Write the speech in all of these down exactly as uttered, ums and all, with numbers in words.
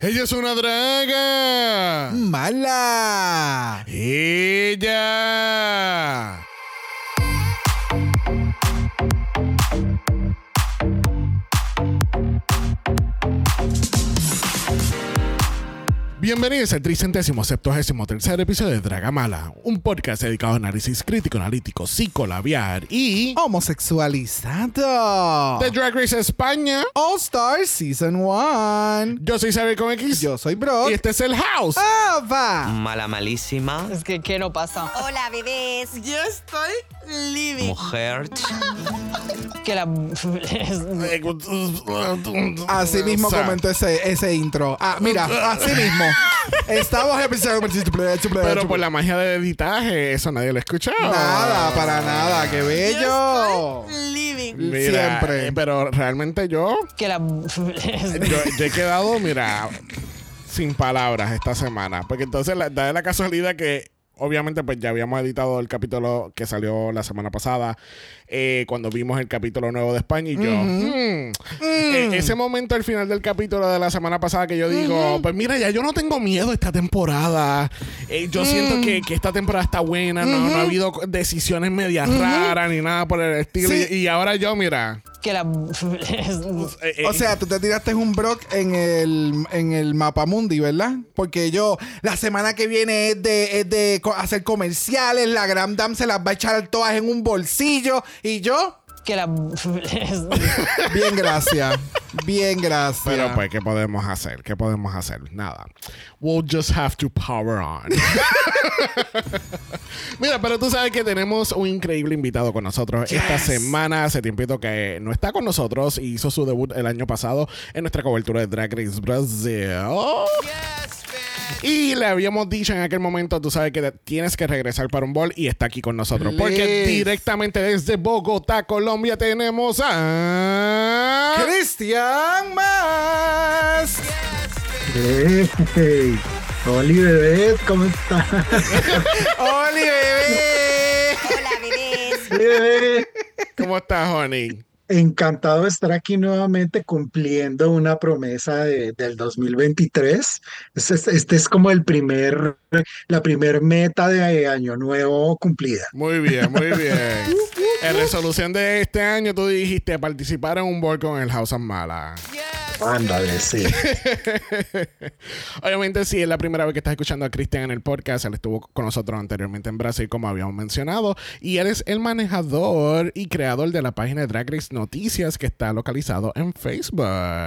Ella es una draga. Mala. Ella. Bienvenidos al tricentésimo septuagésimo tercer episodio de Dragamala, un podcast dedicado a análisis crítico, analítico, psicolabiar y homosexualizado de Drag Race España All Star Season uno. Yo soy Xavier con X. Yo soy Brock. Y este es el House. Ava. Mala malísima. Es que, ¿qué no pasa? Hola, bebés. Yo estoy living. Mujer. Que la... Así mismo comentó ese, ese intro. Ah, mira, así mismo. Estamos empezando. Pero por la magia de editaje, eso nadie lo escuchó. Nada, para nada. ¡Qué bello! Yo estoy living. Mira, Siempre. eh, pero realmente yo, Que la... yo, yo he quedado, mira, sin palabras esta semana. Porque entonces la, da la casualidad que obviamente pues ya habíamos editado el capítulo que salió la semana pasada, eh, cuando vimos el capítulo nuevo de España y yo, Uh-huh. hmm, Mm. eh, ese momento al final del capítulo de la semana pasada que yo digo, pues mira, ya yo no tengo miedo esta temporada. Eh, yo Mm. siento que, que esta temporada está buena, no, no ha habido decisiones medias raras ni nada por el estilo. Sí. Y, y ahora yo, mira... Que la... eh, eh, O sea, tú te tiraste un Brock en el, en el Mapamundi, ¿verdad? Porque yo, la semana que viene es de, es de co- hacer comerciales, la Grand Dame se las va a echar todas en un bolsillo y yo, Que la... bien, gracias. Bien, gracias. Pero pues, ¿qué podemos hacer? ¿Qué podemos hacer? Nada. We'll just have to power on. Mira, pero tú sabes que tenemos un increíble invitado con nosotros Yes. esta semana. Hace tiempito que no está con nosotros. Hizo su debut el año pasado en nuestra cobertura de Drag Race Brasil. Y le habíamos dicho en aquel momento, tú sabes que tienes que regresar para un bol y está aquí con nosotros. Porque Liz. directamente desde Bogotá, Colombia, tenemos a... Cristian Más. Hey, Oli bebés, ¿cómo están? ¡Oli, bebé! Hola, bebés. Bebé. ¿Cómo estás, honey? Encantado de estar aquí nuevamente cumpliendo una promesa de- del dos mil veintitrés. Este, es- este es como el primer, la primer meta de año nuevo cumplida. Muy bien, muy bien. En resolución de este año, tú dijiste participar en un board con el House of Mala. Ándale, sí. Obviamente, si es la primera vez que estás escuchando a Cristian en el podcast, él estuvo con nosotros anteriormente en Brasil, como habíamos mencionado, y él es el manejador y creador de la página de Drag Race Noticias, que está localizado en Facebook.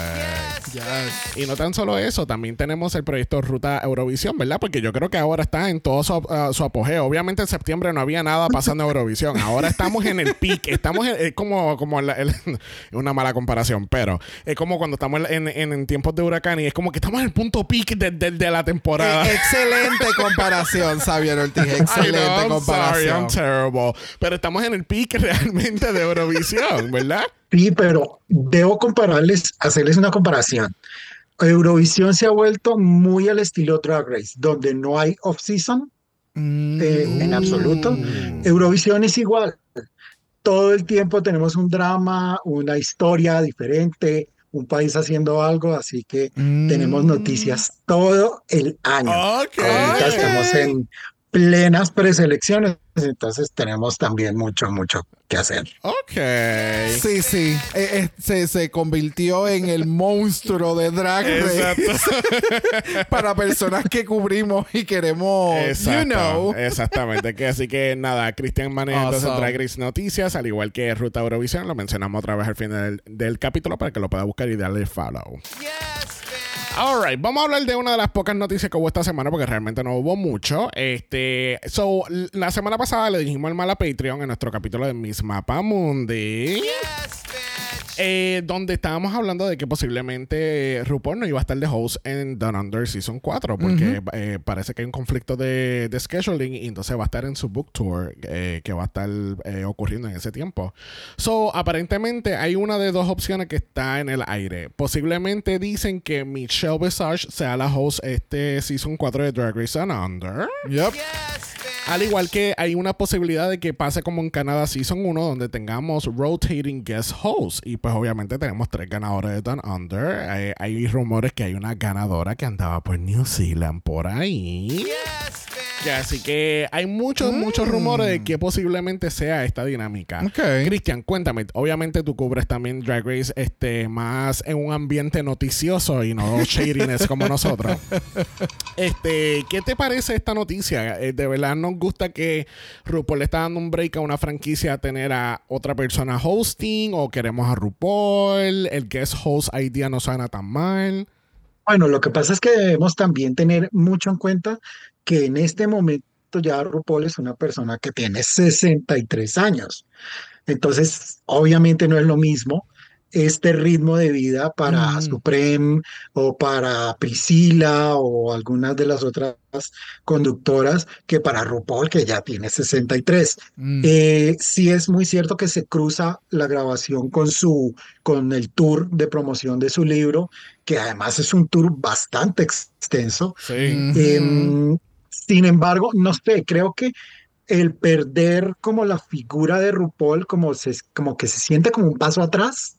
Yes. Y no tan solo eso, también tenemos el proyecto Ruta Eurovisión, ¿verdad? Porque yo creo que ahora está en todo su, uh, su apogeo. Obviamente en septiembre no había nada pasando en Eurovisión. Ahora estamos en el peak. Estamos en, es como, como la- el- una mala comparación, pero es como cuando estamos en, en- en tiempos de huracán y es como que estamos en el punto peak de, de- de la temporada. Eh, excelente comparación, Xavier Ortiz. Excelente I know, I'm sorry, comparación. I'm terrible. Pero estamos en el peak realmente de Eurovisión, ¿verdad? Sí, pero debo compararles, hacerles una comparación. Eurovisión se ha vuelto muy al estilo Drag Race, donde no hay off-season Mm. eh, en absoluto. Eurovisión es igual. Todo el tiempo tenemos un drama, una historia diferente, un país haciendo algo, así que Mm. tenemos noticias todo el año. Ok. Ahorita estamos en plenas preselecciones, entonces tenemos también mucho, mucho que hacer. Ok. Sí, sí. Eh, eh, se, se convirtió en el monstruo de Drag Race Exacto. para personas que cubrimos y queremos, Exacto, you know. exactamente. Que, así que nada, Cristian maneja entonces Awesome. Drag Race Noticias, al igual que Ruta Eurovisión. Lo mencionamos otra vez al final del, del capítulo para que lo pueda buscar y darle follow. Alright, vamos a hablar de una de las pocas noticias que hubo esta semana porque realmente no hubo mucho. Este, so, l- la semana pasada le dijimos al Mala Patreon en nuestro capítulo de Miss Mapamundi. Eh, donde estábamos hablando de que posiblemente RuPaul no iba a estar de host en Down Under Season cuatro porque eh, parece que hay un conflicto de, de scheduling y entonces va a estar en su book tour eh, que va a estar eh, ocurriendo en ese tiempo. So, aparentemente hay una de dos opciones que está en el aire. Posiblemente dicen que Michelle Visage sea la host este Season cuatro de Drag Race Down Under. Yep. Al igual que hay una posibilidad de que pase como en Canadá Season uno, donde tengamos rotating guest hosts. Y pues obviamente tenemos tres ganadores de Down Under. Hay, hay rumores que hay una ganadora que andaba por New Zealand por ahí. Yes, que así que hay muchos, mm. muchos rumores de que posiblemente sea esta dinámica. Okay. Cristian, cuéntame. Obviamente tú cubres también Drag Race este, más en un ambiente noticioso y no shadiness como nosotros. Este, ¿qué te parece esta noticia? De verdad nos gusta que RuPaul le está dando un break a una franquicia a tener a otra persona hosting, o queremos a RuPaul, el guest host idea no suena tan mal. Bueno, lo que pasa es que debemos también tener mucho en cuenta que en este momento ya RuPaul es una persona que tiene sesenta y tres años. Entonces, obviamente no es lo mismo este ritmo de vida para Mm. Supreme o para Priscila o algunas de las otras conductoras que para RuPaul, que ya tiene sesenta y tres. Mm. Eh, sí es muy cierto que se cruza la grabación con su, con el tour de promoción de su libro, que además es un tour bastante extenso. Sí. Em, sin embargo, no sé, creo que el perder como la figura de RuPaul, como, se, como que se siente como un paso atrás,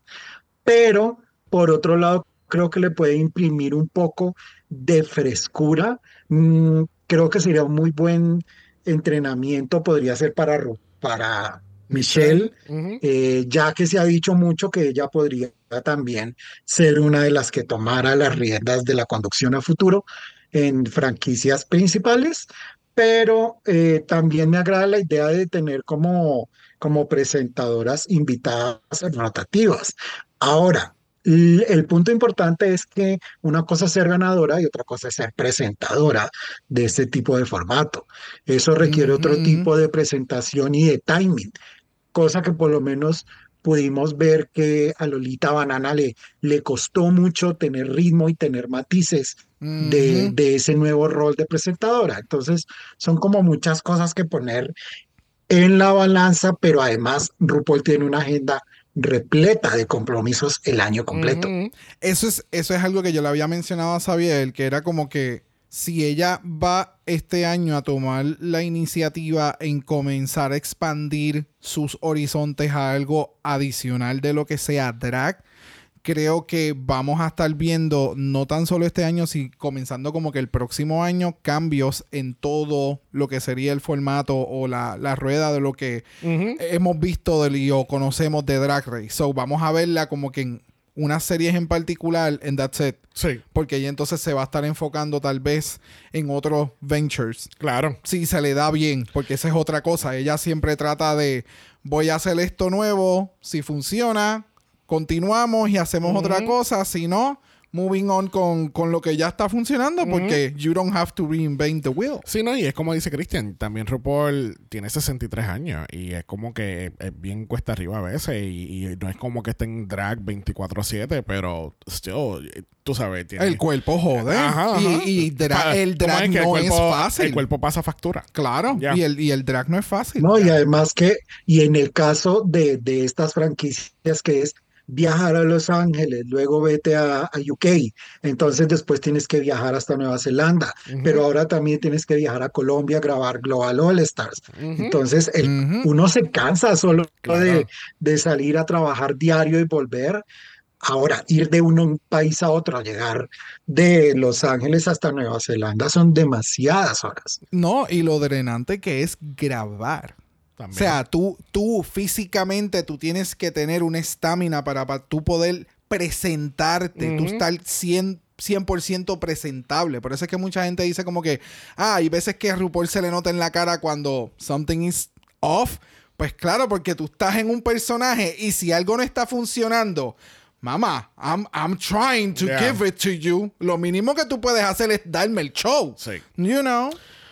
pero por otro lado creo que le puede imprimir un poco de frescura. Mm, creo que sería un muy buen entrenamiento, podría ser para, Ru- para Michelle, Uh-huh. eh, ya que se ha dicho mucho que ella podría también ser una de las que tomara las riendas de la conducción a futuro en franquicias principales, pero eh, también me agrada la idea de tener como, como presentadoras invitadas rotativas. Ahora, l- el punto importante es que una cosa es ser ganadora y otra cosa es ser presentadora de este tipo de formato. Eso requiere otro Ujú. tipo de presentación y de timing, cosa que por lo menos pudimos ver que a Lolita Banana le, le costó mucho tener ritmo y tener matices de, Ujú. de ese nuevo rol de presentadora. Entonces, son como muchas cosas que poner en la balanza, pero además RuPaul tiene una agenda repleta de compromisos el año completo. Uh-huh. Eso es, eso es algo que yo le había mencionado a Xavier, que era como que si ella va este año a tomar la iniciativa en comenzar a expandir sus horizontes a algo adicional de lo que sea drag, creo que vamos a estar viendo no tan solo este año, sino comenzando como que el próximo año, cambios en todo lo que sería el formato o la, la rueda de lo que Uh-huh. hemos visto del, y o conocemos de Drag Race. So, vamos a verla como que en unas series en particular en That's It. Sí, Porque ella entonces se va a estar enfocando tal vez en otros ventures. claro. Si se le da bien, porque esa es otra cosa. Ella siempre trata de, voy a hacer esto nuevo, si funciona, continuamos y hacemos Ujú. otra cosa. Si no, moving on con, con lo que ya está funcionando, Ujú. porque you don't have to reinvent the wheel. Sí, no, y es como dice Cristian, también RuPaul tiene sesenta y tres años y es como que es bien cuesta arriba a veces y, y no es como que esté en drag veinticuatro siete, pero still, tú sabes, tiene... El cuerpo jode. Ajá, ajá. Y, y dra- Pa- el ¿cómo drag que el no cuerpo- es fácil. El cuerpo pasa factura. Claro. Ya. Y, el, y el drag no es fácil. ¿No? Y además que, y en el caso de, de estas franquicias que es viajar a Los Ángeles, luego vete a, a U K, entonces después tienes que viajar hasta Nueva Zelanda, Ujú. pero ahora también tienes que viajar a Colombia a grabar Global All Stars. Ujú. Entonces el- Ujú. uno se cansa solo Claro. de, de salir a trabajar diario y volver. Ahora, ir de un país a otro, llegar de Los Ángeles hasta Nueva Zelanda son demasiadas horas. No, y lo drenante que es grabar. También. O sea, tú, tú físicamente tú tienes que tener una estamina para, para tú poder presentarte, tú Ujú. estar cien por ciento presentable. Por eso es que mucha gente dice como que, ah, hay veces que a RuPaul se le nota en la cara cuando something is off. Pues claro, porque tú estás en un personaje y si algo no está funcionando, mamá, I'm, I'm trying to Yeah. give it to you. Lo mínimo que tú puedes hacer es darme el show. Sí. You know?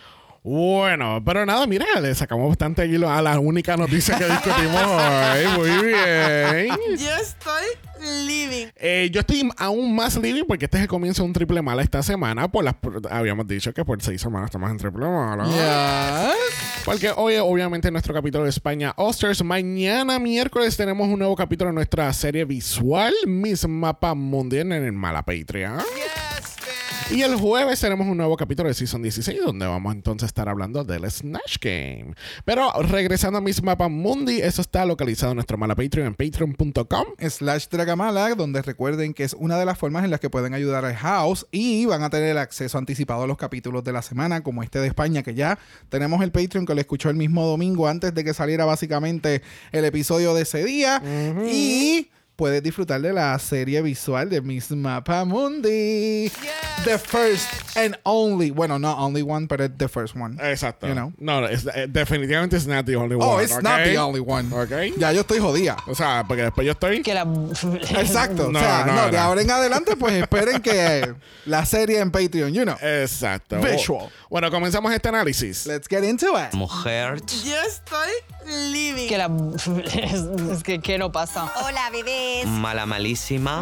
Bueno, pero nada, mira, le sacamos bastante hilo a la única noticia que discutimos hoy. Muy bien. Yo estoy living. Eh, yo estoy aún más living porque este es el comienzo de un triple mala esta semana. Por las, habíamos dicho que por seis semanas estamos en triple mala. Yes. Porque hoy, obviamente, en nuestro capítulo de España All-Stars, mañana miércoles tenemos un nuevo capítulo en nuestra serie visual, Miss Mapa Mundi en el Mala Patreon. Y el jueves tenemos un nuevo capítulo de Season dieciséis, donde vamos entonces a estar hablando del Snatch Game. Pero regresando a Miss Mapamundi, eso está localizado en nuestro mala Patreon en patreon punto com slash Dragamala, donde recuerden que es una de las formas en las que pueden ayudar al house y van a tener el acceso anticipado a los capítulos de la semana, como este de España, que ya tenemos el Patreon que lo escuchó el mismo domingo antes de que saliera básicamente el episodio de ese día. Uh-huh. Y puedes disfrutar de la serie visual de Miss Mapamundi. Yes, the first bitch. And only, bueno, not only one, but the first one. Exacto. You know? No, no it's, uh, definitivamente it's not the only one. Oh, it's okay? not the only one. Okay. Ya yo estoy jodida. O sea, porque después yo estoy... Que la... Exacto. No, o sea, no, no, no. de ahora en adelante, pues esperen que la serie en Patreon, you know. Exacto. Visual. Bueno, comenzamos este análisis. Let's get into it. Mujer. Yo estoy living. Que la... Es que, ¿qué no pasa? Hola, bebés. Mala malísima.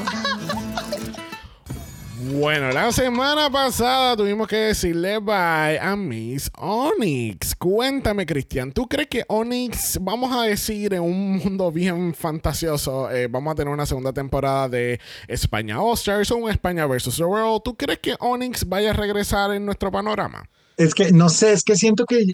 Bueno, la semana pasada tuvimos que decirle bye a Miss Onyx. Cuéntame, Cristian, ¿tú crees que Onyx, vamos a decir, en un mundo bien fantasioso, eh, vamos a tener una segunda temporada de España All Stars o un España versus the World? ¿Tú crees que Onyx vaya a regresar en nuestro panorama? Es que no sé, es que siento que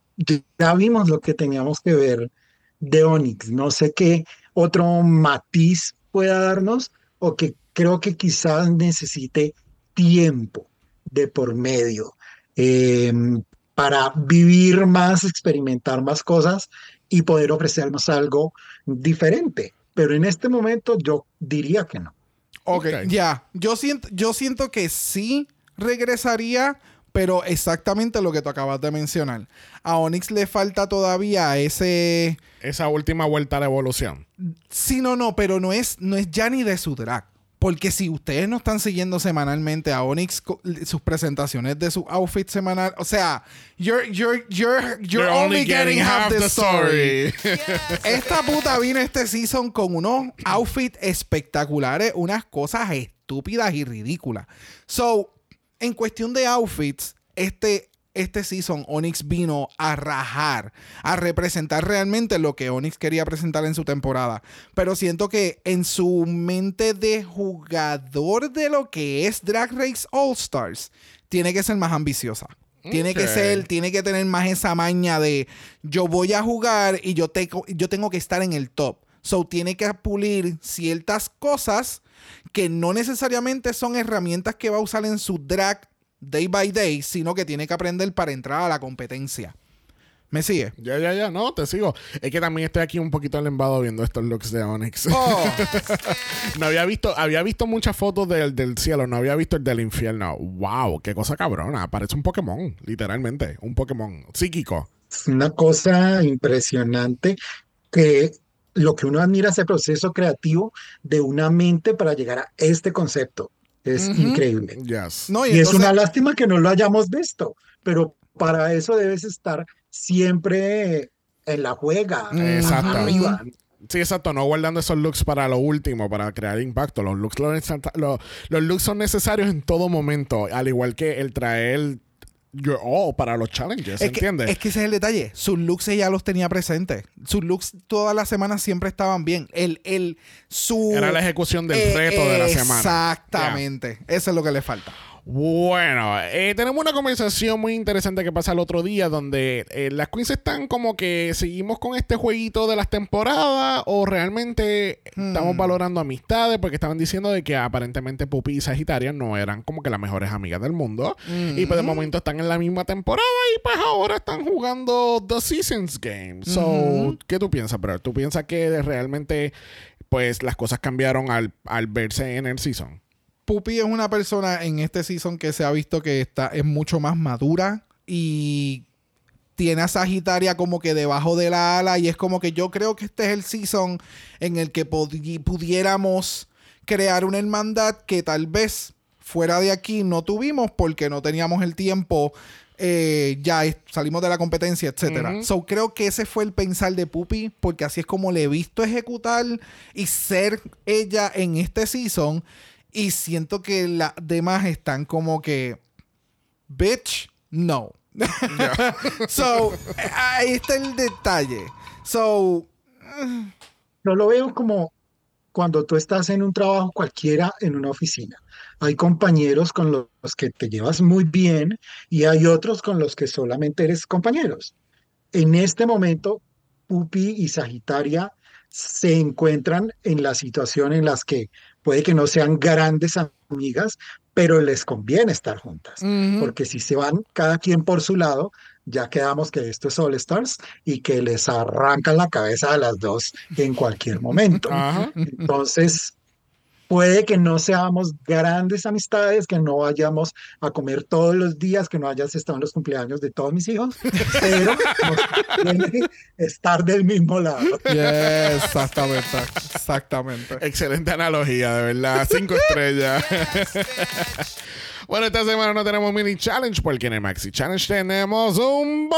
ya vimos lo que teníamos que ver de Onyx. No sé qué otro matiz pueda darnos o que creo que quizás necesite tiempo de por medio eh, para vivir más, experimentar más cosas y poder ofrecernos algo diferente. Pero en este momento yo diría que no. Ok, Ok. ya. Yeah. Yo siento, yo siento que sí regresaría, pero exactamente lo que tú acabas de mencionar. A Onyx le falta todavía ese... Esa última vuelta a la evolución. Sí, no, no, pero no es, no es ya ni de su drag. Porque si ustedes no están siguiendo semanalmente a Onyx, co- sus presentaciones de su outfit semanal, o sea, you're, you're, you're, you're, only, getting half the story. Esta puta vino este season con unos outfits espectaculares, unas cosas estúpidas y ridículas. So, en cuestión de outfits, este... Este season Onyx vino a rajar, a representar realmente lo que Onyx quería presentar en su temporada. Pero siento que en su mente de jugador de lo que es Drag Race All Stars, tiene que ser más ambiciosa. Tiene Okay. que ser, tiene que tener más esa maña de yo voy a jugar y yo, te, yo tengo que estar en el top. So tiene que pulir ciertas cosas que no necesariamente son herramientas que va a usar en su drag day by day, sino que tiene que aprender para entrar a la competencia. ¿Me sigue? Ya, ya, ya, no, te sigo. Es que también estoy aquí un poquito alembado viendo estos looks de Onyx. Oh. No había visto, había visto muchas fotos del, del cielo, no había visto el del infierno. Wow, qué cosa cabrona. Parece un Pokémon, literalmente. Un Pokémon psíquico. Es una cosa impresionante que lo que uno admira es el proceso creativo de una mente para llegar a este concepto. Es Ujú. increíble. Yes. No, y, Y es entonces, una lástima que no lo hayamos visto, pero para eso debes estar siempre en la juega, Exacto. arriba. Sí, exacto, no guardando esos looks para lo último, para crear impacto. Los looks, lo necesita- lo- los looks son necesarios en todo momento, al igual que el traer your all para los challenges, es que, ¿entiendes? es que ese es el detalle. Sus looks ella los tenía presentes. Sus looks todas las semanas siempre estaban bien. El, el, su, Era la ejecución del eh, reto de la semana. Exactamente. Eso es lo que le falta. Bueno, eh, tenemos una conversación muy interesante que pasa el otro día donde eh, las queens están como que seguimos con este jueguito de las temporadas o realmente Hmm. estamos valorando amistades porque estaban diciendo de que aparentemente Pupi y Sagitaria no eran como que las mejores amigas del mundo y pues de momento están en la misma temporada y pues ahora están jugando The Seasons Game. So, Ujú. ¿qué tú piensas, bro? ¿Tú piensas que realmente pues las cosas cambiaron al, al verse en el season? Pupi es una persona en este season que se ha visto que está, es mucho más madura y tiene a Sagitaria como que debajo de la ala y es como que yo creo que este es el season en el que pudi- pudiéramos crear una hermandad que tal vez fuera de aquí no tuvimos porque no teníamos el tiempo, eh, ya es- salimos de la competencia, etcétera. Ujú. So creo que ese fue el pensar de Pupi porque así es como le he visto ejecutar y ser ella en este season. Y siento que las demás están como que, bitch, no. So, ahí está el detalle. So, No lo veo como cuando tú estás en un trabajo cualquiera en una oficina. Hay compañeros con los que te llevas muy bien y hay otros con los que solamente eres compañeros. En este momento, Pupi y Sagitaria se encuentran en la situación en las que puede que no sean grandes amigas, pero les conviene estar juntas, Ujú. porque si se van cada quien por su lado, ya quedamos que esto es All Stars y que les arrancan la cabeza a las dos en cualquier momento. Ajá. Entonces, puede que no seamos grandes amistades, que no vayamos a comer todos los días, que no hayas estado en los cumpleaños de todos mis hijos, pero nos conviene estar del mismo lado. Yes, exactamente. Exactamente. Excelente analogía, de verdad. Cinco estrellas. Bueno, esta semana no tenemos mini challenge porque en el Maxi Challenge tenemos un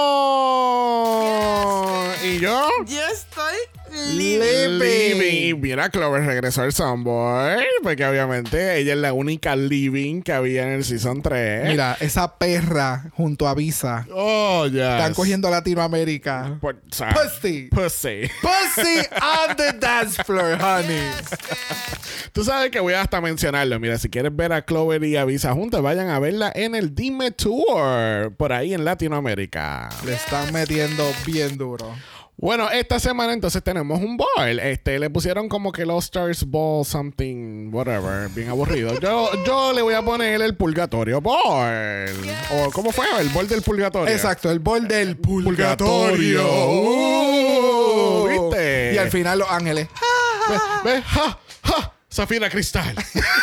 ball. ¿Y yo? Yo estoy Living. Living. Y mira, Clover regresó al Sunboy porque obviamente ella es la única Living que había en el Season tres. Mira, esa perra junto a Visa Oh, ya. están cogiendo a Latinoamérica. Por, o sea, Pussy. Pussy. Pussy on the dance floor, honey. Tú sabes que voy a hasta mencionarlo. Mira, si quieres ver a Clover y a Visa juntas, vayan a verla en el Dime Tour, por ahí en Latinoamérica. Le están metiendo bien duro. Bueno, esta semana entonces tenemos un ball. Este, le pusieron como que los Stars Ball something, whatever, bien aburrido. Yo, yo le voy a poner el Purgatorio Ball. O ¿cómo fue? El ball del Purgatorio. Exacto, el bol del Purgatorio. purgatorio. Uh, ¿viste? Y al final Los Ángeles. Ve, ve, ja, ja, Zafira Cristal.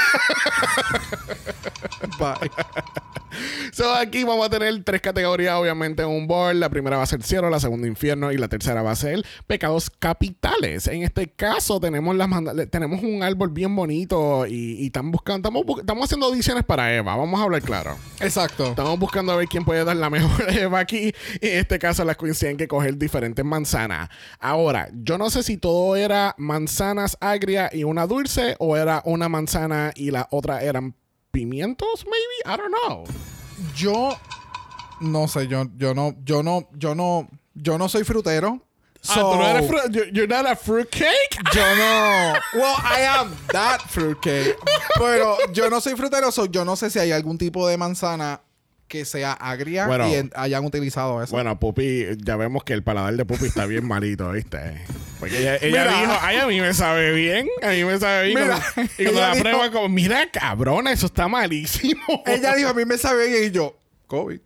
Bye. So, aquí vamos a tener tres categorías, obviamente, en un board. La primera va a ser cielo, la segunda infierno y la tercera va a ser pecados capitales. En este caso tenemos las manda- tenemos un árbol bien bonito y, y estamos buscando, estamos, bu- estamos haciendo audiciones para Eva. Vamos a hablar claro. Exacto. Estamos buscando a ver quién puede dar la mejor Eva aquí. En este caso las queens tienen que coger diferentes manzanas. Ahora, yo no sé si todo era manzanas agrias y una dulce o era una manzana y la otra eran pimientos, maybe. I don't know. Yo no sé, yo, yo no, yo no, yo no, yo no soy frutero. Ah, So, ¿tú no eres fru- you- you're not a fruitcake? yo no. Well, I am that fruitcake. Pero yo no soy frutero, so yo no sé si hay algún tipo de manzana que sea agria Bueno. y en- hayan utilizado eso. Bueno, Pupi, ya vemos que el paladar de Pupi está bien malito, ¿viste? Porque ella, ella Mira. dijo, ay, a mí me sabe bien, a mí me sabe bien. Mira. Cuando- y cuando Ella la dijo- prueba, como, mira, cabrona, eso está malísimo. Ella dijo, a mí me sabe bien y yo, COVID.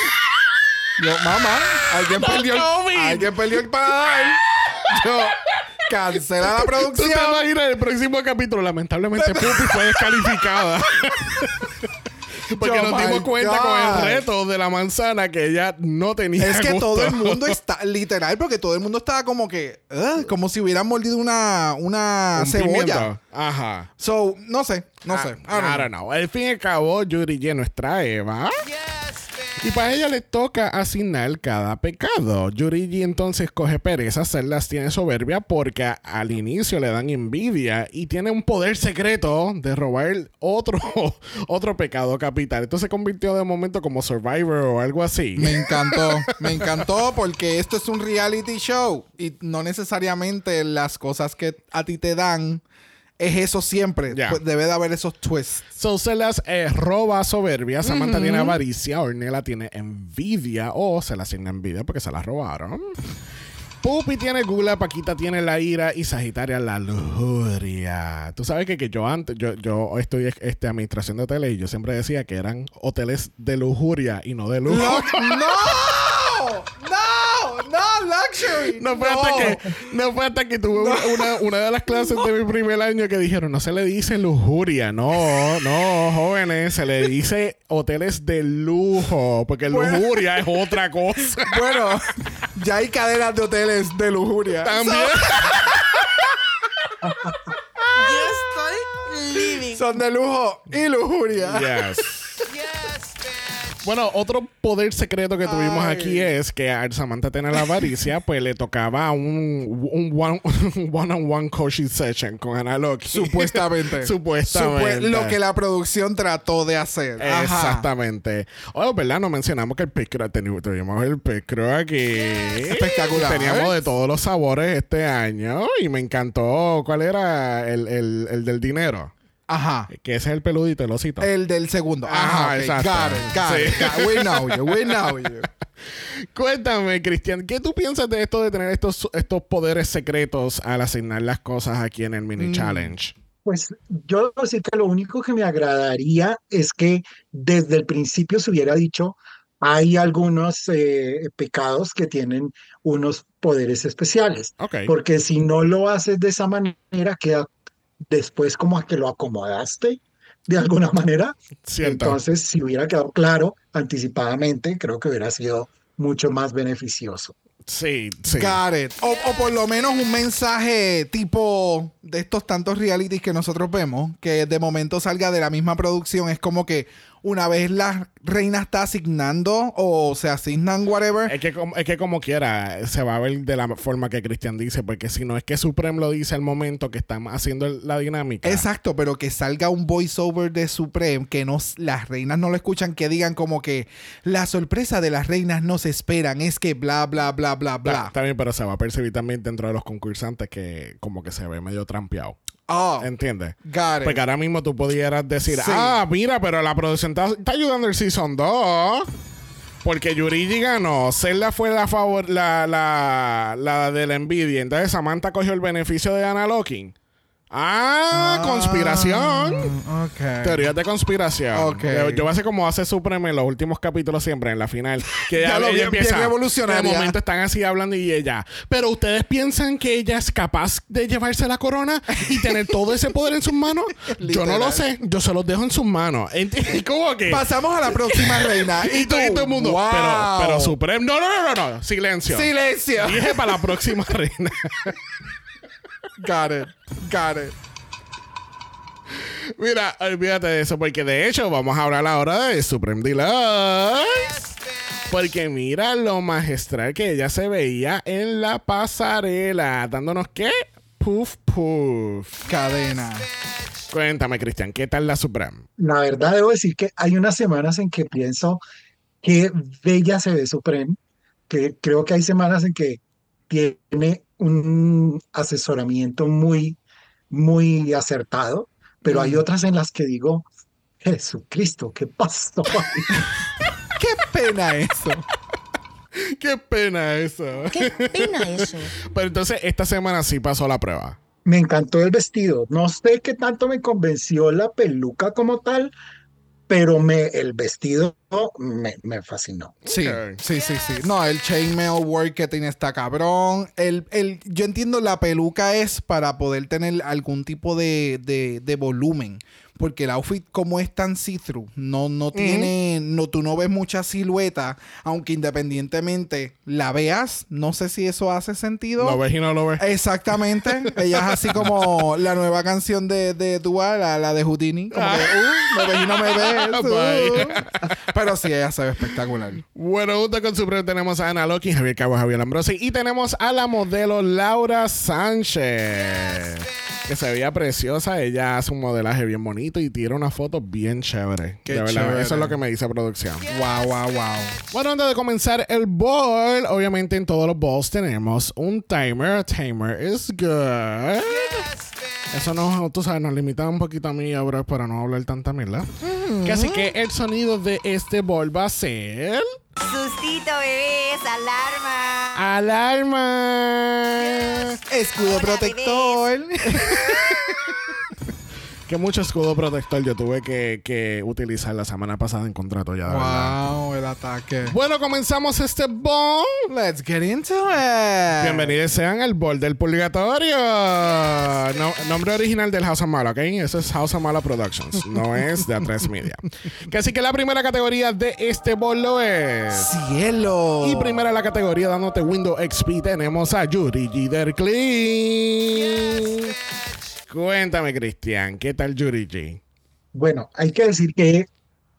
Yo, mamá, alguien No, perdió el, COVID. alguien perdió el paladar. Yo, cancela la Tú te producción. vas a ir al próximo capítulo. Lamentablemente, Pupi fue descalificada. Porque Oh nos dimos my cuenta con el God. reto de la manzana que ella no tenía Es que gusto. todo el mundo está, literal, porque todo el mundo estaba como que, "Ugh", como si hubieran mordido una, una Un cebolla. pimiento. Ajá. So, no sé, no Ah, sé. I I don't know. don't know. Al fin y al cabo, Yuri G, nuestra Eva. Y para ella le toca asignar cada pecado. Yuri G entonces coge pereza, Celdas tiene soberbia porque a- al inicio le dan envidia y tiene un poder secreto de robar otro, otro pecado capital. Entonces se convirtió de momento como Survivor o algo así. Me encantó, me encantó porque esto es un reality show y no necesariamente las cosas que a ti te dan es eso siempre. Ya. Pues debe de haber esos twists. So Celdas eh, roba soberbia, Samantha tiene avaricia, Ornella tiene envidia o se la asigna envidia porque se la robaron. Pupi tiene gula, Paquita tiene la ira y Sagitaria la lujuria. Tú sabes que, que yo antes, yo, yo estudié este, administración de hoteles y yo siempre decía que eran hoteles de lujuria y no de lujo. ¡No! ¡No! ¡No! ¡Luxury! No fue, hasta que, no fue hasta que tuve una, una de las clases de mi primer año que dijeron, no se le dice lujuria, no, no, jóvenes, se le dice hoteles de lujo, porque Bueno. lujuria es otra cosa. Bueno, ya hay cadenas de hoteles de lujuria. También. Yo estoy living. Son de lujo y lujuria. Yes. Bueno, otro poder secreto que tuvimos Ay. aquí es que al Samantha tener la avaricia, pues le tocaba un, un one, one on one coaching session con Ana Loki. Supuestamente. Supuestamente. Supue- lo que la producción trató de hacer. Ajá. Exactamente. Oh, ¿verdad? No mencionamos que el pescro, teni- tuvimos el pescro aquí. Espectacular. Teníamos de todos los sabores este año y me encantó. ¿Cuál era el, el, el del dinero? Ajá. Que ese es el peludito, el osito. El del segundo. Ajá, Ajá, ok. exacto. Got it, got Sí. it, got it. We know you, we know you. Cuéntame, Cristian, ¿qué tú piensas de esto de tener estos, estos poderes secretos al asignar las cosas aquí en el mini Mm. challenge? Pues yo debo decir que lo único que me agradaría es que desde el principio se hubiera dicho, hay algunos eh, pecados que tienen unos poderes especiales, Ok. porque si no lo haces de esa manera, queda después como a que lo acomodaste de alguna manera. Cierto. Entonces, si hubiera quedado claro anticipadamente, creo que hubiera sido mucho más beneficioso. Sí, sí. Got it. O, o por lo menos un mensaje tipo de estos tantos realities que nosotros vemos, que de momento salga de la misma producción. Es como que una vez la reina está asignando o se asignan whatever. Es que, como, es que como quiera, se va a ver de la forma que Cristian dice, porque si no es que Supreme lo dice al momento que están haciendo el- la dinámica. Exacto, pero que salga un voiceover de Supreme, que no, las reinas no lo escuchan, que digan como que la sorpresa de las reinas no se esperan, es que bla, bla, bla, bla, Está, bla. está bien, pero se va a percibir también dentro de los concursantes que como que se ve medio trampeado. Oh, ¿Entiendes? got it. Porque ahora mismo tú pudieras decir, Sí. ah, mira, pero la producción está, está ayudando el Season dos. Porque Yurigi ganó. Zelda fue la favor, la, la, la de la Nvidia. Entonces Samantha cogió el beneficio de Ana Locking. Ah, conspiración. Ok. Teorías de conspiración. Ok. Yo, yo voy a hacer como hace Supreme en los últimos capítulos siempre, en la final. Que Ya ella, lo ella bien- bien empieza, revolucionaria. De momento están así hablando y ella. Pero ustedes piensan que ella es capaz de llevarse la corona y tener todo ese poder en sus manos. Yo no lo Literal. sé. Yo se los dejo en sus manos. ¿Entiendes? ¿Cómo que? Pasamos a la próxima reina. Y todo, y todo el mundo. Wow. Pero, pero Supreme. No, no, no, no, no. Silencio. Silencio. Dije para la próxima reina. Got it. Got it. Mira, olvídate de eso, porque de hecho vamos a hablar ahora de Supreme Deluxe. Porque mira lo magistral que ella se veía en la pasarela. Dándonos qué? Puff, puff. Cadena. Cuéntame, Cristian, ¿qué tal la Supreme? La verdad, debo decir que hay unas semanas en que pienso que bella se ve Supreme, que creo que hay semanas en que tiene un asesoramiento muy, muy acertado, pero hay otras en las que digo, Jesucristo, ¿qué pasó ahí? Qué pena eso. Qué pena eso. Qué pena eso. Pero entonces esta semana sí pasó la prueba. Me encantó el vestido. No sé qué tanto me convenció la peluca como tal, pero me, el vestido me, me fascinó. Sí, Ok. sí, sí, sí. No, el chainmail work que tiene está cabrón. El, el, yo entiendo la peluca es para poder tener algún tipo de, de, de volumen. Porque el outfit, como es tan see-through, no, no tiene, no, tú no ves mucha silueta, aunque independientemente la veas, no sé si eso hace sentido. Lo ves y no lo ves. Exactamente. Ella es así como la nueva canción de, de Dua, la, la de Houdini. Como que, uh, me ves y no me ves. uh. Pero sí, ella se ve espectacular. Bueno, junto con Supreme tenemos a Ana Loki, Javier Cabo, Javier Ambrosi y tenemos a la modelo Laura Sánchez, que se veía preciosa. Ella hace un modelaje bien bonito y tira una foto bien chévere. Qué De verdad, chévere. eso es lo que me dice producción. Wow, wow, wow. Bueno, antes de comenzar el bowl, obviamente en todos los bowls tenemos un timer. A timer is good. Eso no, tú sabes, nos limita un poquito a mí ahora para no hablar tanta mierda. Que Así que el sonido de este bowl va a ser... Sustito, bebés, alarma. ¡Alarma! Escudo Hola, protector. Que mucho escudo protector yo tuve que, que utilizar la semana pasada en contrato ya, de verdad. Wow, el ataque. Bueno, comenzamos este bowl. Let's get into it. Bienvenidos sean al bowl del purgatorio. No, nombre original del House of Mala, ¿ok? Eso es House of Mala Productions. No es de A tres Media. Que así que la primera categoría de este bowl lo es... Cielo. Y primera en la categoría dándote Windows X P tenemos a Yuri Giderclean. Cuéntame, Cristian, ¿qué tal Yuri G? Bueno, hay que decir que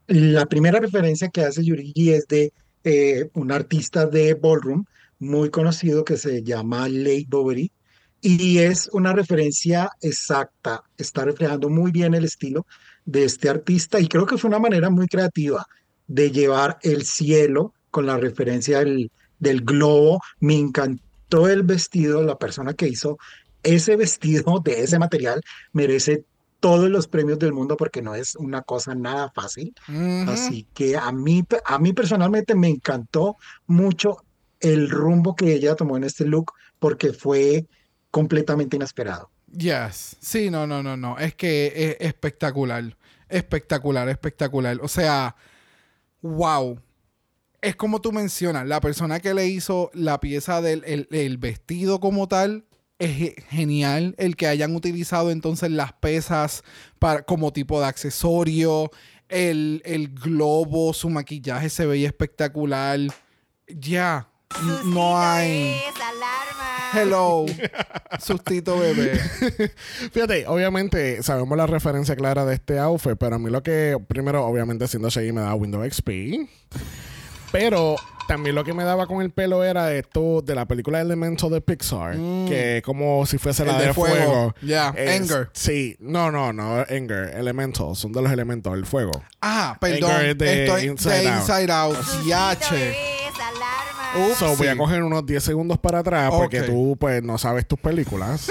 La primera referencia que hace Yurigi es de eh, un artista de ballroom muy conocido que se llama Leigh Bowery y es una referencia exacta, está reflejando muy bien el estilo de este artista y creo que fue una manera muy creativa de llevar el cielo con la referencia del, del globo. Me encantó el vestido, la persona que hizo ese vestido de ese material merece todos los premios del mundo porque no es una cosa nada fácil. Ujú. Así que a mí, a mí personalmente me encantó mucho el rumbo que ella tomó en este look porque fue completamente inesperado. Yes. Sí, no, no, no, no. Es que es espectacular. Espectacular, espectacular. O sea, wow. Es como tú mencionas, la persona que le hizo la pieza del el, el vestido como tal, es ge- genial el que hayan utilizado entonces las pesas para, como tipo de accesorio, el, el globo, su maquillaje se veía espectacular. Ya, n- no hay... Bebés, alarma. Hello, sustito bebé. Fíjate, obviamente sabemos la referencia clara de este outfit, pero a mí lo que, primero, obviamente siendo Shaggy me da Windows X P, pero también lo que me daba con el pelo era esto de la película Elemental de Pixar, Mm. que como si fuese El la de de fuego. fuego. Ya, Es- Anger. Sí, no, no, no, Anger, Elemental, son de los elementos, el fuego. Ah, perdón. Anger de Estoy Inside de Out. Inside Out. Sustito, Yache. bebés, alarma. Ups. So, voy a Sí. coger unos diez segundos para atrás porque Ok. tú, pues, no sabes tus películas.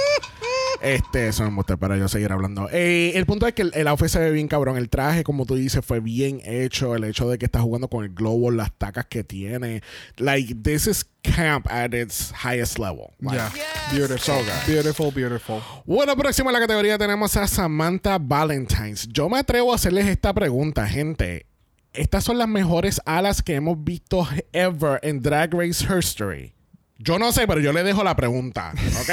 Este, eso me gusta para yo seguir hablando. Eh, el punto es que el, el outfit se ve bien cabrón. El traje, como tú dices, fue bien hecho. El hecho de que está jugando con el globo, las tacas que tiene. Like, this is camp at its highest level. Like, Ya. Beautiful. So good. Beautiful, beautiful. Bueno, próximo en la categoría tenemos a Samantha Valentines. Yo me atrevo a hacerles esta pregunta, gente. Estas son las mejores alas que hemos visto ever en Drag Race History. Yo no sé, pero yo le dejo la pregunta, ¿ok?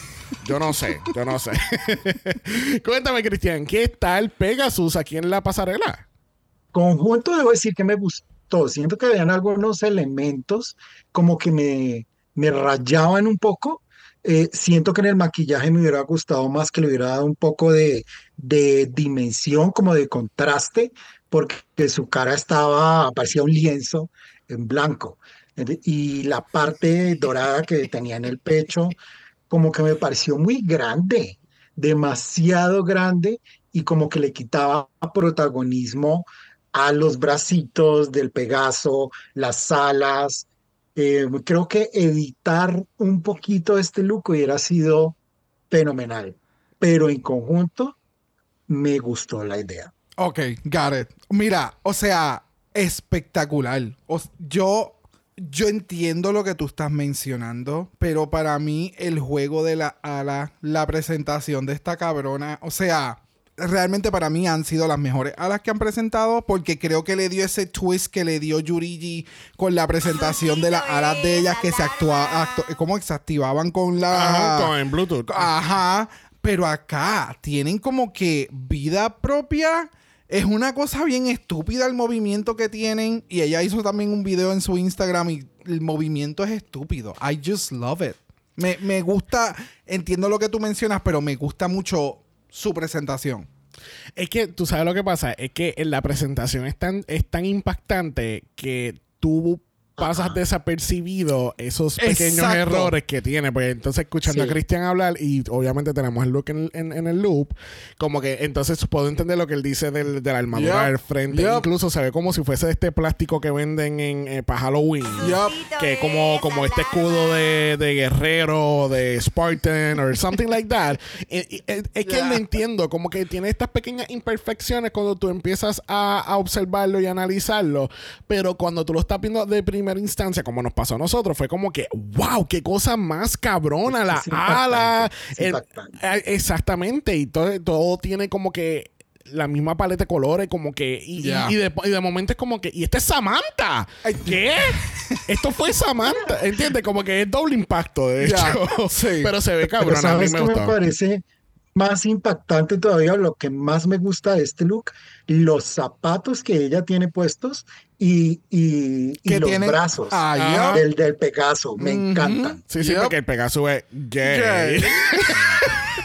Yo no sé, yo no sé. Cuéntame, Cristian, ¿qué tal Pegasus aquí en la pasarela? Conjunto, debo decir que me gustó. Siento que habían algunos elementos como que me, me rayaban un poco. Eh, siento que en el maquillaje me hubiera gustado más que le hubiera dado un poco de, de dimensión, como de contraste, porque su cara estaba, parecía un lienzo en blanco. Ente- Y la parte dorada que tenía en el pecho, como que me pareció muy grande, demasiado grande, y como que le quitaba protagonismo a los bracitos del Pegaso, las alas. Eh, creo que editar un poquito este look hubiera sido fenomenal, pero en conjunto me gustó la idea. Ok, got it. Mira, o sea, espectacular. O- yo, yo entiendo lo que tú estás mencionando, pero para mí el juego de la ala, la presentación de esta cabrona, o sea, realmente para mí han sido las mejores alas que han presentado porque creo que le dio ese twist que le dio Yurigi con la presentación de las alas de ellas que se actúa, actu- ¿cómo que se activaban con la... Ajá, con el Bluetooth. Ajá, pero acá tienen como que vida propia. Es una cosa bien estúpida el movimiento que tienen. Y ella hizo también un video en su Instagram y el movimiento es estúpido. I just love it. Me, me gusta, entiendo lo que tú mencionas, pero me gusta mucho su presentación. Es que tú sabes lo que pasa, es que en la presentación es tan, es tan impactante que tú pasas Ajá. desapercibido esos pequeños Exacto. errores que tiene. Pues entonces escuchando Sí. a Cristian hablar y obviamente tenemos el look en, en- en el loop, como que entonces puedo entender lo que él dice del, de la armadura Yep. del frente. Yep. Incluso se ve como si fuese este plástico que venden en eh, para Halloween. Yup. Que como, como este escudo de, de guerrero, de Spartan, or something like that. Eh, eh, eh, es que Yeah. lo entiendo, como que tiene estas pequeñas imperfecciones cuando tú empiezas a, a observarlo y analizarlo, pero cuando tú lo estás viendo de primera instancia, como nos pasó a nosotros, fue como que, wow, qué cosa más cabrona, la Es impactante, ala. es el- impactante. eh, exactamente, y todo, todo tiene como que la misma paleta de colores, como que, y, y- Yeah. y de, y de momento es como que, y esta es Samantha. ¿Qué? Esto fue Samantha, ¿entiendes? Como que es doble impacto, de Yeah, hecho. sí. Pero se ve Pero cabrón, a mí ¿sabes me qué me gustó. parece más impactante todavía? Lo que más me gusta de este look, los zapatos que ella tiene puestos y, y, y Que los tienen- brazos Ah, Ajá. yup. del, del Pegaso, me Ujú. encantan. Sí, sí, Yep. porque el Pegaso es gay. Gay.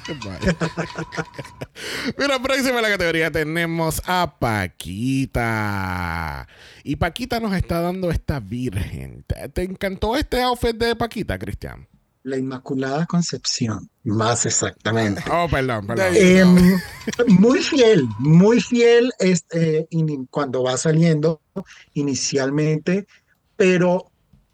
Mira, próxima en la categoría tenemos a Paquita. Y Paquita nos está dando esta virgen. ¿Te, te encantó este outfit de Paquita, Cristian? La Inmaculada Concepción, más exactamente. Oh, perdón, perdón. Eh, muy fiel, muy fiel es, eh, in- cuando va saliendo inicialmente, pero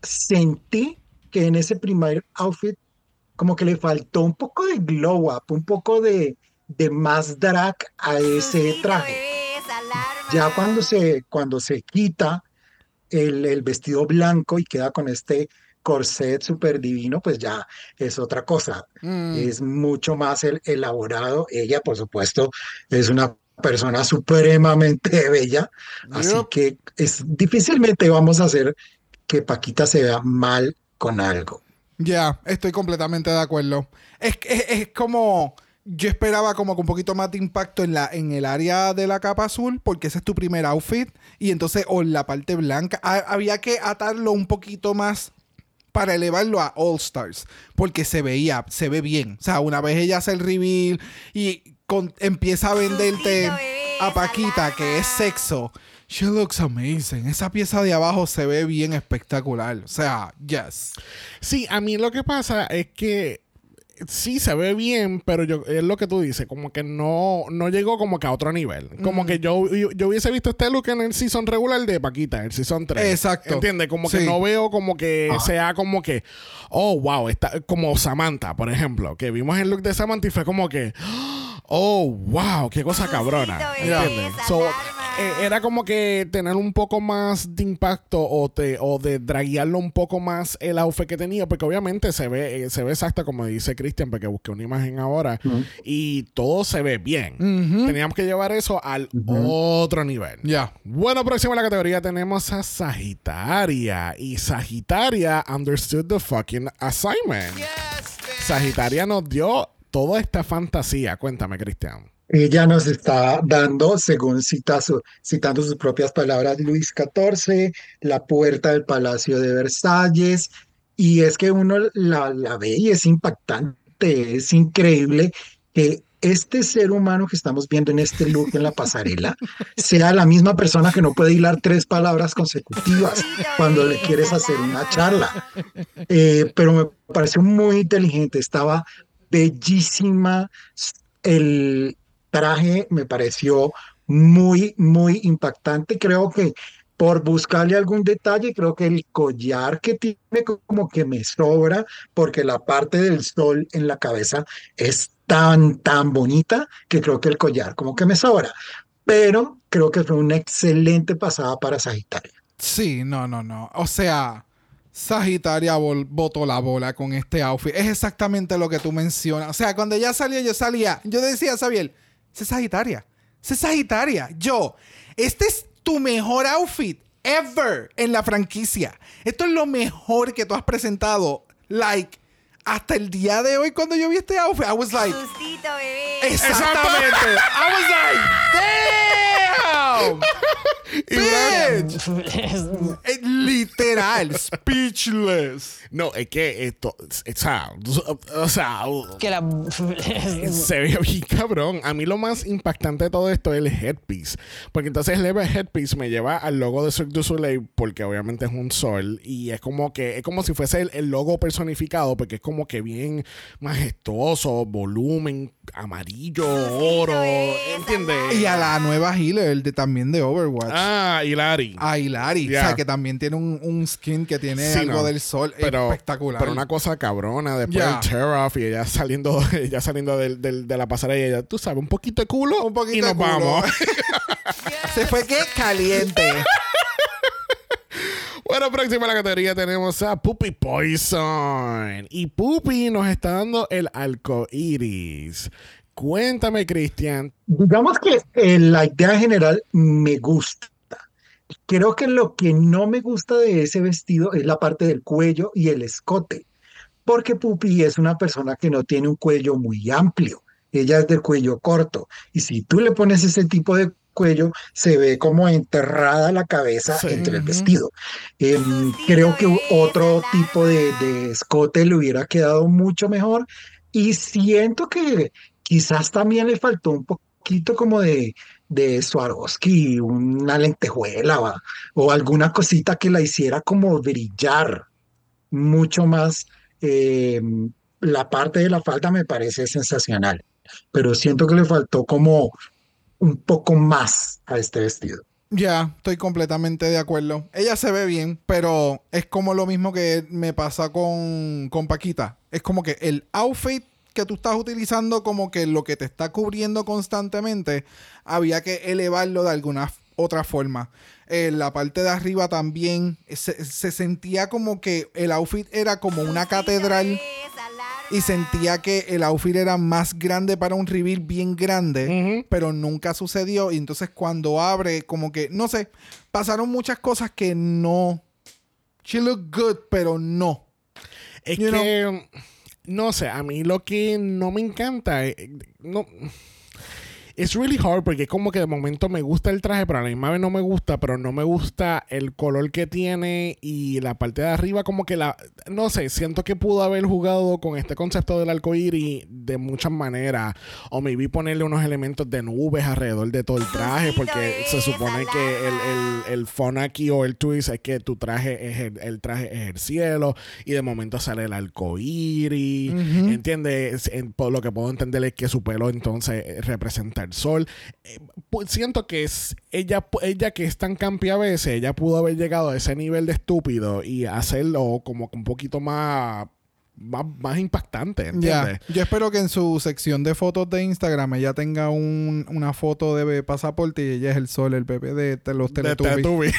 sentí que en ese primer outfit como que le faltó un poco de glow up, un poco de, de más drag a ese Sustito, traje. bebés, alarma. Ya cuando se, cuando se quita el, el vestido blanco y queda con este corset súper divino, pues ya es otra cosa. Mm. Es mucho más el- elaborado. Ella, por supuesto, es una persona supremamente bella, así Yup. que es, difícilmente vamos a hacer que Paquita se vea mal con algo. Ya, estoy completamente de acuerdo. Es, es, es como... Yo esperaba como que un poquito más de impacto en, la, en el área de la capa azul, porque ese es tu primer outfit. Y entonces, o en la parte blanca, ha- había que atarlo un poquito más para elevarlo a All Stars, porque se veía, se ve bien. O sea, una vez ella hace el reveal y con- empieza a venderte Sustito, bebés, a Paquita, que es sexo. She looks amazing. Esa pieza de abajo se ve bien espectacular. O sea, yes. Sí, a mí lo que pasa es que sí se ve bien, pero yo es lo que tú dices, como que no, no llegó como que a otro nivel. Como Mm. que yo, yo, yo hubiese visto este look en el season regular de Paquita, en el season tres. Exacto. ¿Entiendes? Como que Sí. no veo como que sea como que, oh, wow, está como Samantha, por ejemplo, que vimos el look de Samantha y fue como que, oh, wow, qué cosa cabrona. Sustito, bebés, ¿Entiendes? So, alarma. eh, era como que tener un poco más de impacto o, te, o de draguearlo un poco más el outfit que tenía, porque obviamente se ve, eh, se ve exacta como dice Cristian, porque busqué una imagen ahora y todo se ve bien. Ujú. Teníamos que llevar eso al otro nivel. Ya. Bueno, próximo en la categoría tenemos a Sagitaria. Y Sagitaria understood the fucking assignment. Sagitaria nos dio toda esta fantasía. Cuéntame, Cristian. Ella nos está dando, según cita su- citando sus propias palabras, Luis catorce, la puerta del Palacio de Versalles, y es que uno la, la ve y es impactante, es increíble que este ser humano que estamos viendo en este look en la pasarela sea la misma persona que no puede hilar tres palabras consecutivas cuando le quieres hacer una charla. Eh, pero me pareció muy inteligente, estaba bellísima. El traje me pareció muy, muy impactante. Creo que por buscarle algún detalle, creo que el collar que tiene como que me sobra, porque la parte del sol en la cabeza es tan, tan bonita que creo que el collar como que me sobra. Pero creo que fue una excelente pasada para Sagitario. Sí, no, no, no. O sea, Sagitaria bol- botó la bola con este outfit. Es exactamente lo que tú mencionas. O sea, cuando ella salía, yo salía. Yo decía, Sabiel, esa es Sagitaria. Esa es Sagitaria. Yo, este es tu mejor outfit ever en la franquicia. Esto es lo mejor que tú has presentado. Like, hasta el día de hoy, cuando yo vi este outfit, I was like, Sustito, bebés. exactamente. I was like, damn. Bitch. Eh, Literal, speechless. No, es que esto, o sea, o sea, Que la... se ve bien cabrón. A mí lo más impactante de todo esto es el headpiece. Porque entonces el headpiece me lleva al logo de Cirque du Soleil, porque obviamente es un sol. Y es como que, es como si fuese el, el logo personificado, porque es como que bien majestuoso, volumen, amarillo, oro. ¿Entiendes? Y a la nueva healer de, también de Overwatch. Ah, Hilary. A Hilary. Yeah. O sea, que también tiene un, un skin que tiene Sí, algo no. del sol Pero, espectacular. pero una cosa cabrona. Después Ya. el tear-off y ella saliendo, ella saliendo del, del- de la pasarela y ella, tú sabes, un poquito de culo Un poquito y de nos culo. vamos. Se fue que caliente. Bueno, próxima a la categoría tenemos a Puppy Poison. Y Puppy nos está dando el arcoíris. Cuéntame, Cristian. Digamos que eh, la idea general me gusta. Creo que lo que no me gusta de ese vestido es la parte del cuello y el escote, porque Pupi es una persona que no tiene un cuello muy amplio. Ella es del cuello corto. Y si tú le pones ese tipo de cuello, se ve como enterrada la cabeza Sí. entre el Ujú. vestido. Em, creo que otro tipo de, de escote le hubiera quedado mucho mejor. Y siento que quizás también le faltó un poquito como de, de Swarovski, una lentejuela ¿va? O alguna cosita que la hiciera como brillar mucho más. eh, la parte de la falda me parece sensacional, pero siento que le faltó como un poco más a este vestido. Ya, estoy completamente de acuerdo. Ella se ve bien, pero es como lo mismo que me pasa con, con Paquita. Es como que el outfit que tú estás utilizando, como que lo que te está cubriendo constantemente, había que elevarlo de alguna otra forma. En la parte de arriba también se, se sentía como que el outfit era como una catedral. Y sentía que el outfit era más grande para un reveal bien grande, uh-huh. pero nunca sucedió. Y entonces cuando abre, como que, no sé, pasaron muchas cosas que no... She looked good, pero no. Es you que, know? no sé, a mí lo que no me encanta... Eh, no... Es really hard porque es como que de momento me gusta el traje, pero a la misma vez no me gusta, pero no me gusta el color que tiene y la parte de arriba como que la... No sé, siento que pudo haber jugado con este concepto del arcoíris de muchas maneras. O maybe ponerle unos elementos de nubes alrededor de todo el traje, porque se supone que el, el, el fun aquí o el twist es que tu traje es el, el traje es el cielo y de momento sale el arcoíris. Uh-huh. ¿Entiendes? Por lo que puedo entender es que su pelo entonces representa el sol. Eh, pues siento que es ella, ella que es tan campi a veces, ella pudo haber llegado a ese nivel de estúpido y hacerlo como un poquito más Más, más impactante, ¿entiendes? Yeah. Yo espero que en su sección de fotos de Instagram ella tenga un, una foto de pasaporte y ella es el sol, el bebé de, de los Teletubbies. De Teletubbies.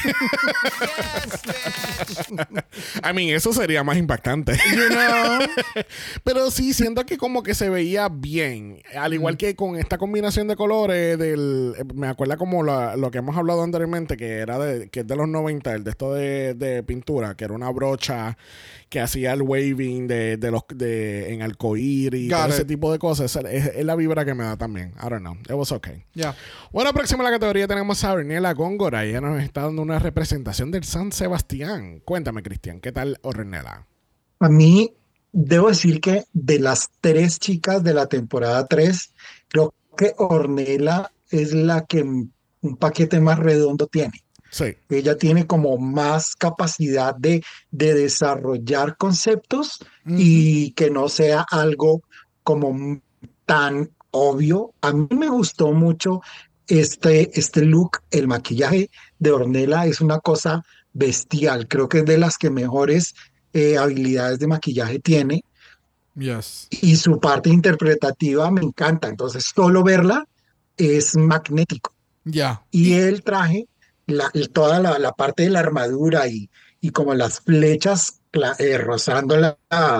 I mean, eso sería más impactante. You know? Pero sí, siento que como que se veía bien. Al igual mm. que con esta combinación de colores del... Me acuerda como la, lo que hemos hablado anteriormente, que era de, que es de los noventa, el de esto de, de pintura, que era una brocha que hacía el waving de, de los de en arcoíris y todo it. Ese tipo de cosas. Es, es la vibra que me da también. I don't know. It was okay. Yeah. Bueno, próxima a la categoría tenemos a Ornella Góngora. Ella nos está dando una representación del San Sebastián. Cuéntame, Cristian, ¿qué tal Ornella? A mí, debo decir que de las tres chicas de la temporada tres, creo que Ornella es la que un paquete más redondo tiene. Sí. Ella tiene como más capacidad de, de desarrollar conceptos uh-huh. y que no sea algo como tan obvio. A mí me gustó mucho este, este look, el maquillaje de Ornella es una cosa bestial. Creo que es de las que mejores eh, habilidades de maquillaje tiene. Yes. Y su parte interpretativa me encanta. Entonces, solo verla es magnético. Ya. Yeah. Y el traje... La, toda la, la parte de la armadura y, y como las flechas eh, rozándola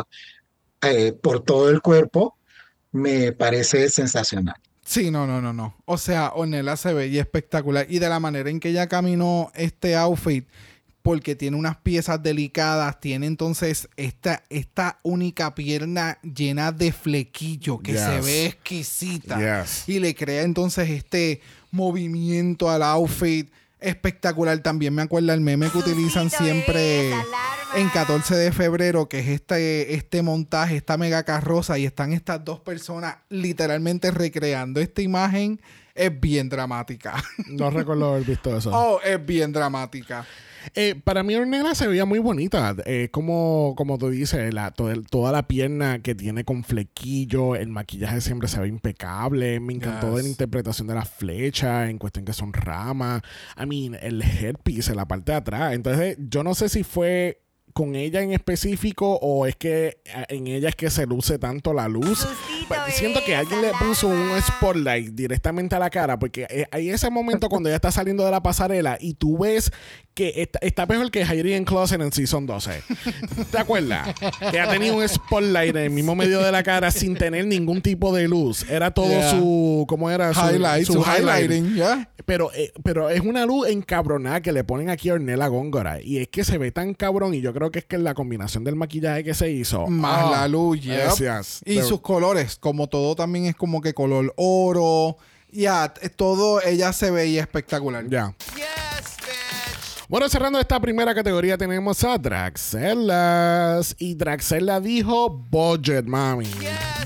eh, por todo el cuerpo, me parece sensacional. Sí, no, no, no, no. O sea, Ornella se veía espectacular. Y de la manera en que ella caminó este outfit, porque tiene unas piezas delicadas, tiene entonces esta, esta única pierna llena de flequillo que yes. se ve exquisita. Yes. Y le crea entonces este movimiento al outfit. Espectacular. También me acuerda el meme que utilizan siempre en catorce de febrero, que es este, este montaje, esta mega carroza, y están estas dos personas literalmente recreando esta imagen. Es bien dramática. No recuerdo haber visto eso. Oh, es bien dramática. Eh, para mí Ornella se veía muy bonita. Eh, como, como tú dices, la, todo el, toda la pierna que tiene con flequillo, el maquillaje siempre se ve impecable. Me encantó yes. de la interpretación de las flechas, en cuestión que son ramas. I mean, el headpiece en la parte de atrás. Entonces, yo no sé si fue con ella en específico o es que en ella es que se luce tanto la luz. Pero siento que alguien le puso un spotlight directamente a la cara, porque hay ese momento cuando ella está saliendo de la pasarela y tú ves que está, está mejor que Heidi en Closet en Season doce. ¿Te acuerdas? Que ha tenido un spotlight en el mismo medio de la cara sin tener ningún tipo de luz. Era todo yeah. su... ¿Cómo era? Su, Highlight, su, su highlighting. Yeah. Pero, eh, pero es una luz encabronada que le ponen aquí a Ornella Góngora. Y es que se ve tan cabrón. Y yo creo que es que la combinación del maquillaje que se hizo... Más oh, la luz, yep. Gracias. Y de... sus colores. Como todo también es como que color oro. Ya, yeah, todo ella se veía espectacular. Ya. Yeah. Bueno, cerrando esta primera categoría tenemos a Draxelas. Y Draxela dijo budget, mami. Yes,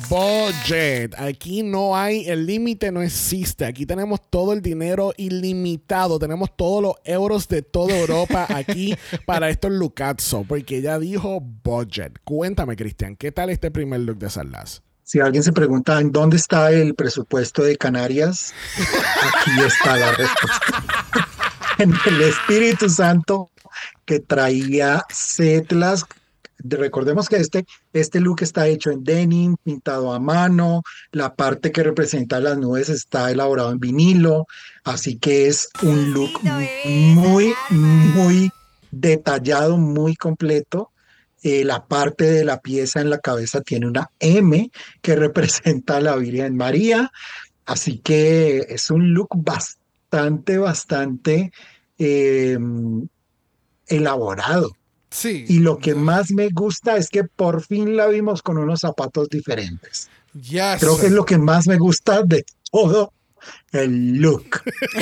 Budget. Aquí no hay, el límite no existe. Aquí tenemos todo el dinero ilimitado. Tenemos todos los euros de toda Europa aquí para estos lookazos. Porque ella dijo budget. Cuéntame, Cristian, ¿qué tal este primer look de Sarlás? Si alguien se pregunta en dónde está el presupuesto de Canarias, aquí está la respuesta. En el Espíritu Santo que traía setlas. Recordemos que este, este look está hecho en denim, pintado a mano, la parte que representa las nubes está elaborado en vinilo, así que es un look muy, muy detallado, muy completo. Eh, la parte de la pieza en la cabeza tiene una M que representa a la Virgen María, así que es un look bastante, bastante eh, elaborado. Sí. Y lo que más me gusta es que por fin la vimos con unos zapatos diferentes. Yes. Creo que es lo que más me gusta de todo el look.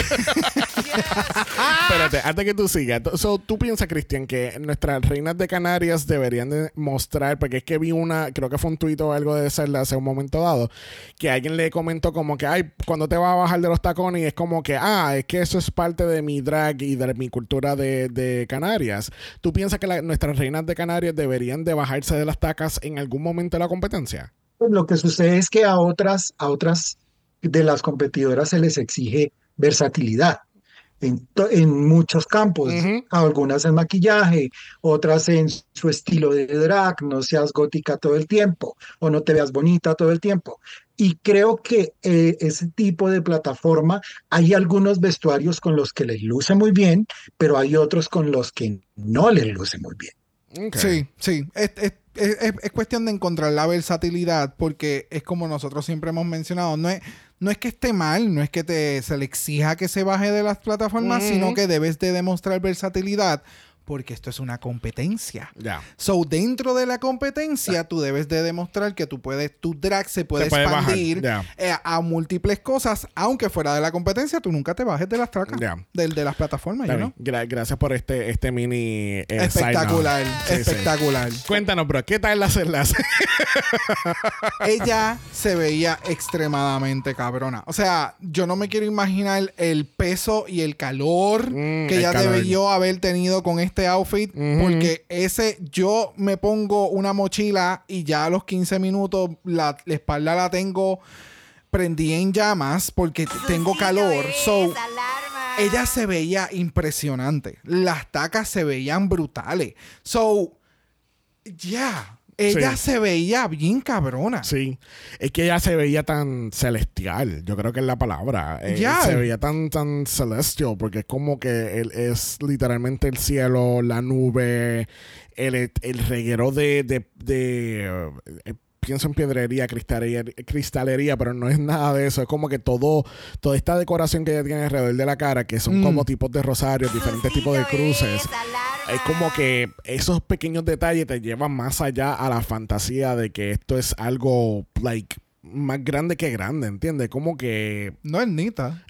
Espérate, antes que tú sigas. So, ¿tú piensas, Cristian, que nuestras reinas de Canarias deberían de mostrar? Porque es que vi una, creo que fue un tuit o algo de Zelda hace un momento dado, que alguien le comentó como que, ay, cuando te vas a bajar de los tacones, y es como que, ah, es que eso es parte de mi drag y de mi cultura de, de Canarias. ¿Tú piensas que la, nuestras reinas de Canarias deberían de bajarse de las tacas en algún momento de la competencia? Pues lo que sucede es que a otras, a otras de las competidoras se les exige versatilidad en, to- en muchos campos, Ujú. algunas en maquillaje, otras en su estilo de drag, no seas gótica todo el tiempo o no te veas bonita todo el tiempo. Y creo que eh, ese tipo de plataforma, hay algunos vestuarios con los que les luce muy bien, pero hay otros con los que no les luce muy bien. Okay. Sí, sí. Es, es, es, es- es cuestión de encontrar la versatilidad porque es como nosotros siempre hemos mencionado. No es, no es que esté mal, no es que te, se le exija que se baje de las plataformas, Ujú. sino que debes de demostrar versatilidad porque esto es una competencia. Ya. So, dentro de la competencia, tú debes de demostrar que tú puedes, tu drag se puede, Se puede bajar, expandir ya. eh, a múltiples cosas, aunque fuera de la competencia, tú nunca te bajes de las tracas, Ya. del de las plataformas, Está ¿you know? bien. Gra- gracias por este, este mini eh, Espectacular, side note. Sí, sí. espectacular. Cuéntanos, bro, ¿qué tal las Zeldas? Ella se veía extremadamente cabrona. O sea, yo no me quiero imaginar el peso y el calor Mm, que el ella calor. debió haber tenido con este outfit. Ujú. Porque ese, yo me pongo una mochila y ya a los quince minutos la, la espalda la tengo prendí en llamas porque t- tengo calor. So, ella se veía impresionante. Las tacas se veían brutales. So, ya. Yeah. Ella Sí. se veía bien cabrona. Sí, es que ella se veía tan celestial, yo creo que es la palabra. Eh, Ya. Se veía tan, tan celestial, porque es como que él es literalmente el cielo, la nube, el, el reguero de, de, de eh, pienso en piedrería, cristalería, cristalería, pero no es nada de eso. Es como que todo, toda esta decoración que ella tiene alrededor de la cara, que son Mm. como tipos de rosarios, diferentes tipos de cruces. Es como que esos pequeños detalles te llevan más allá a la fantasía de que esto es algo, like, más grande que grande, ¿entiendes? Como que... No es Nita.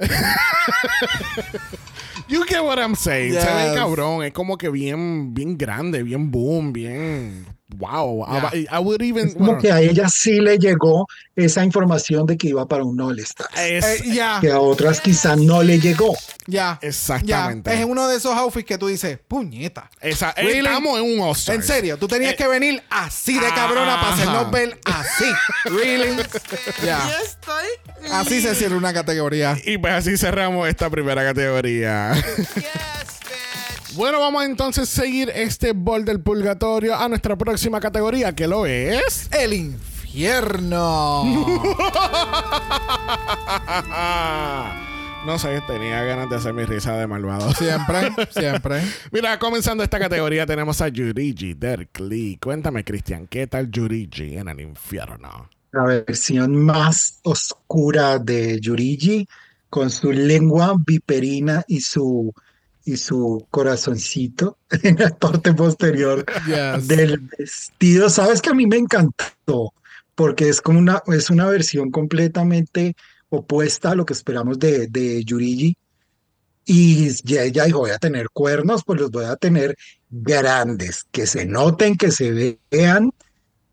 You get what I'm saying. Se ve Yes. cabrón. Es como que bien, bien grande, bien boom, bien... Wow. Yeah. I, I would even... Es como bueno, que a ella sí le llegó esa información de que iba para un All Stars, es- Eh, ya, que a otras quizá no le llegó. ya. Exactamente. Ya. Es uno de esos outfits que tú dices, puñeta. esa- Really? Estamos en un All-Stars. En serio, tú tenías Eh, que venir así de cabrona para ajá. hacernos ver así. Really? Ya. Yo estoy. Así se cierra una categoría. Y pues así cerramos esta primera categoría. Bueno, vamos a entonces seguir este bol del purgatorio a nuestra próxima categoría, que lo es... El infierno. No sé, tenía ganas de hacer mi risa de malvado. Siempre, siempre. Mira, comenzando esta categoría tenemos a Yurigi Derkly. Cuéntame, Cristian, ¿qué tal Yurigi en el infierno? La versión más oscura de Yurigi, con su lengua viperina y su, y su corazoncito en la parte posterior Yes. del vestido. Sabes que a mí me encantó, porque es como una, es una versión completamente opuesta a lo que esperamos de, de Yurigi. Y ya ella dijo, voy a tener cuernos, pues los voy a tener grandes, que se noten, que se vean.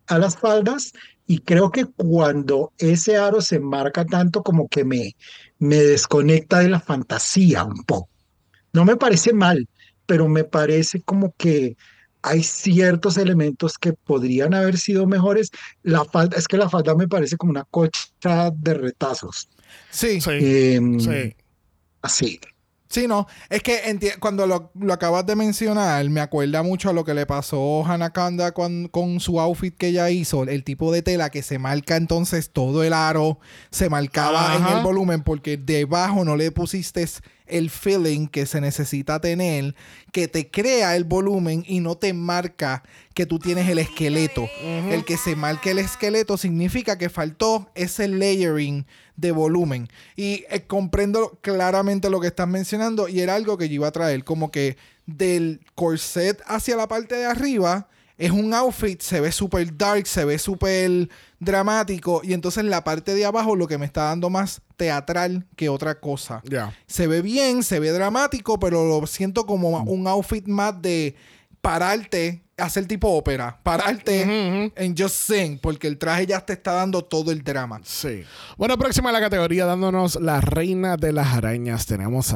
a las faldas y creo que cuando ese aro se marca tanto como que me, me desconecta de la fantasía un poco. No me parece mal, pero me parece como que hay ciertos elementos que podrían haber sido mejores. La falda, es que la falda me parece como una cocha de retazos. Sí. Sí, Em, sí. Así. Sí, no, es que enti- cuando lo, lo acabas de mencionar, me acuerda mucho a lo que le pasó a Hanakanda con, con su outfit que ella hizo, el tipo de tela que se marca entonces todo el aro, se marcaba en Ajá. el volumen porque debajo no le pusiste el feeling que se necesita tener, que te crea el volumen y no te marca que tú tienes el esqueleto. Uh-huh. El que se marque el esqueleto significa que faltó ese layering de volumen. Y eh, comprendo claramente lo que estás mencionando y era algo que yo iba a traer, como que del corset hacia la parte de arriba es un outfit, se ve súper dark, se ve súper dramático y entonces la parte de abajo lo que me está dando más teatral que otra cosa. Yeah. Se ve bien, se ve dramático, pero lo siento como un outfit más de pararte, hacer tipo ópera, pararte Uh-huh, uh-huh. en just sing, porque el traje ya te está dando todo el drama. Sí. Bueno, próxima a la categoría, dándonos la reina de las arañas, tenemos a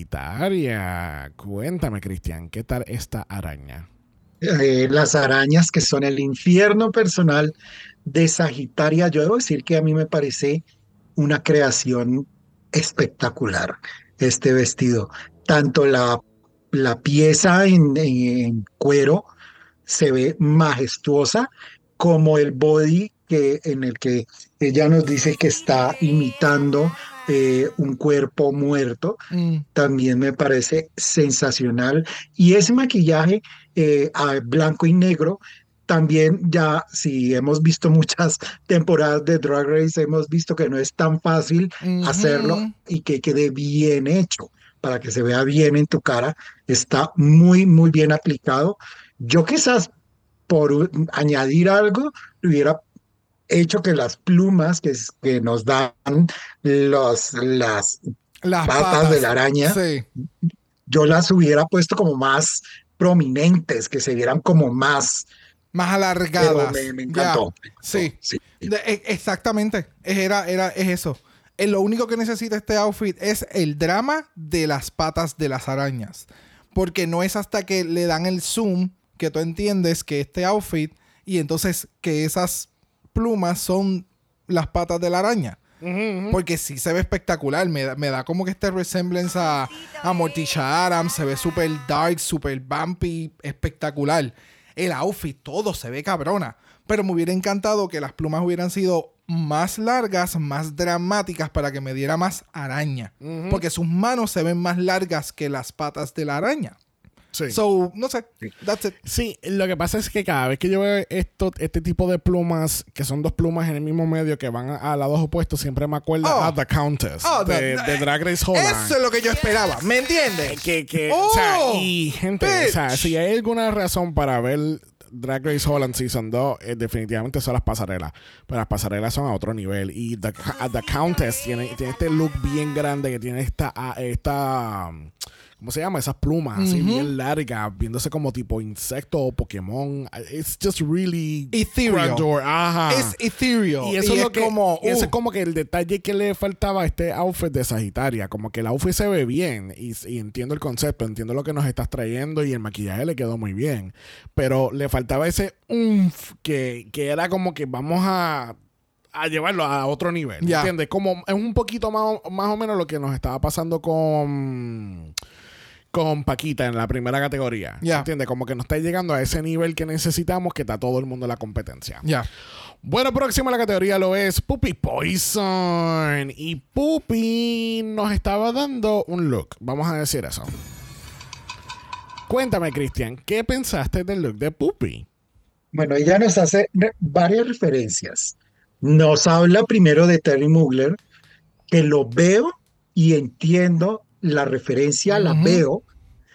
Sagitaria. Cuéntame, Cristian, ¿qué tal esta araña? Eh, las arañas que son el infierno personal de Sagitaria, yo debo decir que a mí me parece una creación espectacular este vestido. Tanto la, la pieza en, en, en cuero se ve majestuosa, como el body que, en el que ella nos dice que está imitando eh, un cuerpo muerto, Mm. también me parece sensacional. Y ese maquillaje eh, a blanco y negro, también ya, si hemos visto muchas temporadas de Drag Race, hemos visto que no es tan fácil Ujú. hacerlo y que quede bien hecho para que se vea bien en tu cara. Está muy, muy bien aplicado. Yo quizás por un- añadir algo, hubiera hecho que las plumas que, es- que nos dan los, las Las patas, patas de la araña, sí. yo las hubiera puesto como más prominentes, que se vieran como más, Más pero alargadas. me, me Ya. encantó. Sí. Sí. De- e- exactamente. Era, era, es eso. Eh, Lo único que necesita este outfit es el drama de las patas de las arañas. Porque no es hasta que le dan el zoom que tú entiendes que este outfit y entonces que esas plumas son las patas de la araña. Uh-huh, uh-huh. Porque sí se ve espectacular. Me da, me da como que este resemblance a, a Morticia Adams. Se ve súper dark, súper bumpy, espectacular. El outfit, todo se ve cabrona. Pero me hubiera encantado que las plumas hubieran sido más largas, más dramáticas para que me diera más araña. Uh-huh. Porque sus manos se ven más largas que las patas de la araña. Sí. So, no sé. That's it. Sí, lo que pasa es que cada vez que yo veo esto, este tipo de plumas, que son dos plumas en el mismo medio que van a, a lados opuestos, siempre me acuerdo Oh. a The Countess Oh, de, the- de Drag Race Holland. Eso es lo que yo esperaba. ¿Me entiendes? Que, que, Oh, o sea, y gente, o sea, bitch. si hay alguna razón para ver Drag Race Holland Season dos, eh, definitivamente son las pasarelas. Pero las pasarelas son a otro nivel. Y The, a The Countess tiene, tiene este look bien grande que tiene esta, ah, esta ¿cómo se llama? Esas plumas así Ujú. bien largas, viéndose como tipo insecto o Pokémon. It's just really Ethereal. grandeur. Ajá. Es ethereal. Y eso es lo que, como... y eso uh, es como que el detalle que le faltaba a este outfit de Sagitaria. Como que el outfit se ve bien y, y entiendo el concepto, entiendo lo que nos estás trayendo y el maquillaje le quedó muy bien. Pero le faltaba ese umf que, que era como que vamos a, a llevarlo a otro nivel. Ya. ¿Entiendes? Como es un poquito más, más o menos lo que nos estaba pasando con... con Paquita en la primera categoría. Ya. ¿Entiendes? Como que no está llegando a ese nivel que necesitamos, que está todo el mundo en la competencia. Ya. Bueno, próxima a la categoría lo es Puppy Poison. Y Puppy nos estaba dando un look. Vamos a decir eso. Cuéntame, Cristian, ¿qué pensaste del look de Puppy? Bueno, ella nos hace re- varias referencias. Nos habla primero de Terry Mugler, que lo veo y entiendo la referencia, la Ujú. veo,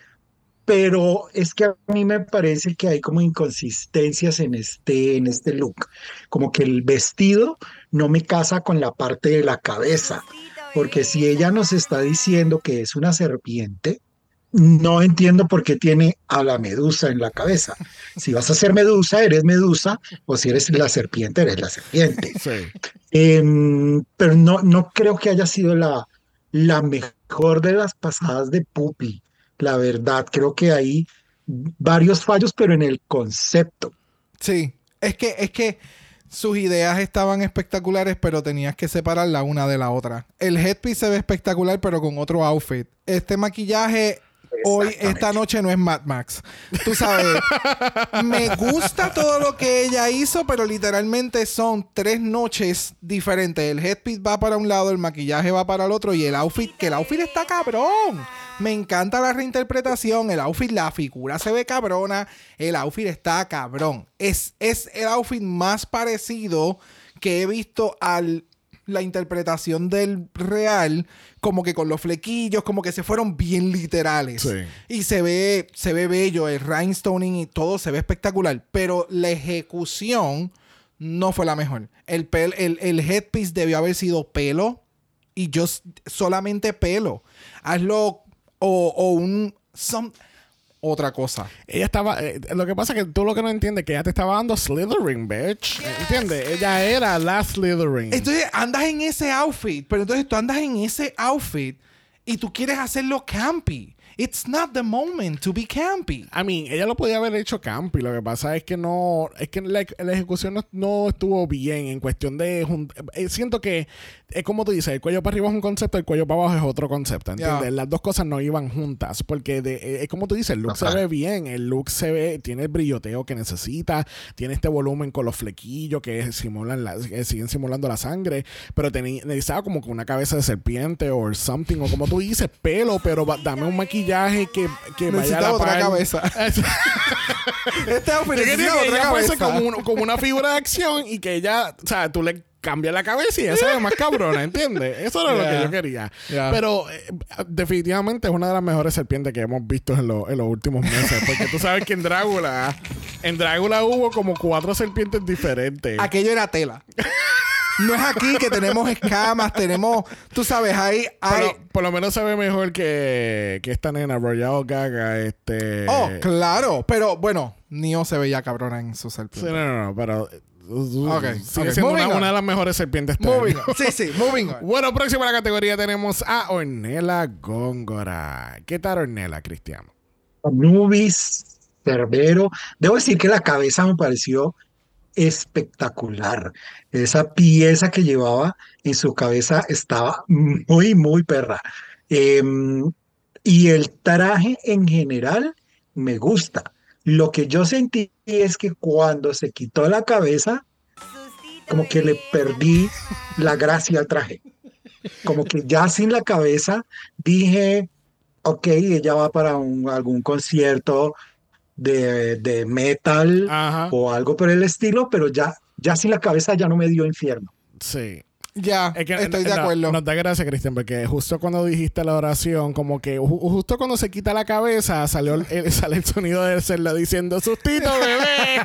pero es que a mí me parece que hay como inconsistencias en este, en este look. Como que el vestido no me casa con la parte de la cabeza, porque si ella nos está diciendo que es una serpiente, no entiendo por qué tiene a la medusa en la cabeza. Si vas a ser medusa, eres medusa, o si eres la serpiente, eres la serpiente. Sí. Eh, pero no, no creo que haya sido la, la mejor de las pasadas de Puppy. La verdad, creo que hay varios fallos, pero en el concepto. Sí, es que, es que sus ideas estaban espectaculares, pero tenías que separar la una de la otra. El headpiece se ve espectacular, pero con otro outfit. Este maquillaje hoy, esta noche no es Mad Max. Tú sabes, me gusta todo lo que ella hizo, pero literalmente son tres noches diferentes. El headpiece va para un lado, el maquillaje va para el otro y el outfit, que el outfit está cabrón. Me encanta la reinterpretación. El outfit, la figura se ve cabrona. El outfit está cabrón. Es, es el outfit más parecido que he visto al la interpretación del real, como que con los flequillos, como que se fueron bien literales. Sí. Y se ve, se ve bello, el rhinestoning y todo se ve espectacular. Pero la ejecución no fue la mejor. El, pel, el, el headpiece debió haber sido pelo y yo solamente pelo. Hazlo o, o un... Some, otra cosa. Ella estaba... Eh, lo que pasa es que tú lo que no entiendes es que ella te estaba dando Slytherin, bitch. ¿Entiendes? Ella era la Slytherin. Entonces andas en ese outfit, pero entonces tú andas en ese outfit y tú quieres hacerlo campy. It's not the moment to be campy. I mean, ella lo podía haber hecho campy. Lo que pasa es que no... Es que la, la ejecución no, no estuvo bien en cuestión de... Jun, eh, siento que es como tú dices, el cuello para arriba es un concepto, el cuello para abajo es otro concepto, ¿entiendes? Yeah. Las dos cosas no iban juntas, porque de, eh, es como tú dices, el look okay. se ve bien, el look se ve, tiene el brilloteo que necesita, tiene este volumen con los flequillos que simulan la, que siguen simulando la sangre, pero tenía, necesitaba como que una cabeza de serpiente o something, o como tú dices, pelo, pero va, dame un maquillaje que, que vaya a la otra par. cabeza. Este outfit necesita que otra ella cabeza. fuese como, un, como una figura de acción y que ella, o sea, tú le cambia la cabeza y ella se ve más cabrona, ¿entiendes? Eso era yeah. lo que yo quería. Yeah. Pero eh, definitivamente es una de las mejores serpientes que hemos visto en, lo, en los últimos meses. Porque tú sabes que en Drácula, en Drácula hubo como cuatro serpientes diferentes. Aquello era tela. No es aquí que tenemos escamas, tenemos, tú sabes, ahí hay... Pero, por lo menos se ve mejor que, que esta nena, Royal Gaga, este... Oh, claro. Pero, bueno, Neo se veía cabrona en su serpiente. Sí, no, no, no, pero... Okay, sigue okay. siendo una, una de las mejores serpientes. Moving on. Sí, sí, moving on. Bueno, próximo a la categoría tenemos a Ornella Góngora. ¿Qué tal Ornella, Cristian? Anubis, Cerbero. Debo decir que la cabeza me pareció espectacular. Esa pieza que llevaba en su cabeza estaba muy, muy perra. Eh, y el traje en general me gusta. Lo que yo sentí es que cuando se quitó la cabeza, como que le perdí la gracia al traje. Como que ya sin la cabeza dije, ok, ella va para un, algún concierto de, de metal Ajá. o algo por el estilo, pero ya, ya sin la cabeza ya no me dio infierno. Sí. Ya, es que, estoy de acuerdo. No, nos da gracia, Cristian, porque justo cuando dijiste la oración, como que ju justo cuando se quita la cabeza, salió el, el, sale el sonido de Zelda diciendo ¡sustito, bebé!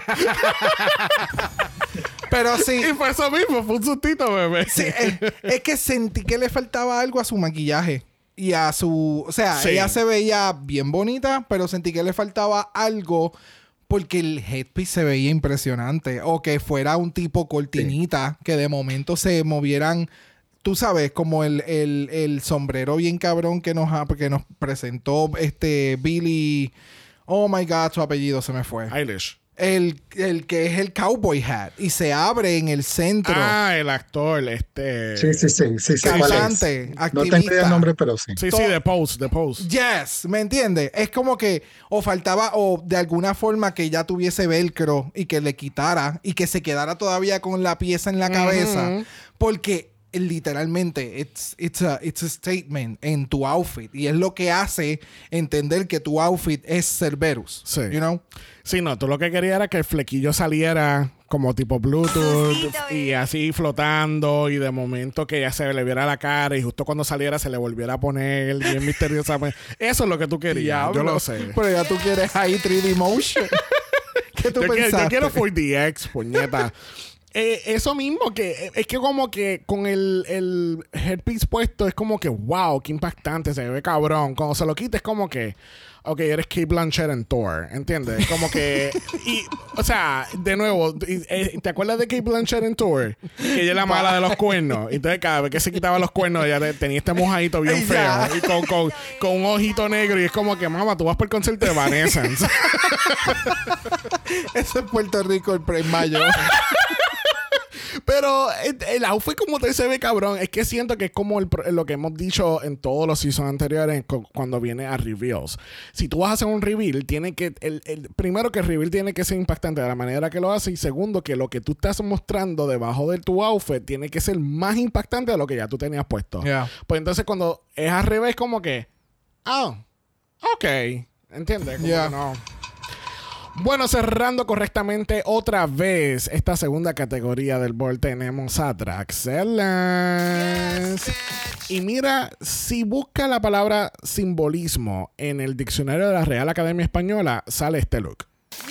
Pero sí. Y fue eso mismo, fue un sustito, bebé. Sí, es, es que sentí que le faltaba algo a su maquillaje. Y a su... O sea, sí. ella se veía bien bonita, pero sentí que le faltaba algo... Porque el headpiece se veía impresionante. O que fuera un tipo cortinita. Sí. Que de momento se movieran... Tú sabes, como el, el, el sombrero bien cabrón que nos, ha, que nos presentó este Billy... Oh my God, su apellido se me fue. Eilish. El, el que es el cowboy hat. Y se abre en el centro. Ah, el actor, este... Sí, sí, sí. sí, sí cantante, activista. No tengo el nombre, pero sí. Sí, sí, The Post, The Post. Yes, ¿me entiendes? Es como que o faltaba o de alguna forma que ya tuviese velcro y que le quitara y que se quedara todavía con la pieza en la cabeza. Uh-huh. Porque... literalmente it's, it's, a, it's a statement en tu outfit y es lo que hace entender que tu outfit es Cerberus. Sí. You know? Sí, no, tú lo que querías era que el flequillo saliera como tipo Bluetooth y así flotando y de momento que ya se le viera la cara y justo cuando saliera se le volviera a poner bien misteriosamente. Eso es lo que tú querías. Diablo. Yo lo sé. Pero ya tú quieres ahí tres D motion. ¿Qué tú yo pensaste? Quiero, yo quiero cuatro D X, puñeta. Eh, eso mismo, que es que como que con el, el headpiece puesto es como que wow, qué impactante, se ve cabrón. Cuando se lo quita es como que ok, eres Kate Blanchett en Thor, ¿entiendes? Como que y, o sea, de nuevo, ¿te acuerdas de Kate Blanchett en Thor? Que ella es la mala de los cuernos. Entonces cada vez que se quitaba los cuernos ella tenía este mojadito bien feo y con, con, con un ojito negro y es como que mamá, tú vas por el concierto de Evanescence. Eso es Puerto Rico el pre mayo. Pero el, el outfit como te se ve cabrón. Es que siento que es como el, lo que hemos dicho en todos los seasons anteriores cu- cuando viene a reveals. Si tú vas a hacer un reveal, tiene que el, el, primero que el reveal tiene que ser impactante de la manera que lo hace, y segundo que lo que tú estás mostrando debajo de tu outfit tiene que ser más impactante de lo que ya tú tenías puesto. Yeah. Pues entonces cuando es al revés, como que oh, ok, ¿entiendes? Como Yeah. que no. Bueno, cerrando correctamente otra vez esta segunda categoría del board, tenemos a Draxelas. Y mira, si busca la palabra simbolismo en el diccionario de la Real Academia Española, sale este look.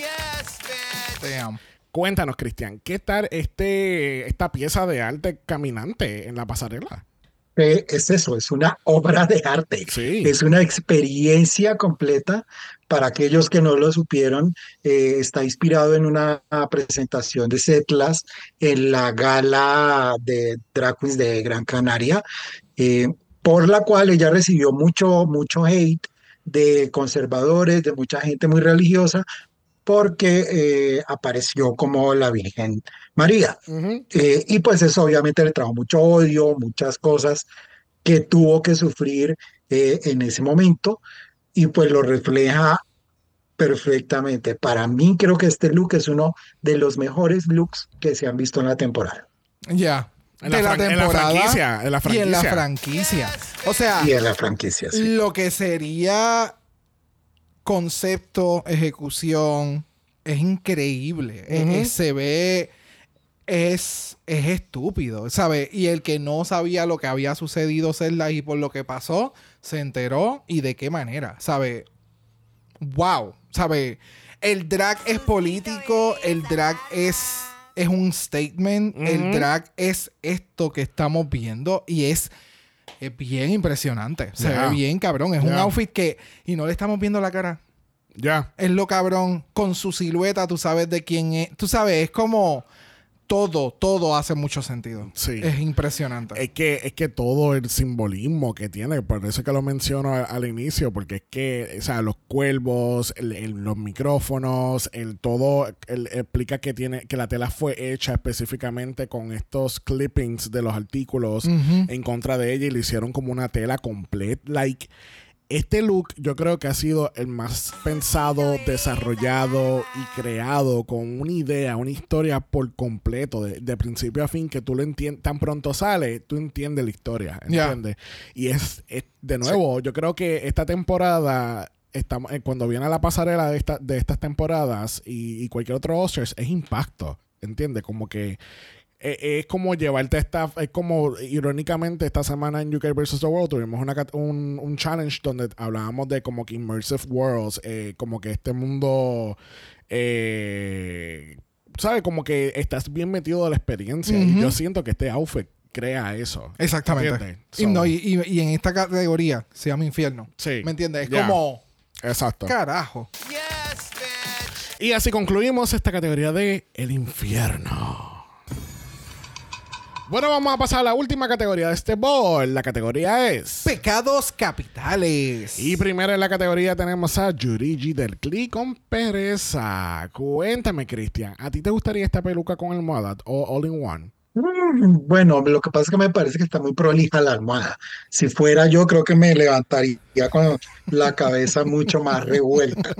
Damn. Cuéntanos, Cristian, ¿qué tal este, esta pieza de arte caminante en la pasarela? Eh, es eso, es una obra de arte, Sí. es una experiencia completa. Para aquellos que no lo supieron, eh, está inspirado en una presentación de Setlas en la gala de Drag Queens de Gran Canaria, eh, por la cual ella recibió mucho, mucho hate de conservadores, de mucha gente muy religiosa, porque eh, apareció como la Virgen María. Uh-huh. Eh, y pues eso obviamente le trajo mucho odio, muchas cosas que tuvo que sufrir eh, en ese momento, y pues lo refleja perfectamente. Para mí creo que este look es uno de los mejores looks que se han visto en la temporada. Ya. En De la la fran- en la temporada franquicia, en la y en la franquicia. franquicia. O sea, Y en la franquicia, sí. lo que sería concepto, ejecución, es increíble. Es- Ujú. es- se ve, es, es estúpido, ¿sabes? Y el que no sabía lo que había sucedido, Zelda, y por lo que pasó, se enteró, y de qué manera, ¿sabes? Wow, ¿sabes? El drag es político, el drag es, es un statement, Ujú. el drag es esto que estamos viendo, y es... Es bien impresionante. Se Yeah. ve bien cabrón. Es un Yeah. outfit que... Y no le estamos viendo la cara. Ya. Es lo cabrón. Con su silueta tú sabes de quién es. Tú sabes, es como... Todo, todo hace mucho sentido. Sí. Es impresionante. Es que, es que todo el simbolismo que tiene, por eso es que lo menciono al, al inicio, porque es que, o sea, los cuervos, el- el- los micrófonos, el todo, el, explica que tiene, que la tela fue hecha específicamente con estos clippings de los artículos Ujú. en contra de ella y le hicieron como una tela completa, like. Este look yo creo que ha sido el más pensado, desarrollado y creado con una idea, una historia por completo, de, de principio a fin, que tú lo entiendes, tan pronto sale, tú entiendes la historia, Ya. ¿entiendes? Y es, es- de nuevo, yo creo que esta temporada, estamos, eh, cuando viene a la pasarela de, esta, de estas temporadas y, y cualquier otro Oscars, es impacto, ¿entiendes? Como que eh, es como llevarte esta, es como irónicamente esta semana en U K versus The World tuvimos una, cat- un, un challenge donde hablábamos de como que immersive worlds, eh, como que este mundo, eh, ¿sabes? Como que estás bien metido de la experiencia. Y Ujú. yo siento que este outfit crea eso. Exactamente. ¿Entiendes? Y, So- no, y, y- y en esta categoría se llama infierno. Sí. ¿Me entiendes? Es Ya. como... Exacto. Carajo. Y así concluimos esta categoría de el infierno. Bueno, vamos a pasar a la última categoría de este board. La categoría es... Pecados capitales. Y primero en la categoría tenemos a Yurigi del Cli con pereza. Cuéntame, Cristian, ¿a ti te gustaría esta peluca con almohada o all in one? Mm, Bueno, lo que pasa es que me parece que está muy prolija la almohada. Si fuera yo, creo que me levantaría con la cabeza mucho más revuelta.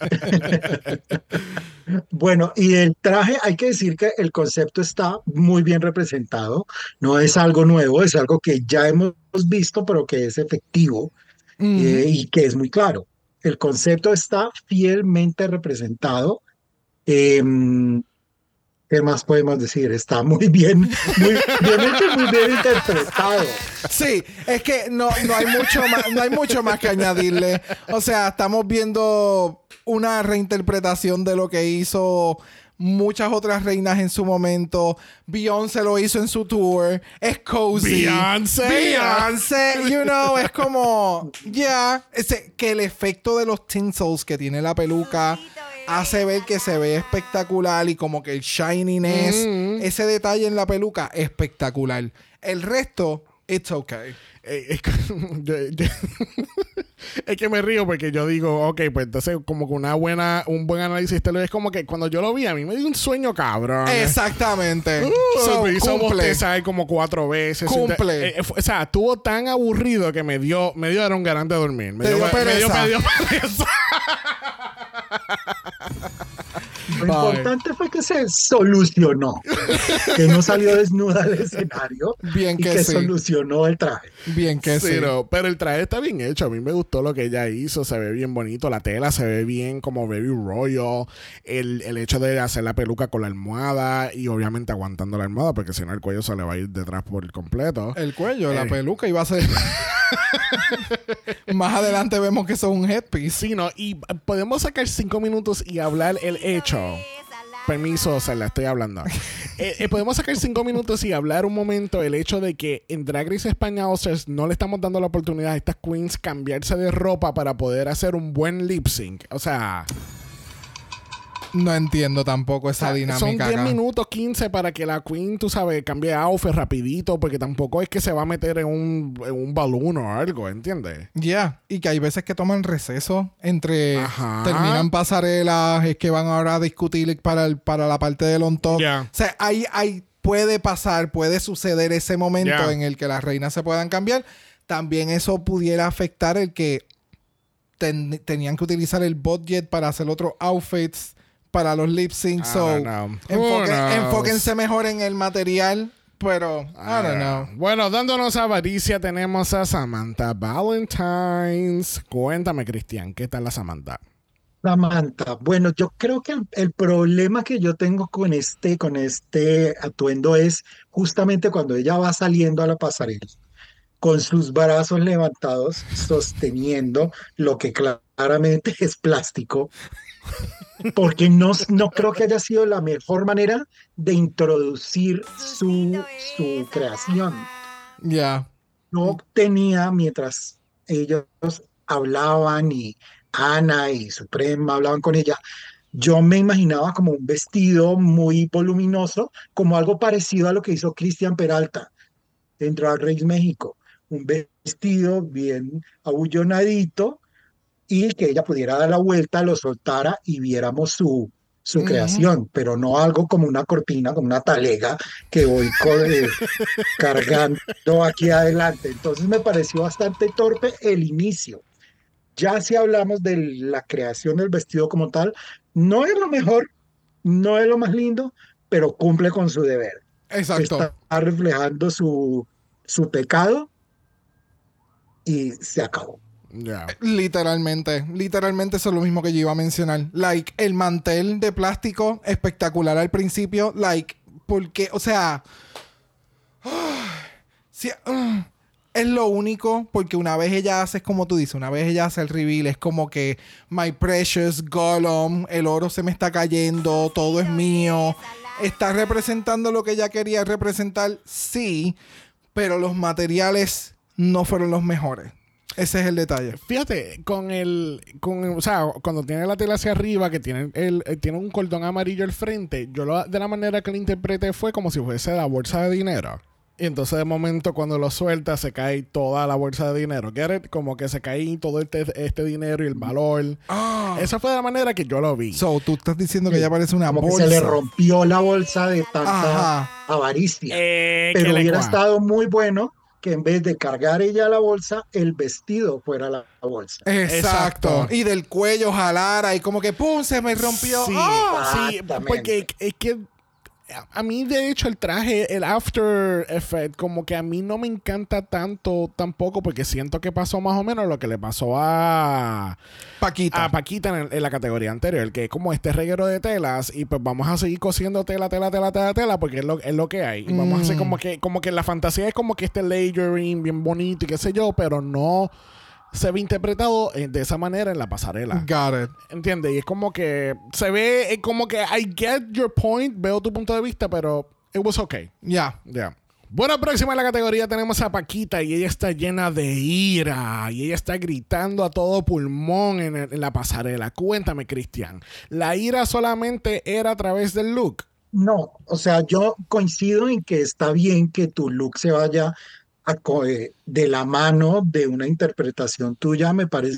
Bueno, y el traje, hay que decir que el concepto está muy bien representado. No es algo nuevo, es algo que ya hemos visto, pero que es efectivo Ujú. eh, y que es muy claro. El concepto está fielmente representado. Em, ¿Qué más podemos decir? Está muy bien, muy bien hecho, muy bien interpretado. Sí, es que no, no hay mucho más, no hay mucho más que añadirle. O sea, estamos viendo una reinterpretación de lo que hizo muchas otras reinas en su momento. Beyoncé lo hizo en su tour. Es cozy. Beyoncé. Beyoncé, you know, es como, ya, yeah, que el efecto de los tinsels que tiene la peluca hace ver que se ve espectacular y como que el shininess, mm. ese detalle en la peluca, espectacular. El resto, it's okay. Eh, es, que, yo, yo, es que me río porque yo digo, ok, pues entonces como que una buena, un buen análisis te lo es como que cuando yo lo vi a mí me dio un sueño cabrón. Exactamente. Uh, so, me hizo bostezar como cuatro veces. Cumple. Eh, eh, fue, o sea, estuvo tan aburrido que me dio, me dio era un garante de dormir. Me Te dio, dio me, me dio, me dio pereza. Lo importante fue que se solucionó. Que no salió desnuda al escenario. Bien y que que sí. solucionó el traje. Bien que sí. sí. No, pero el traje está bien hecho. A mí me gustó lo que ella hizo. Se ve bien bonito. La tela se ve bien como very royal. El, el hecho de hacer la peluca con la almohada y obviamente aguantando la almohada porque si no el cuello se le va a ir detrás por completo. El cuello, eh. la peluca iba a ser... Más adelante vemos que eso es un headpiece. Sí, ¿no? Y podemos sacar cinco minutos y hablar el hecho. Permiso, o sea, la estoy hablando. eh, eh, podemos sacar cinco minutos y hablar un momento el hecho de que en Drag Race España All-Stars no le estamos dando la oportunidad a estas queens cambiarse de ropa para poder hacer un buen lip sync. O sea... No entiendo tampoco esa o sea, dinámica. son diez acá. minutos, quince para que la queen, tú sabes, cambie de outfit rapidito, porque tampoco es que se va a meter en un, en un balloon o algo, ¿entiendes? Ya, yeah. Y que hay veces que toman receso entre... Ajá. Terminan pasarelas, es que van ahora a discutir para, el, para la parte del on top. Yeah. O sea, ahí, ahí puede pasar, puede suceder ese momento Yeah. en el que las reinas se puedan cambiar. También eso pudiera afectar el que ten, tenían que utilizar el budget para hacer otros outfits para los lip syncs. So, enfoque, enfóquense mejor en el material, pero I don't know. Bueno, dándonos avaricia tenemos a Samantha Valentines. Cuéntame, Cristian, ¿qué tal la Samantha? Samantha, bueno, yo creo que el, el problema que yo tengo con este, con este atuendo es justamente cuando ella va saliendo a la pasarela, con sus brazos levantados, sosteniendo lo que claramente es plástico. Porque no, no creo que haya sido la mejor manera de introducir su, su creación. Ya. Yeah. No tenía, mientras ellos hablaban y Ana y Suprema hablaban con ella, yo me imaginaba como un vestido muy voluminoso, como algo parecido a lo que hizo Cristian Peralta en Drag Race México. Un vestido bien abullonadito, y que ella pudiera dar la vuelta, lo soltara y viéramos su, su uh-huh. creación, pero no algo como una cortina, como una talega que voy con, eh, cargando aquí adelante. Entonces me pareció bastante torpe el inicio. Ya si hablamos de la creación del vestido como tal, no es lo mejor, no es lo más lindo, pero cumple con su deber. Exacto. Está reflejando su, su pecado y se acabó. Yeah. Literalmente, literalmente eso es lo mismo que yo iba a mencionar. Like, el mantel de plástico espectacular al principio, like, porque, o sea, uh, si, uh, es lo único, porque una vez ella hace, es como tú dices, una vez ella hace el reveal, es como que my precious Gollum, el oro se me está cayendo, todo es mío. Está representando lo que ella quería representar, sí, pero los materiales no fueron los mejores. Ese es el detalle. Fíjate, con el, con, o sea, cuando tiene la tela hacia arriba, que tiene el, el tiene un cordón amarillo al frente, yo lo, de la manera que lo interpreté fue como si fuese la bolsa de dinero. Y entonces de momento cuando lo suelta se cae toda la bolsa de dinero. Get it? Como que se cae todo este, este dinero y el valor. Oh. Esa fue de la manera que yo lo vi. So, tú estás diciendo que ya parece una como bolsa. Que se le rompió la bolsa de tanta Ajá. avaricia. Eh, Pero hubiera estado muy bueno que en vez de cargar ella la bolsa, el vestido fuera la bolsa. Exacto. Exacto. Y del cuello jalara y como que ¡pum! Se me rompió. Sí, oh. sí porque es que a mí de hecho el traje, el after effect, como que a mí no me encanta tanto tampoco porque siento que pasó más o menos lo que le pasó a Paquita. A Paquita en, el, en la categoría anterior, que es como este reguero de telas y pues vamos a seguir cosiendo tela, tela, tela, tela, tela porque es lo, es lo que hay. Y vamos mm. a hacer como que, como que la fantasía es como que este layering bien bonito y qué sé yo, pero no se ve interpretado eh, de esa manera en la pasarela. Got it. ¿Entiendes? Y es como que se ve eh, como que I get your point, veo tu punto de vista, pero it was okay. Ya. Yeah. Ya. Yeah. Bueno, próxima en la categoría tenemos a Paquita y ella está llena de ira y ella está gritando a todo pulmón en, el, en la pasarela. Cuéntame, Cristian, ¿la ira solamente era a través del look? No, o sea, yo coincido en que está bien que tu look se vaya a co- eh, de la mano de una interpretación tuya, me parece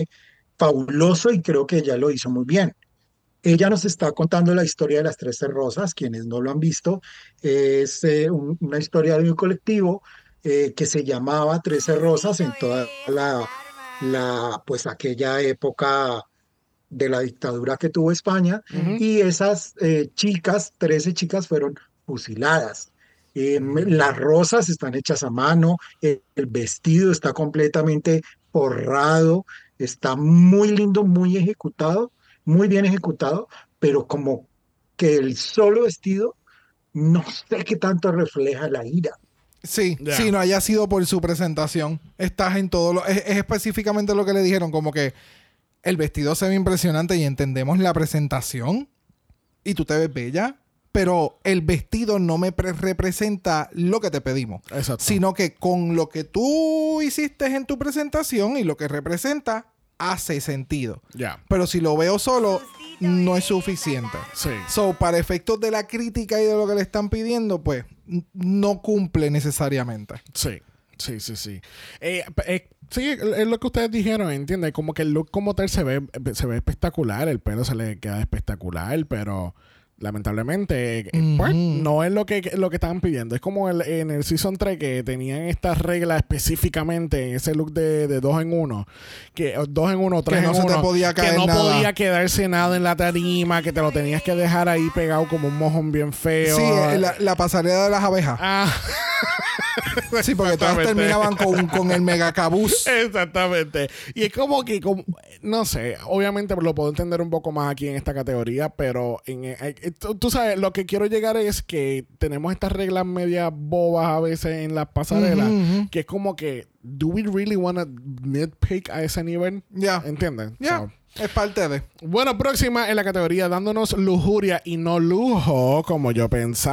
fabuloso y creo que ella lo hizo muy bien. Ella nos está contando la historia de las Trece Rosas, quienes no lo han visto, es eh, un- una historia de un colectivo eh, que se llamaba Trece Rosas en toda la, la, pues aquella época de la dictadura que tuvo España, Ujú. y esas eh, chicas, trece chicas, fueron fusiladas. Eh, me- las rosas están hechas a mano, eh, el vestido está completamente forrado, está muy lindo, muy ejecutado, muy bien ejecutado, pero como que el solo vestido, no sé qué tanto refleja la ira. Sí, Ya. si no haya sido por su presentación. Estás en todo lo... Es, es específicamente lo que le dijeron, como que el vestido se ve impresionante y entendemos la presentación y tú te ves bella, pero el vestido no me pre- representa lo que te pedimos. Exacto. Sino que con lo que tú hiciste en tu presentación y lo que representa, hace sentido. Ya. Pero si lo veo solo, no es suficiente. Sí. So, para efectos de la crítica y de lo que le están pidiendo, pues, n- no cumple necesariamente. Sí. Sí, sí, sí. Eh, eh, sí, es lo que ustedes dijeron, ¿entiendes? Como que el look como tal se ve, se ve espectacular, el pelo se le queda espectacular, pero lamentablemente eh, Ujú. pues, no es lo que, lo que estaban pidiendo. Es como el, en el Season tres que tenían estas reglas específicamente en ese look de, de dos en uno, que o dos en uno, tres Que no en se te uno, podía caer que no nada. podía quedarse nada en la tarima, que te lo tenías que dejar ahí pegado como un mojón bien feo. Sí, eh, la, la pasarela de las abejas. Ah. Sí, porque todas Exactamente. terminaban con, con el megacabús. Exactamente. Y es como que, como, no sé, obviamente lo puedo entender un poco más aquí en esta categoría, pero en, eh, eh, tú, tú sabes, lo que quiero llegar es que tenemos estas reglas medias bobas a veces en las pasarelas, Ujú, ujú. que es como que, ¿do we really want to nitpick a ese nivel? Ya. ¿Entiendes? Ya. So, Es parte de. bueno, próxima en la categoría dándonos lujuria y no lujo, como yo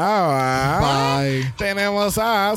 pensaba. Bye. Tenemos a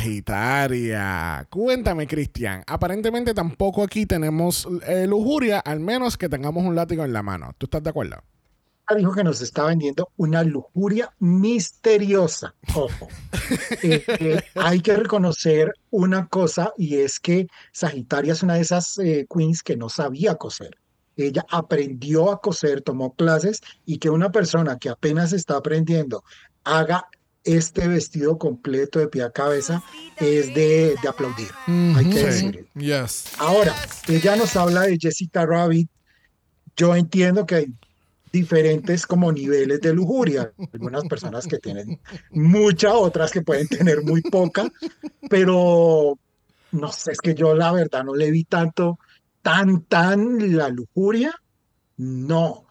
Sagitaria. Cuéntame, Cristian. Aparentemente tampoco aquí tenemos eh, lujuria, al menos que tengamos un látigo en la mano. ¿Tú estás de acuerdo? Dijo que nos está vendiendo una lujuria misteriosa. Ojo. Eh, eh, hay que reconocer una cosa, y es que Sagitaria es una de esas eh, queens que no sabía coser. Ella aprendió a coser, tomó clases, y que una persona que apenas está aprendiendo haga este vestido completo de pie a cabeza es de, de aplaudir. Hay que Ujú. decirlo. Yes. Ahora, ella nos habla de Jessica Rabbit. Yo entiendo que hay diferentes como niveles de lujuria. Algunas personas que tienen mucha, otras que pueden tener muy poca, pero no sé, es que yo la verdad no le vi tanto, tan, tan la lujuria. No.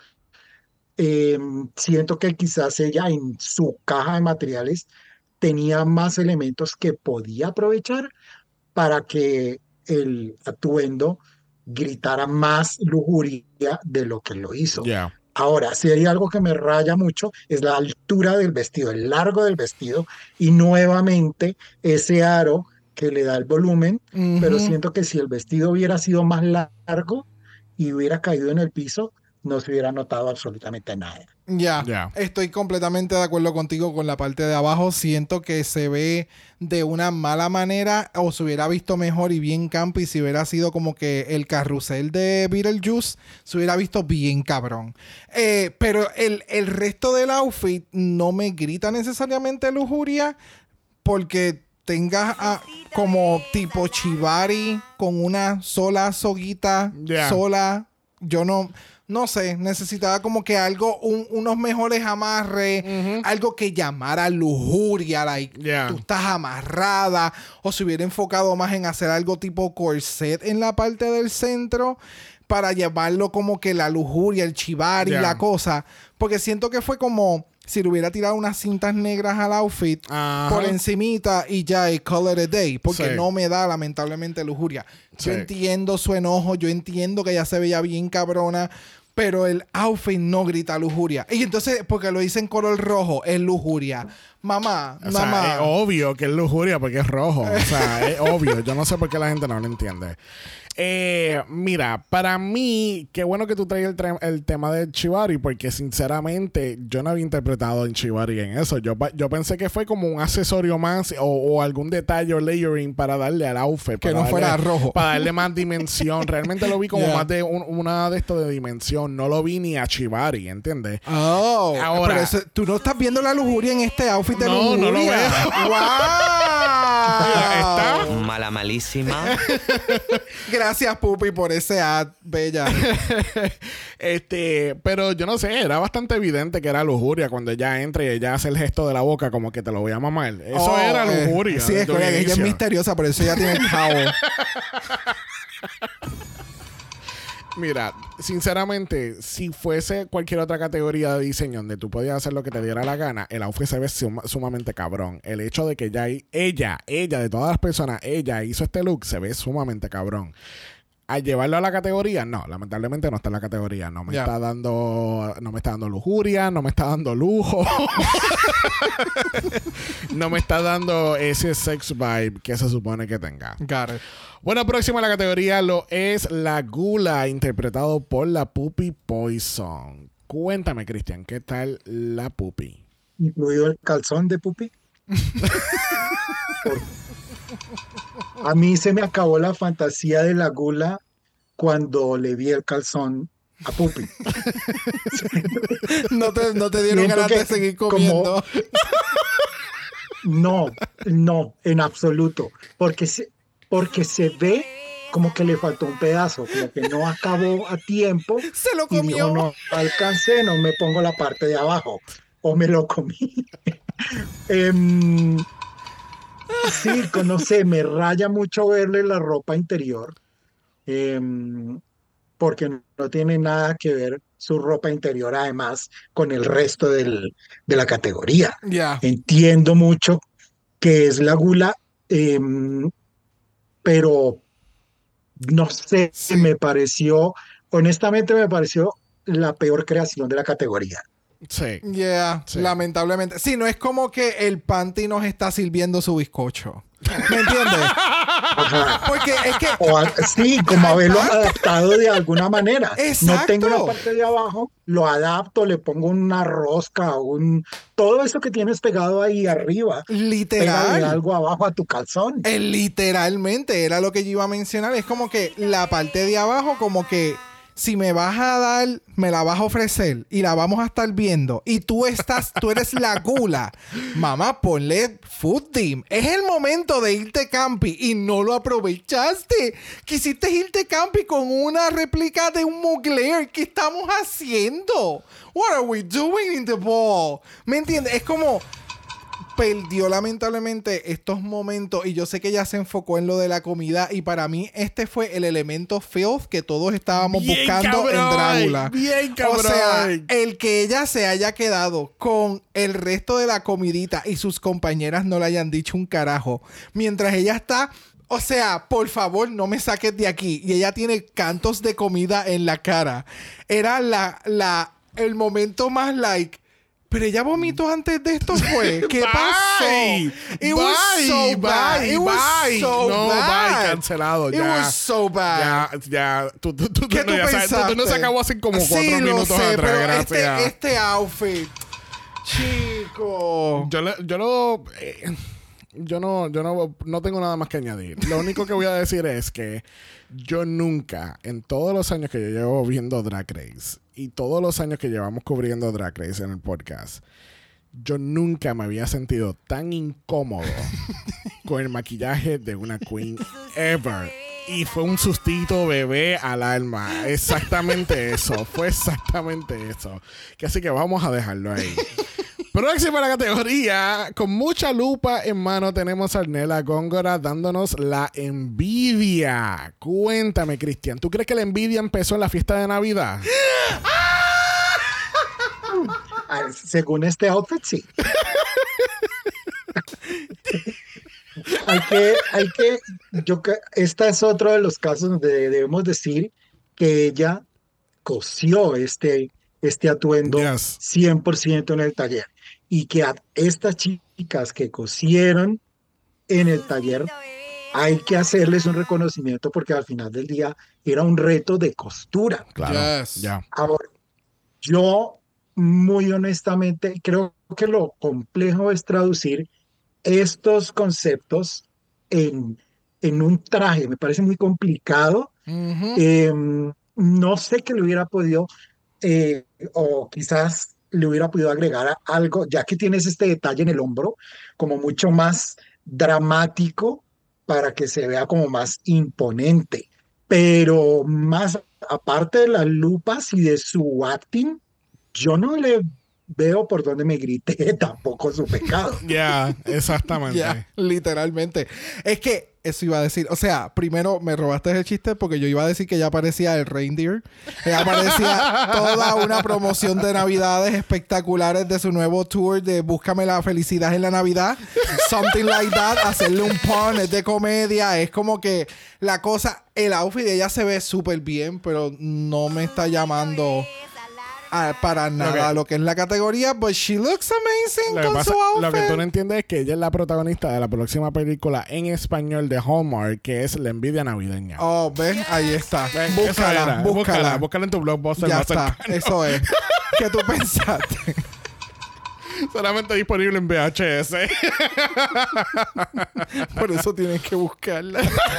Eh, siento que quizás ella en su caja de materiales tenía más elementos que podía aprovechar para que el atuendo gritara más lujuria de lo que lo hizo. Ya. Ahora, si hay algo que me raya mucho, es la altura del vestido, el largo del vestido, y nuevamente ese aro que le da el volumen, Ujú. pero siento que si el vestido hubiera sido más largo y hubiera caído en el piso, no se hubiera notado absolutamente nada. Ya, Ya. estoy completamente de acuerdo contigo con la parte de abajo. Siento que se ve de una mala manera, o se hubiera visto mejor y bien campi si hubiera sido como que el carrusel de Beetlejuice se hubiera visto bien cabrón. Eh, pero el, el resto del outfit no me grita necesariamente lujuria, porque tengas a- como tipo Chivari con una sola soguita Ya. sola. Yo no... No sé, necesitaba como que algo, un- unos mejores amarres, Ujú. algo que llamara lujuria, like, Yeah. tú estás amarrada, o se hubiera enfocado más en hacer algo tipo corset en la parte del centro para llevarlo como que la lujuria, el chivar y Yeah. la cosa, porque siento que fue como si le hubiera tirado unas cintas negras al outfit Ajá. por encimita y ya, y call it a day. Porque Sí. no me da, lamentablemente, lujuria. Sí. Yo entiendo su enojo, yo entiendo que ella se veía bien cabrona, pero el outfit no grita lujuria. Y entonces, porque lo hice en color rojo, es lujuria. Mamá, O mamá. sea, es obvio que es lujuria porque es rojo. O sea, es obvio. Yo no sé por qué la gente no lo entiende. Eh, mira, para mí, qué bueno que tú traes el, tra- el tema del Chivari, porque sinceramente yo no había interpretado en Chivari en eso. Yo, pa- yo pensé que fue como un accesorio más o, o algún detalle o layering para darle al outfit. Que para no darle- fuera rojo. Para darle más dimensión. Realmente lo vi como Yeah. más de un- una de esto de dimensión. No lo vi ni a Chivari, ¿entiendes? Oh, Ahora- pero eso- tú no estás viendo la lujuria en este outfit de No, no lo lujuria. veo. ¡Wow! Está. Mala, malísima. Gracias, Pupi, por ese ad, bella. Este, pero yo no sé, era bastante evidente que era lujuria cuando ella entra y ella hace el gesto de la boca como que te lo voy a mamar. Eso Oh, era eh, lujuria. sí, es desde un correcto. Ella es inicio. misteriosa, por eso ella tiene el cabo. Mira, sinceramente, si fuese cualquier otra categoría de diseño donde tú podías hacer lo que te diera la gana, el outfit se ve suma- sumamente cabrón. El hecho de que ya ella, ella, de todas las personas, ella hizo este look, se ve sumamente cabrón. Al llevarlo a la categoría, no, lamentablemente no está en la categoría. No me Ya. está dando, no me está dando lujuria, no me está dando lujo. No me está dando ese sex vibe que se supone que tenga. Got it. Bueno, próximo a la categoría lo es La Gula, interpretado por la Puppy Poison. Cuéntame, Cristian, ¿qué tal la Puppy? Incluido el calzón de Pupi. Por- A mí se me acabó la fantasía de la gula cuando le vi el calzón a Pupi. No te, no te dieron Siento ganas que de seguir como- comiendo. No, no, en absoluto. Porque se, porque se ve como que le faltó un pedazo, como que no acabó a tiempo. Se lo Y comió. dijo, no alcancé, no me pongo la parte de abajo. O me lo comí. Em, sí, con- no sé, me raya mucho verle la ropa interior. em, porque no tiene nada que ver su ropa interior, además, con el resto del- de la categoría. Ya. Entiendo mucho que es la gula, em, pero no sé, Sí. me pareció, honestamente me pareció la peor creación de la categoría. Sí. Yeah, Sí. lamentablemente. Sí, no es como que el panty nos está sirviendo su bizcocho. ¿Me entiendes? Ajá. Porque es que O a- sí, como haberlo adaptado de alguna manera. Exacto. No tengo la parte de abajo, lo adapto, le pongo una rosca, un todo eso que tienes pegado ahí arriba. Pégale literal. algo abajo a tu calzón. Eh, literalmente era lo que yo iba a mencionar. Es como que la parte de abajo, como que si me vas a dar, me la vas a ofrecer y la vamos a estar viendo. Y tú estás, tú eres la gula. Mamá, ponle food team. Es el momento de irte campi y no lo aprovechaste. Quisiste irte campi con una réplica de un Mugler. ¿Qué estamos haciendo? What are we doing in the ball? ¿Me entiendes? Es como perdió lamentablemente estos momentos y yo sé que ella se enfocó en lo de la comida y para mí este fue el elemento filth que todos estábamos Bien buscando cabrón, en Drácula. bien O cabrón. sea, el que ella se haya quedado con el resto de la comidita y sus compañeras no le hayan dicho un carajo, mientras ella está... O sea, por favor, no me saques de aquí. Y ella tiene cantos de comida en la cara. Era la, la, el momento más like... Pero ella vomitó antes de esto, fue. ¿Qué Bye. pasó? It was Bye, so bad. bye, It was bye. so No, bad. bye, cancelado, It ya. was so bad. Ya, ya. Tú, tú, tú, ¿Qué tú, tú ya sabes, tú- pensaste? tú no se acabó hace como cuatro Sí, lo minutos sé, atrás. pero Gracias. este, este outfit, chico. Yo, le- yo no, eh, yo no, yo no, no tengo nada más que añadir. Lo único que voy a decir es que yo nunca, en todos los años que yo llevo viendo Drag Race y todos los años que llevamos cubriendo Drag Race en el podcast, yo nunca me había sentido tan incómodo con el maquillaje de una queen ever. Y fue un sustito bebé al alma. Exactamente eso. Fue exactamente eso. Que así que vamos a dejarlo ahí. Próxima a la categoría, con mucha lupa en mano, tenemos a Arnella Góngora dándonos la envidia. Cuéntame, Cristian, ¿tú crees que la envidia empezó en la fiesta de Navidad? Ah, según este outfit, sí. hay que, hay que, yo, que- esta es otro de los casos donde debemos decir que ella cosió este, este atuendo Yes. cien por ciento en el taller y que a estas chicas que cosieron en el taller hay que hacerles un reconocimiento porque al final del día era un reto de costura. Claro. Yes. Ya. Ahora, yo muy honestamente creo que lo complejo es traducir estos conceptos en, en un traje. Me parece muy complicado. Ujú. Eh, no sé qué le hubiera podido, eh, o quizás le hubiera podido agregar a- algo, ya que tienes este detalle en el hombro, como mucho más dramático para que se vea como más imponente. Pero más aparte de las lupas y de su acting, yo no le veo por dónde me grité tampoco su pecado. Ya, exactamente. Ya, literalmente. Es que eso iba a decir. O sea, primero me robaste el chiste porque yo iba a decir que ya aparecía el reindeer. Ya aparecía toda una promoción de navidades espectaculares de su nuevo tour de Búscame la felicidad en la Navidad. Something like that. Hacerle un pun, es de comedia. Es como que la cosa, el outfit de ella se ve súper bien, pero no me está llamando a- para nada que- lo que es la categoría. But she looks amazing Lo que, con pasa- su outfit. lo que tú no entiendes es que ella es la protagonista de la próxima película en español de Hallmark, que es La envidia navideña. Oh, ¿ves? Ahí está. Ven, eso Búscala, era. búscala. búscala, búscala en tu blockbuster Ya más está. cercano. Eso es. ¿Qué tú pensaste? Solamente disponible en V H S. Por eso tienes que buscarla.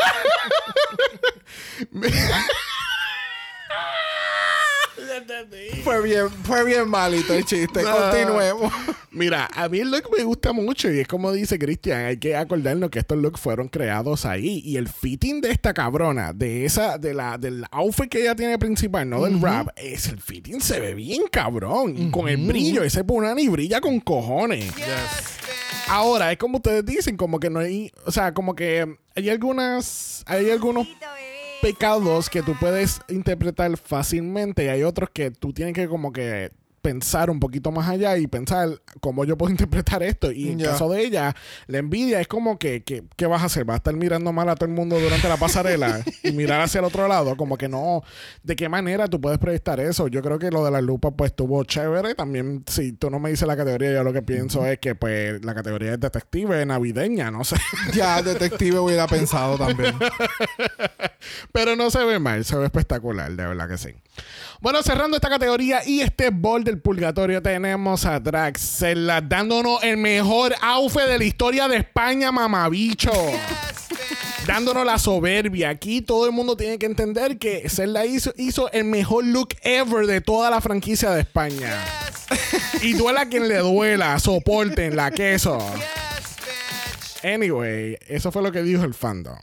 Fue bien, fue bien malito el chiste. No. Continuemos. Mira, a mí el look me gusta mucho y es como dice Cristian, hay que acordarnos que estos looks fueron creados ahí y el fitting de esta cabrona, de esa, de la, del outfit que ella tiene principal, no del rap, es el fitting se ve bien cabrón y con el brillo, ese punani brilla con cojones. Ahora, es como ustedes dicen, como que no hay, o sea, como que hay algunas, hay algunos pecados que tú puedes interpretar fácilmente y hay otros que tú tienes que como que pensar un poquito más allá y pensar cómo yo puedo interpretar esto. Y en Ya. caso de ella, la envidia es como que, que ¿qué vas a hacer? ¿Vas a estar mirando mal a todo el mundo durante la pasarela y mirar hacia el otro lado? Como que no. ¿De qué manera tú puedes proyectar eso? Yo creo que lo de la lupa pues estuvo chévere. También, si tú no me dices la categoría, yo lo que pienso es que pues la categoría es detective navideña, no sé. Ya, detective hubiera pensado también. Pero no se ve mal, se ve espectacular, de verdad que sí. Bueno, cerrando esta categoría y este bol del purgatorio, tenemos a Draxela dándonos el mejor outfit de la historia de España, mamabicho. Dándonos la soberbia. Aquí todo el mundo tiene que entender que Zelda hizo, hizo el mejor look ever de toda la franquicia de España. Y duela a quien le duela, soporten la queso. Anyway, eso fue lo que dijo el fandom.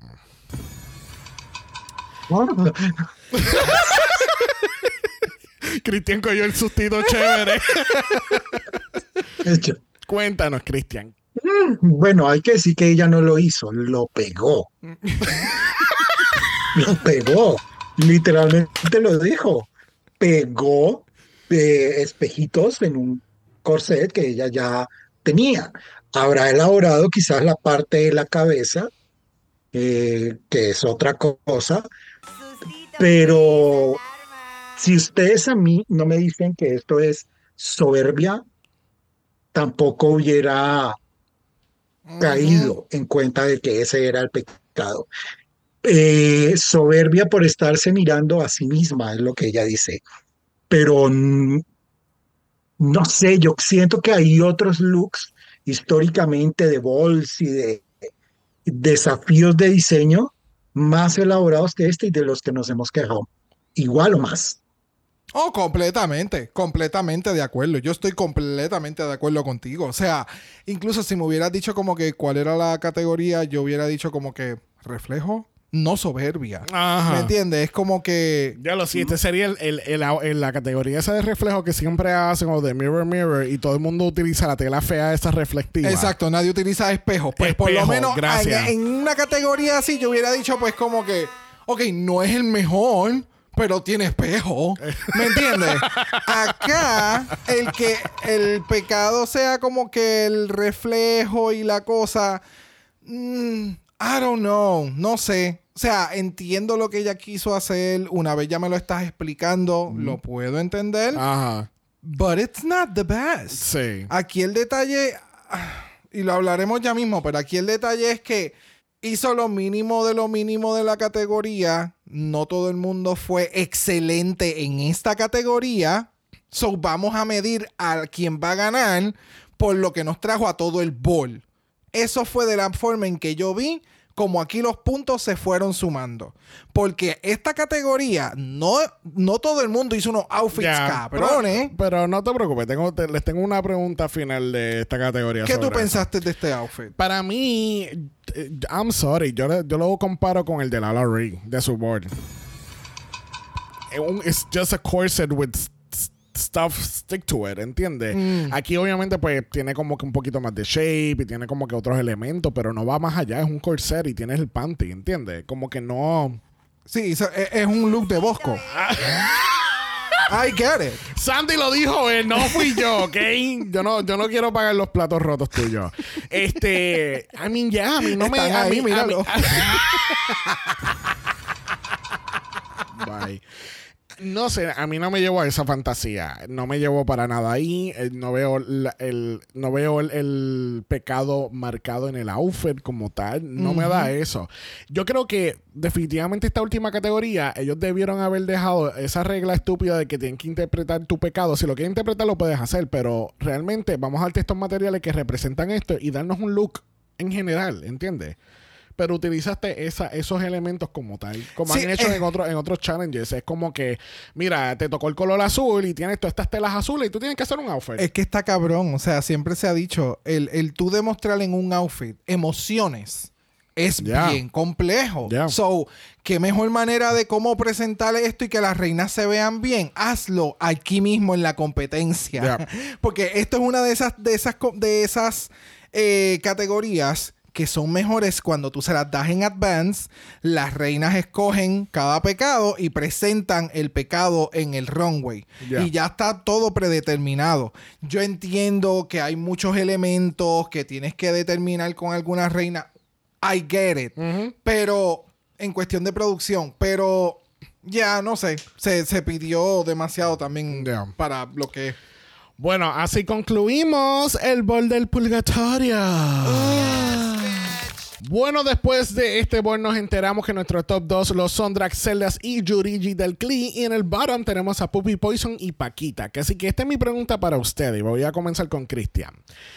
Cristian cogió el sustito chévere. Hecho. Cuéntanos, Cristian. Bueno, hay que decir que ella no lo hizo, lo pegó. Lo pegó. Literalmente lo dijo. Pegó eh, espejitos en un corset que ella ya tenía. Habrá elaborado quizás la parte de la cabeza, eh, que es otra cosa, pero si ustedes a mí no me dicen que esto es soberbia, tampoco hubiera caído en cuenta de que ese era el pecado. Eh, soberbia por estarse mirando a sí misma, es lo que ella dice. Pero mm, no sé, yo siento que hay otros looks históricamente de balls y de desafíos de diseño más elaborados que este y de los que nos hemos quejado. Igual o más. Oh, completamente, completamente de acuerdo. Yo estoy completamente de acuerdo contigo. O sea, incluso si me hubieras dicho como que cuál era la categoría, yo hubiera dicho como que reflejo, no soberbia. Ajá. ¿Me entiendes? Es como que... Ya lo sí, este sería el, el, el- el- la categoría esa de reflejo que siempre hacen o de mirror mirror y todo el mundo utiliza la tela fea esa reflectiva. Exacto, nadie utiliza espejos. Pues por lo Espejo, menos en, gracias. en una categoría así yo hubiera dicho pues como que, ok, no es el mejor, pero tiene espejo. ¿Me entiendes? Acá, el que el pecado sea como que el reflejo y la cosa... Mm, I don't know. No sé. O sea, entiendo lo que ella quiso hacer. Una vez ya me lo estás explicando, mm. lo puedo entender. Ajá. But it's not the best. Sí. Aquí el detalle... Y lo hablaremos ya mismo, pero aquí el detalle es que hizo lo mínimo de lo mínimo de la categoría. No todo el mundo fue excelente en esta categoría. So vamos a medir a quién va a ganar por lo que nos trajo a todo el bowl. Eso fue de la forma en que yo vi como aquí los puntos se fueron sumando. Porque esta categoría, no, no todo el mundo hizo unos outfits yeah, cabrones. Pero, pero no te preocupes, tengo, te, les tengo una pregunta final de esta categoría. ¿Qué tú pensaste eso. de este outfit? Para mí, I'm sorry, yo, yo lo comparo con el de Lala Ri, de su board. It's just a corset with stuff stick to it, ¿entiendes? Mm. Aquí obviamente pues tiene como que un poquito más de shape y tiene como que otros elementos, pero no va más allá, es un corset y tienes el panty, ¿entiendes? Como que no... Sí, es un look de Bosco. I get it. Sandy lo dijo él, no fui yo, ¿ok? Yo no, yo no quiero pagar los platos rotos tuyos. Este... I mean, ya, yeah, a mí no me... Están a ahí, mí, míralo. A mí, a... Bye. No sé, a mí no me llevo a esa fantasía. No me llevo para nada ahí. Eh, no veo, la, el, no veo el, el pecado marcado en el outfit como tal. No uh-huh. me da eso. Yo creo que definitivamente esta última categoría, ellos debieron haber dejado esa regla estúpida de que tienen que interpretar tu pecado. Si lo quieres interpretar, lo puedes hacer. Pero realmente vamos a darte estos materiales que representan esto y darnos un look en general, ¿entiendes? Pero utilizaste esa, esos elementos como tal, como sí, han hecho eh. en, otro, en otros challenges. Es como que, mira, te tocó el color azul y tienes todas estas telas azules y tú tienes que hacer un outfit. Es que está cabrón. O sea, siempre se ha dicho, el, el tú demostrar en un outfit emociones es yeah. bien complejo. Yeah. So, ¿qué mejor manera de cómo presentar esto y que las reinas se vean bien? Hazlo aquí mismo en la competencia. Yeah. Porque esto es una de esas, de esas, de esas eh, categorías que son mejores cuando tú se las das en advance. Las reinas escogen cada pecado y presentan el pecado en el runway. Yeah. Y ya está todo predeterminado. Yo entiendo que hay muchos elementos que tienes que determinar con alguna reina. I get it. Uh-huh. Pero en cuestión de producción. Pero ya, no sé. Se, se pidió demasiado también yeah. para lo que... Bueno, así concluimos el bol del purgatorio. Uh. Bueno, después de este bol nos enteramos que nuestros top dos los son Draxelas y Yurigi del Clee. Y en el bottom tenemos a Puppy Poison y Paquita. Que así que esta es mi pregunta para ustedes. Y voy a comenzar con Cristian.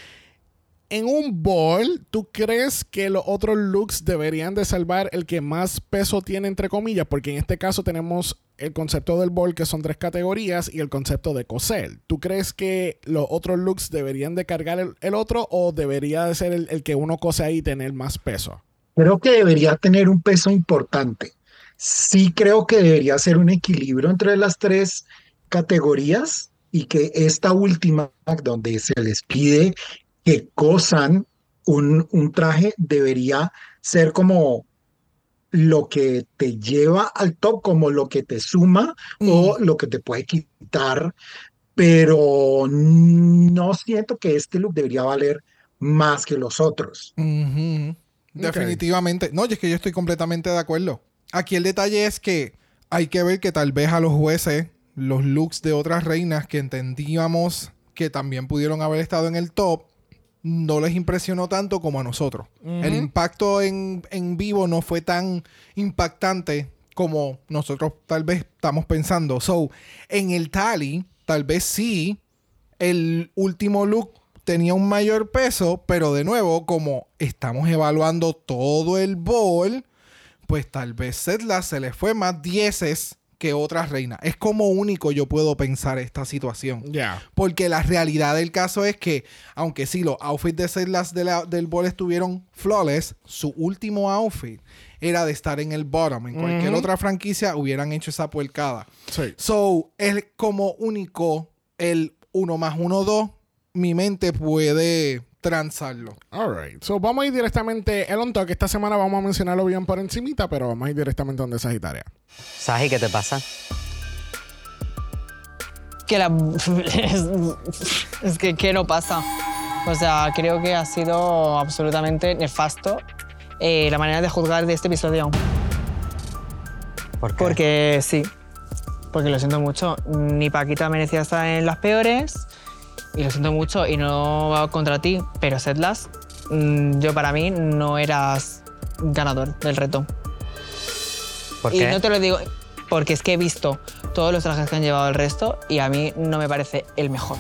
En un bol, ¿tú crees que los otros looks deberían de salvar el que más peso tiene, entre comillas? Porque en este caso tenemos el concepto del bol, que son tres categorías, y el concepto de coser. ¿Tú crees que los otros looks deberían de cargar el, el otro o debería de ser el, el que uno cose ahí y tener más peso? Creo que debería tener un peso importante. Sí creo que debería ser un equilibrio entre las tres categorías y que esta última, donde se les pide que cosan un, un traje, debería ser como lo que te lleva al top, como lo que te suma mm. o lo que te puede quitar, pero no siento que este look debería valer más que los otros. Mm-hmm. Okay. Definitivamente. No, es que yo estoy completamente de acuerdo. Aquí el detalle es que hay que ver que tal vez a los jueces los looks de otras reinas que entendíamos que también pudieron haber estado en el top no les impresionó tanto como a nosotros. Uh-huh. El impacto en, en vivo no fue tan impactante como nosotros tal vez estamos pensando. So, en el tally, tal vez sí, el último look tenía un mayor peso, pero de nuevo, como estamos evaluando todo el bowl, pues tal vez Setla se le fue más dieces que otras reinas. Es como único yo puedo pensar esta situación. Yeah. Porque la realidad del caso es que, aunque sí, los outfits de Setlas de la, del bowl estuvieron flawless, su último outfit era de estar en el bottom. En cualquier uh-huh. otra franquicia hubieran hecho esa puercada. Sí. So, es como único el uno más uno, dos. Mi mente puede transarlo. Alright, so vamos a ir directamente el on talk. Esta semana vamos a mencionarlo bien por encimita, pero vamos a ir directamente donde Sagitaria. Saji, ¿qué te pasa? Que la... es, es que, ¿qué no pasa? O sea, creo que ha sido absolutamente nefasto eh, la manera de juzgar de este episodio. ¿Por qué? Porque sí, porque lo siento mucho. Ni Paquita merecía estar en las peores. Y lo siento mucho y no va contra ti, pero Setlas, mmm, yo para mí no eras ganador del reto. ¿Por y qué? no te lo digo porque es que he visto todos los trajes que han llevado el resto y a mí no me parece el mejor.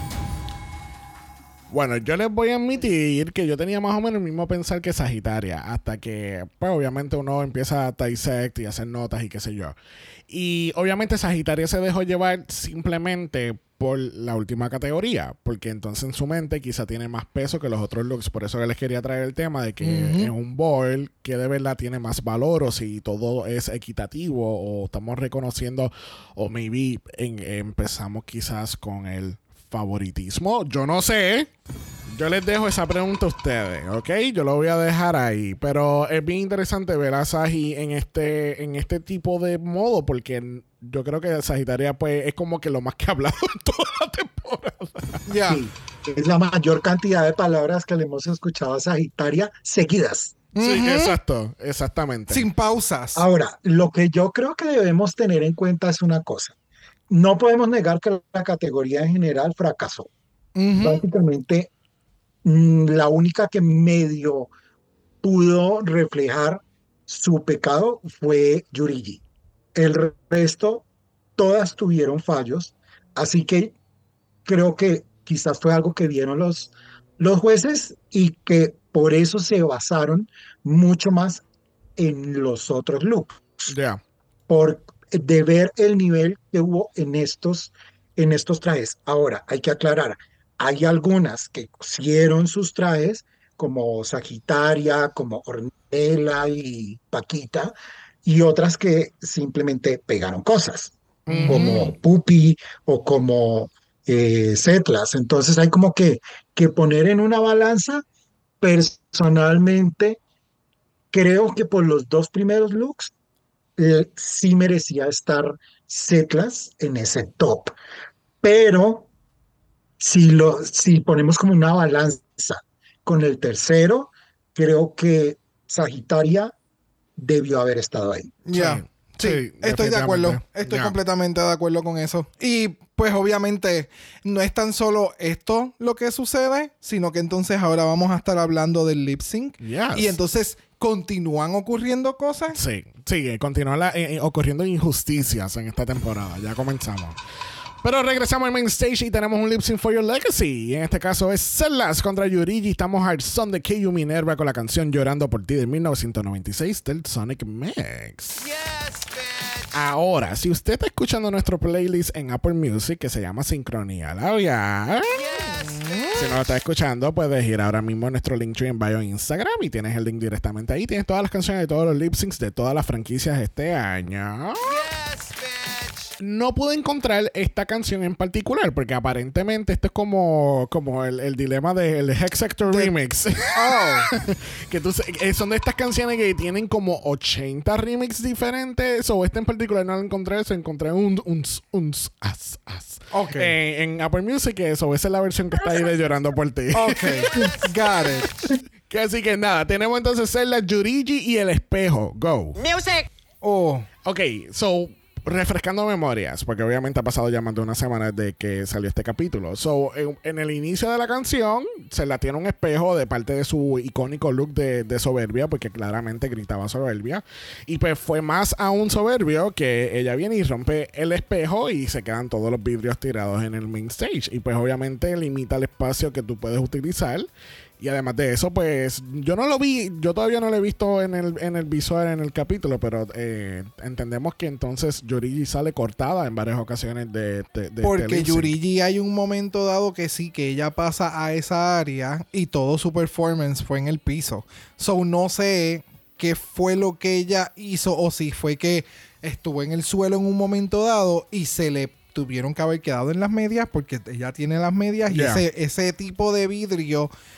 Bueno, yo les voy a admitir que yo tenía más o menos el mismo pensar que Sagitaria, hasta que, pues obviamente uno empieza a dissect y hacer notas y qué sé yo. Y obviamente Sagitaria se dejó llevar simplemente por la última categoría, porque entonces en su mente quizá tiene más peso que los otros looks. Por eso que les quería traer el tema de que uh-huh. en un bowl que de verdad tiene más valor, o si todo es equitativo, o estamos reconociendo, o maybe en, empezamos quizás con el favoritismo. Yo no sé. Yo les dejo esa pregunta a ustedes, ¿ok? Yo lo voy a dejar ahí. Pero es bien interesante ver a Saji en este, en este tipo de modo, porque yo creo que Sagitaria pues es como que lo más que ha hablado en toda la temporada. Ya. Sí, es la mayor cantidad de palabras que le hemos escuchado a Sagitaria seguidas. Sí, Uh-huh. exacto, exactamente. Sin pausas. Ahora, lo que yo creo que debemos tener en cuenta es una cosa. No podemos negar que la categoría en general fracasó. Uh-huh. Básicamente, mmm, la única que medio pudo reflejar su pecado fue Yurigi. El resto, todas tuvieron fallos. Así que creo que quizás fue algo que vieron los, los jueces y que por eso se basaron mucho más en los otros looks. Ya. Yeah. Por de ver el nivel que hubo en estos, en estos trajes. Ahora, hay que aclarar, hay algunas que cosieron sus trajes, como Sagitaria, como Ornella y Paquita, y otras que simplemente pegaron cosas, mm-hmm. como Pupi o como eh, Setlas. Entonces hay como que, que poner en una balanza. Personalmente, creo que por los dos primeros looks, Eh, sí merecía estar Setlas en ese top, pero si, lo, si ponemos como una balanza con el tercero, creo que Sagitaria debió haber estado ahí. Ya, yeah. sí, sí, estoy de acuerdo, estoy yeah. completamente de acuerdo con eso. Y pues obviamente no es tan solo esto lo que sucede, sino que entonces ahora vamos a estar hablando del lip sync. Yes. Y entonces ¿continúan ocurriendo cosas? Sí, sí, continúan la, eh, ocurriendo injusticias en esta temporada. Ya comenzamos. Pero regresamos al main stage y tenemos un lip sync for your legacy. Y en este caso es Setlas contra Yurigi. Estamos al son de Keiyu Minerva con la canción Llorando por ti de mil novecientos noventa y seis del Sonic Mix. Yes, bitch. Ahora, si usted está escuchando nuestro playlist en Apple Music que se llama Sincronía Labial, yes, si no lo está escuchando, puedes ir ahora mismo a nuestro Linktree en bio en Instagram y tienes el link directamente ahí. Tienes todas las canciones de todos los lip syncs de todas las franquicias este año. Yes, bitch. No pude encontrar esta canción en particular porque aparentemente esto es como, como el, el dilema del Hex Sector de... Remix. Oh. Que tú, son de estas canciones que tienen como ochenta remix diferentes. O esta en particular no la encontré. Se encontré un uns, uns, as, as. Okay. Eh, en Apple Music, eso, esa es la versión que está ahí de Llorando por ti. Ok, got it. Que así que nada, tenemos entonces Setlas, Yurigi y El Espejo. Go. Music. Oh. Ok, so... refrescando memorias, porque obviamente ha pasado ya más de una semana desde que salió este capítulo. So, en, en el inicio de la canción, se la tiene un espejo de parte de su icónico look de, de soberbia, porque claramente gritaba soberbia. Y pues fue más aún soberbio que ella viene y rompe el espejo y se quedan todos los vidrios tirados en el main stage. Y pues obviamente limita el espacio que tú puedes utilizar. Y además de eso, pues yo no lo vi, yo todavía no lo he visto en el, en el visual, en el capítulo, pero eh, entendemos que entonces Yurigi sale cortada en varias ocasiones de, de, de porque Yurigi hay un momento dado que sí, que ella pasa a esa área y todo su performance fue en el piso. So no sé qué fue lo que ella hizo o si fue que estuvo en el suelo en un momento dado y se le tuvieron que haber quedado en las medias porque ella tiene las medias y yeah. ese, ese tipo de vidrio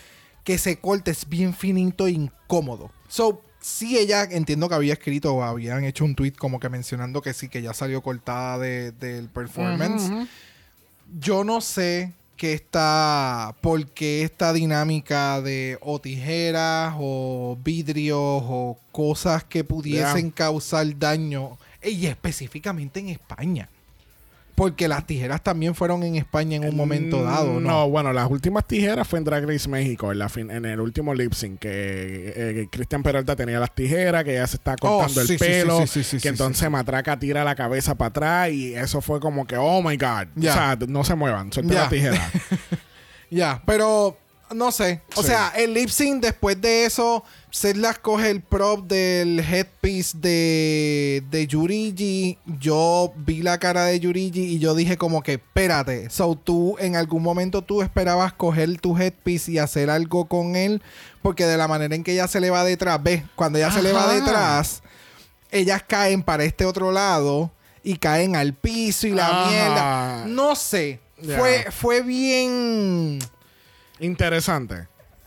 que ese corte es bien finito e incómodo. So, sí, ella entiendo que había escrito o habían hecho un tweet como que mencionando que sí, que ya salió cortada de, del performance. Uh-huh. Yo no sé qué está, por qué esta dinámica de o tijeras o vidrios o cosas que pudiesen yeah. causar daño, y específicamente en España. Porque las tijeras también fueron en España en un momento dado, ¿no? No, bueno, las últimas tijeras fue en Drag Race México, en, la fin- en el último lip sync, que eh, Cristian Peralta tenía las tijeras, que ya se está cortando oh, sí, el pelo, sí, sí, sí, sí, que sí, entonces sí, sí. Matraca tira la cabeza para atrás y eso fue como que, oh my God. Yeah. O sea, no se muevan, suelta yeah. la tijera. Ya, yeah, pero no sé. O sí. sea, el lip sync después de eso, Sedlas coge el prop del headpiece de, de Yurigi. Yo vi la cara de Yurigi y yo dije como que, espérate. So, tú en algún momento tú esperabas coger tu headpiece y hacer algo con él. Porque de la manera en que ella se le va detrás, ¿ves? Cuando ella Ajá. se le va detrás, ellas caen para este otro lado y caen al piso y la Ajá. mierda. No sé. Yeah. Fue, fue bien... interesante.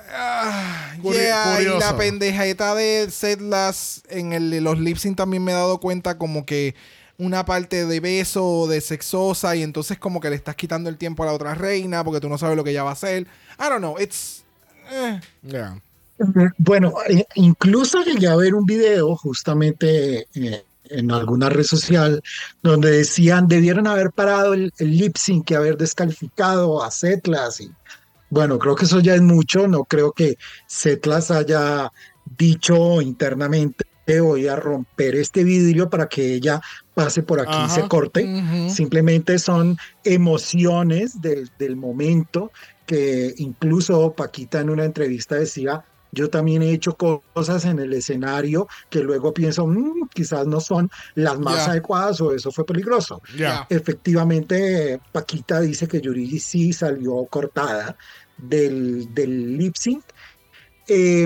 Uh, Curi- yeah, curioso. Y la pendejeta de Sedlas en el, los lip sync también me he dado cuenta como que una parte de beso, de sexosa, y entonces como que le estás quitando el tiempo a la otra reina porque tú no sabes lo que ella va a hacer. I don't know, it's... Eh. Yeah. Bueno, eh, incluso llegué a ver un video justamente eh, en alguna red social donde decían debieron haber parado el, el lip sync y haber descalificado a Sedlas y bueno, creo que eso ya es mucho. No creo que Sedlas haya dicho internamente voy a romper este vidrio para que ella pase por aquí Ajá. y se corte. Uh-huh. Simplemente son emociones del, del momento que incluso Paquita en una entrevista decía yo también he hecho cosas en el escenario que luego pienso mmm, quizás no son las más yeah. adecuadas o eso fue peligroso. Yeah. Efectivamente, Paquita dice que Yurigi sí salió cortada del, del lip sync. Eh,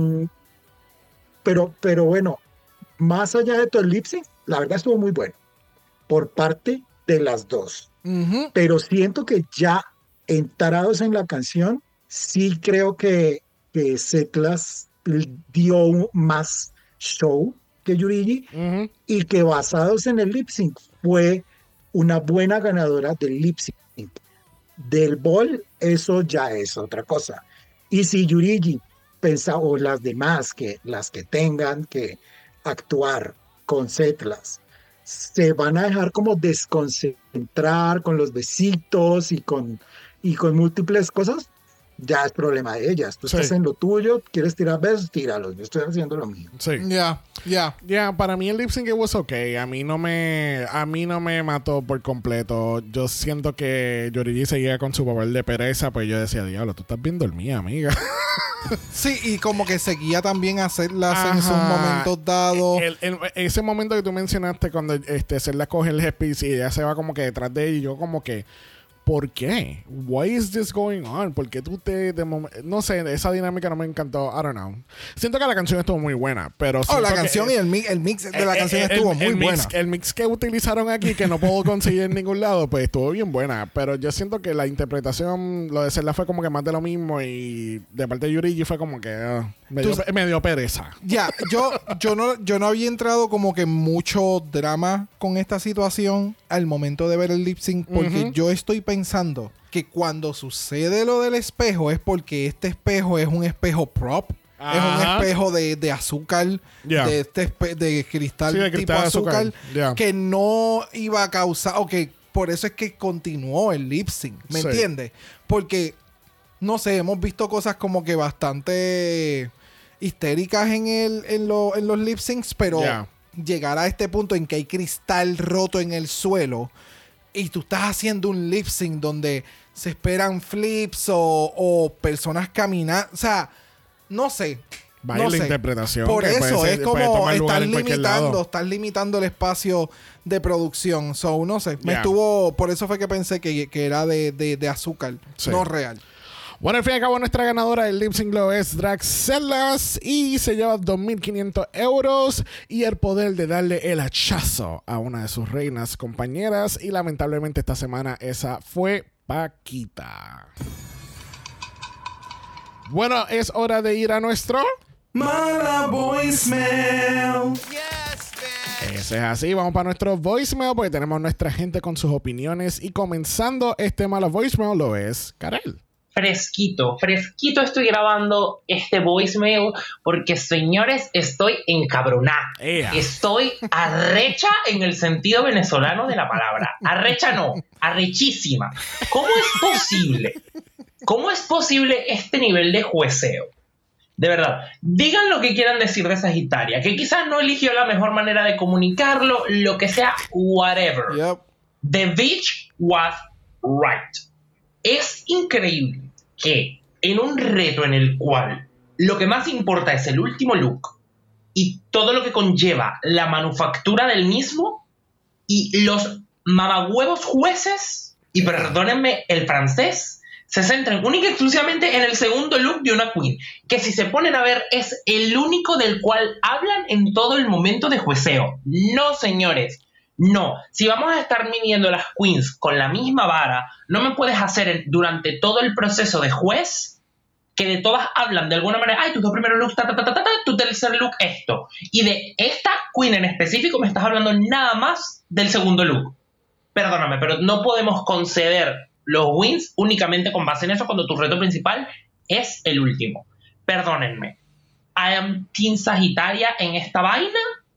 pero, pero bueno, más allá de todo el lip sync, la verdad estuvo muy bueno por parte de las dos. Uh-huh. Pero siento que ya entrados en la canción, sí creo que que Sedlas dio más show que Yurigi uh-huh. y que basados en el lip sync fue una buena ganadora del lip sync. Del ball, eso ya es otra cosa. Y si Yurigi pensaba, o las demás, que las que tengan que actuar con Sedlas, se van a dejar como desconcentrar con los besitos y con, y con múltiples cosas, ya es problema de ellas. Tú sí. estás en lo tuyo, quieres tirar besos, tíralos. Yo estoy haciendo lo mío. Sí. Ya, yeah, ya. Yeah. Ya, yeah, para mí el lip sync was okay. A mí no me a mí no me mató por completo. Yo siento que Yurigi seguía con su papel de pereza, pues yo decía, diablo, tú estás bien dormida, amiga. Sí, y como que seguía también a hacerlas Ajá. en sus momentos dados. El, el, el, ese momento que tú mencionaste cuando este Sedlas coge el headpiece y ella se va como que detrás de ella y yo como que ¿por qué? Why is this going on? ¿Por qué tú te... De mom- no sé, esa dinámica no me encantó. I don't know. Siento que la canción estuvo muy buena, pero... Oh, la canción que, y el mix, el mix de la eh, canción el, estuvo el, muy el buena. Mix, el mix que utilizaron aquí, que no puedo conseguir en ningún lado, pues estuvo bien buena. Pero yo siento que la interpretación, lo de Sedlas fue como que más de lo mismo y de parte de Yurigi fue como que... Uh, me, dio, me dio pereza. Ya, yeah, yo, yo, no, yo no había entrado como que mucho drama con esta situación al momento de ver el lip sync porque uh-huh. yo estoy pensando que cuando sucede lo del espejo es porque este espejo es un espejo prop. Ajá. Es un espejo de, de azúcar, yeah. de este espe- de cristal, sí, de cristal tipo azúcar, azúcar yeah. que no iba a causar, o que por eso es que continuó el lip sync, ¿me sí. entiendes? Porque, no sé, hemos visto cosas como que bastante histéricas en, el, en, lo, en los lip syncs, pero yeah. llegar a este punto en que hay cristal roto en el suelo y tú estás haciendo un lip sync donde se esperan flips o, o personas caminando, o sea, no sé. Vaya no la sé. interpretación. Por eso ser, es como estás limitando, estás limitando el espacio de producción. So, no sé. Me yeah. estuvo. Por eso fue que pensé que, que era de, de, de azúcar, sí. no real. Bueno, al fin y al cabo, nuestra ganadora del lip sync lo es Drag Sedlas y se lleva dos mil quinientos euros y el poder de darle el hachazo a una de sus reinas compañeras. Y lamentablemente esta semana esa fue Paquita. Bueno, es hora de ir a nuestro Mala voicemail. Yes, bitch. Ese es así, vamos para nuestro voicemail porque tenemos nuestra gente con sus opiniones y comenzando este mala voicemail lo es Karel. Fresquito, fresquito estoy grabando este voicemail porque, señores, estoy encabronada. Ea. Estoy arrecha en el sentido venezolano de la palabra. Arrecha no, arrechísima. ¿Cómo es posible? ¿Cómo es posible este nivel de jueceo? De verdad, digan lo que quieran decir de Sagitaria, que quizás no eligió la mejor manera de comunicarlo, lo que sea, whatever. Yep. The bitch was right. Es increíble que en un reto en el cual lo que más importa es el último look y todo lo que conlleva la manufactura del mismo y los mamagüevos jueces, y perdónenme el francés, se centran única y exclusivamente en el segundo look de una queen, que si se ponen a ver es el único del cual hablan en todo el momento de jueceo. No, señores. No, si vamos a estar midiendo las queens con la misma vara, no me puedes hacer durante todo el proceso de juez que de todas hablan de alguna manera, ay, tus dos primeros looks, ta, ta, ta, ta, ta, tu tercer look, esto. Y de esta queen en específico me estás hablando nada más del segundo look. Perdóname, pero no podemos conceder los wins únicamente con base en eso cuando tu reto principal es el último. Perdónenme. I am Team Sagitaria en esta vaina,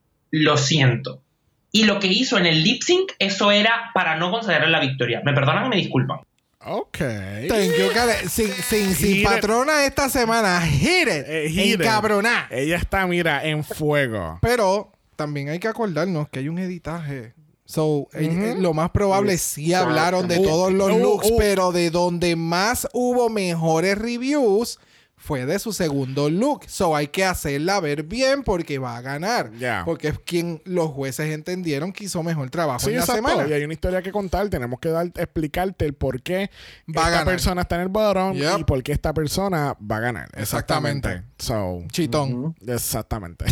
lo siento. Y lo que hizo en el lip sync, eso era para no concederle la victoria. Me perdonan y me disculpan. Ok. Thank you, Karen. Sin, sin, sin Hit patrona esta semana, hit it, Eh, hit it. encabroná. Ella está, mira, en fuego. Pero también hay que acordarnos que hay un editaje. So, eh, lo más probable sí hablaron de Uh, todos los uh, looks, uh. pero de donde más hubo mejores reviews fue de su segundo look. So, hay que hacerla ver bien porque va a ganar. Ya. Porque es quien los jueces entendieron que hizo mejor trabajo Sí, en la exacto. semana. Y hay una historia que contar. Tenemos que dar, explicarte el por qué Va a esta ganar. persona está en el bottom Yep. y por qué esta persona va a ganar. Exactamente. Exactamente. So, Chitón. exactamente.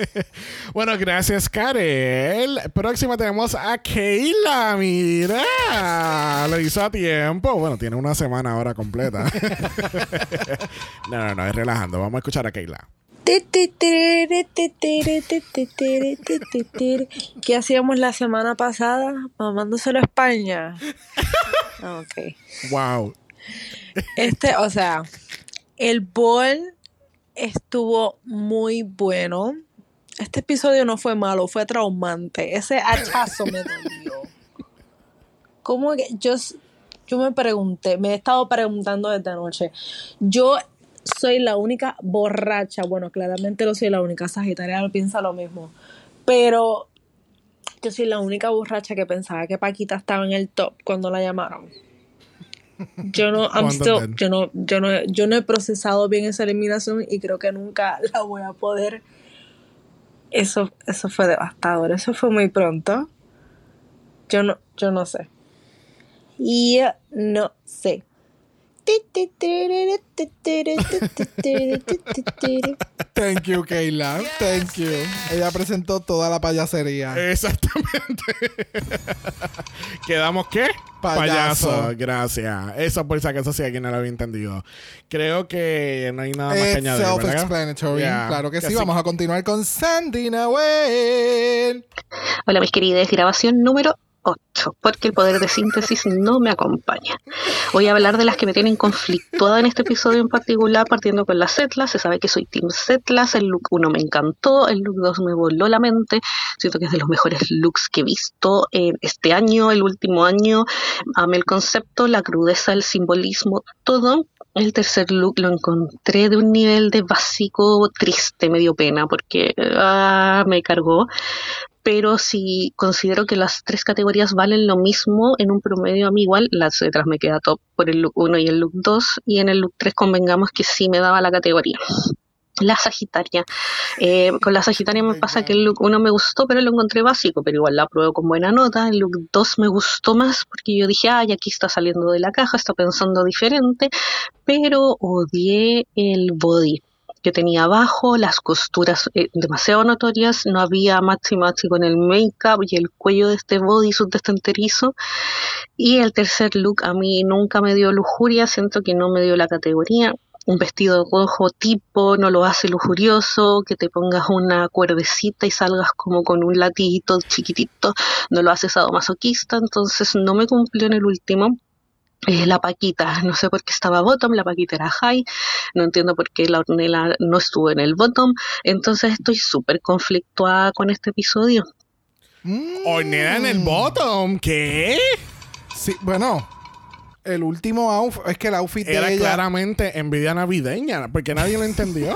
Bueno, gracias, Karel. Próxima tenemos a Keila. Mira, lo hizo a tiempo. Bueno, tiene una semana ahora completa. no, no, no, es relajando. Vamos a escuchar a Keila. ¿Qué hacíamos la semana pasada? Mamándoselo a España. Ok. Wow. Este, o sea, el bol estuvo muy bueno. Este episodio no fue malo, fue traumante. Ese hachazo me dolió. ¿Cómo que yo, yo me pregunté, me he estado preguntando desde anoche? Yo soy la única borracha, bueno, claramente no soy la única, Sagitaria lo piensa lo mismo, pero yo soy la única borracha que pensaba que Paquita estaba en el top cuando la llamaron. Yo no, I'm still, yo no, yo no, yo no he procesado bien esa eliminación y creo que nunca la voy a poder. Eso, eso fue devastador, eso fue muy pronto. Yo no, yo no sé. Y no sé. Thank you, Keila. Thank you. Ella presentó toda la payasería. Exactamente. ¿Quedamos qué? Payaso. Payaso. Gracias. Eso por si acaso si alguien no lo había entendido. Creo que no hay nada más que It's añadir, ¿verdad? self-explanatory. Yeah. Claro que sí. Así Vamos a continuar con Sandy Nahuel. Hola mis queridas, grabación número ocho, porque el poder de síntesis no me acompaña. Voy a hablar de las que me tienen conflictuada en este episodio en particular, partiendo con las Setlas. Se sabe que soy Team Setlas. El look uno me encantó, el look dos me voló la mente. Siento que es de los mejores looks que he visto eh, este año, el último año. Amé el concepto, la crudeza, el simbolismo, todo. El tercer look lo encontré de un nivel de básico triste, me dio pena porque ah, me cargó. Pero si considero que las tres categorías valen lo mismo, en un promedio a mí igual, las letras me queda top por el look uno y el look dos, y en el look tres convengamos que sí me daba la categoría. La Sagitaria. Eh, con la Sagitaria me pasa que el look uno me gustó, pero lo encontré básico, pero igual la apruebo con buena nota. El look dos me gustó más porque yo dije, ay, aquí está saliendo de la caja, está pensando diferente, pero odié el body que tenía abajo, las costuras eh, demasiado notorias, no había maxi maxi con el make-up y el cuello de este bodysuit de este enterizo. Y el tercer look a mí nunca me dio lujuria, siento que no me dio la categoría. un vestido rojo tipo, no lo hace lujurioso, que te pongas una cuerdecita y salgas como con un latiguito chiquitito, no lo hace sadomasoquista, entonces no me cumplió en el último. Eh, la Paquita, no sé por qué estaba bottom, la Paquita era high, no entiendo por qué la Ornella no estuvo en el bottom, entonces estoy súper conflictuada con este episodio. Mm. Ornella en el bottom, ¿qué? Sí, bueno, el último outfit, es que el outfit era de ella... claramente envidia navideña, porque nadie lo entendió.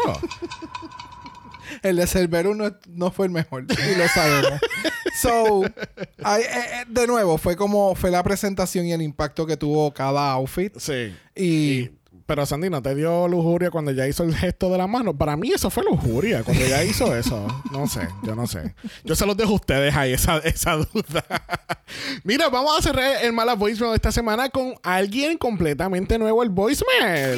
El de Cerberus no, no fue el mejor, y lo sabemos. So, I, eh, de nuevo, fue como fue la presentación y el impacto que tuvo cada outfit. Sí. Y... y pero Sandy, ¿no te dio lujuria cuando ya hizo el gesto de la mano? Para mí eso fue lujuria, cuando ya hizo eso. No sé, yo no sé. Yo se los dejo a ustedes ahí, esa, esa duda. Mira, vamos a cerrar el Mala Voicemail de esta semana con alguien completamente nuevo, el voicemail.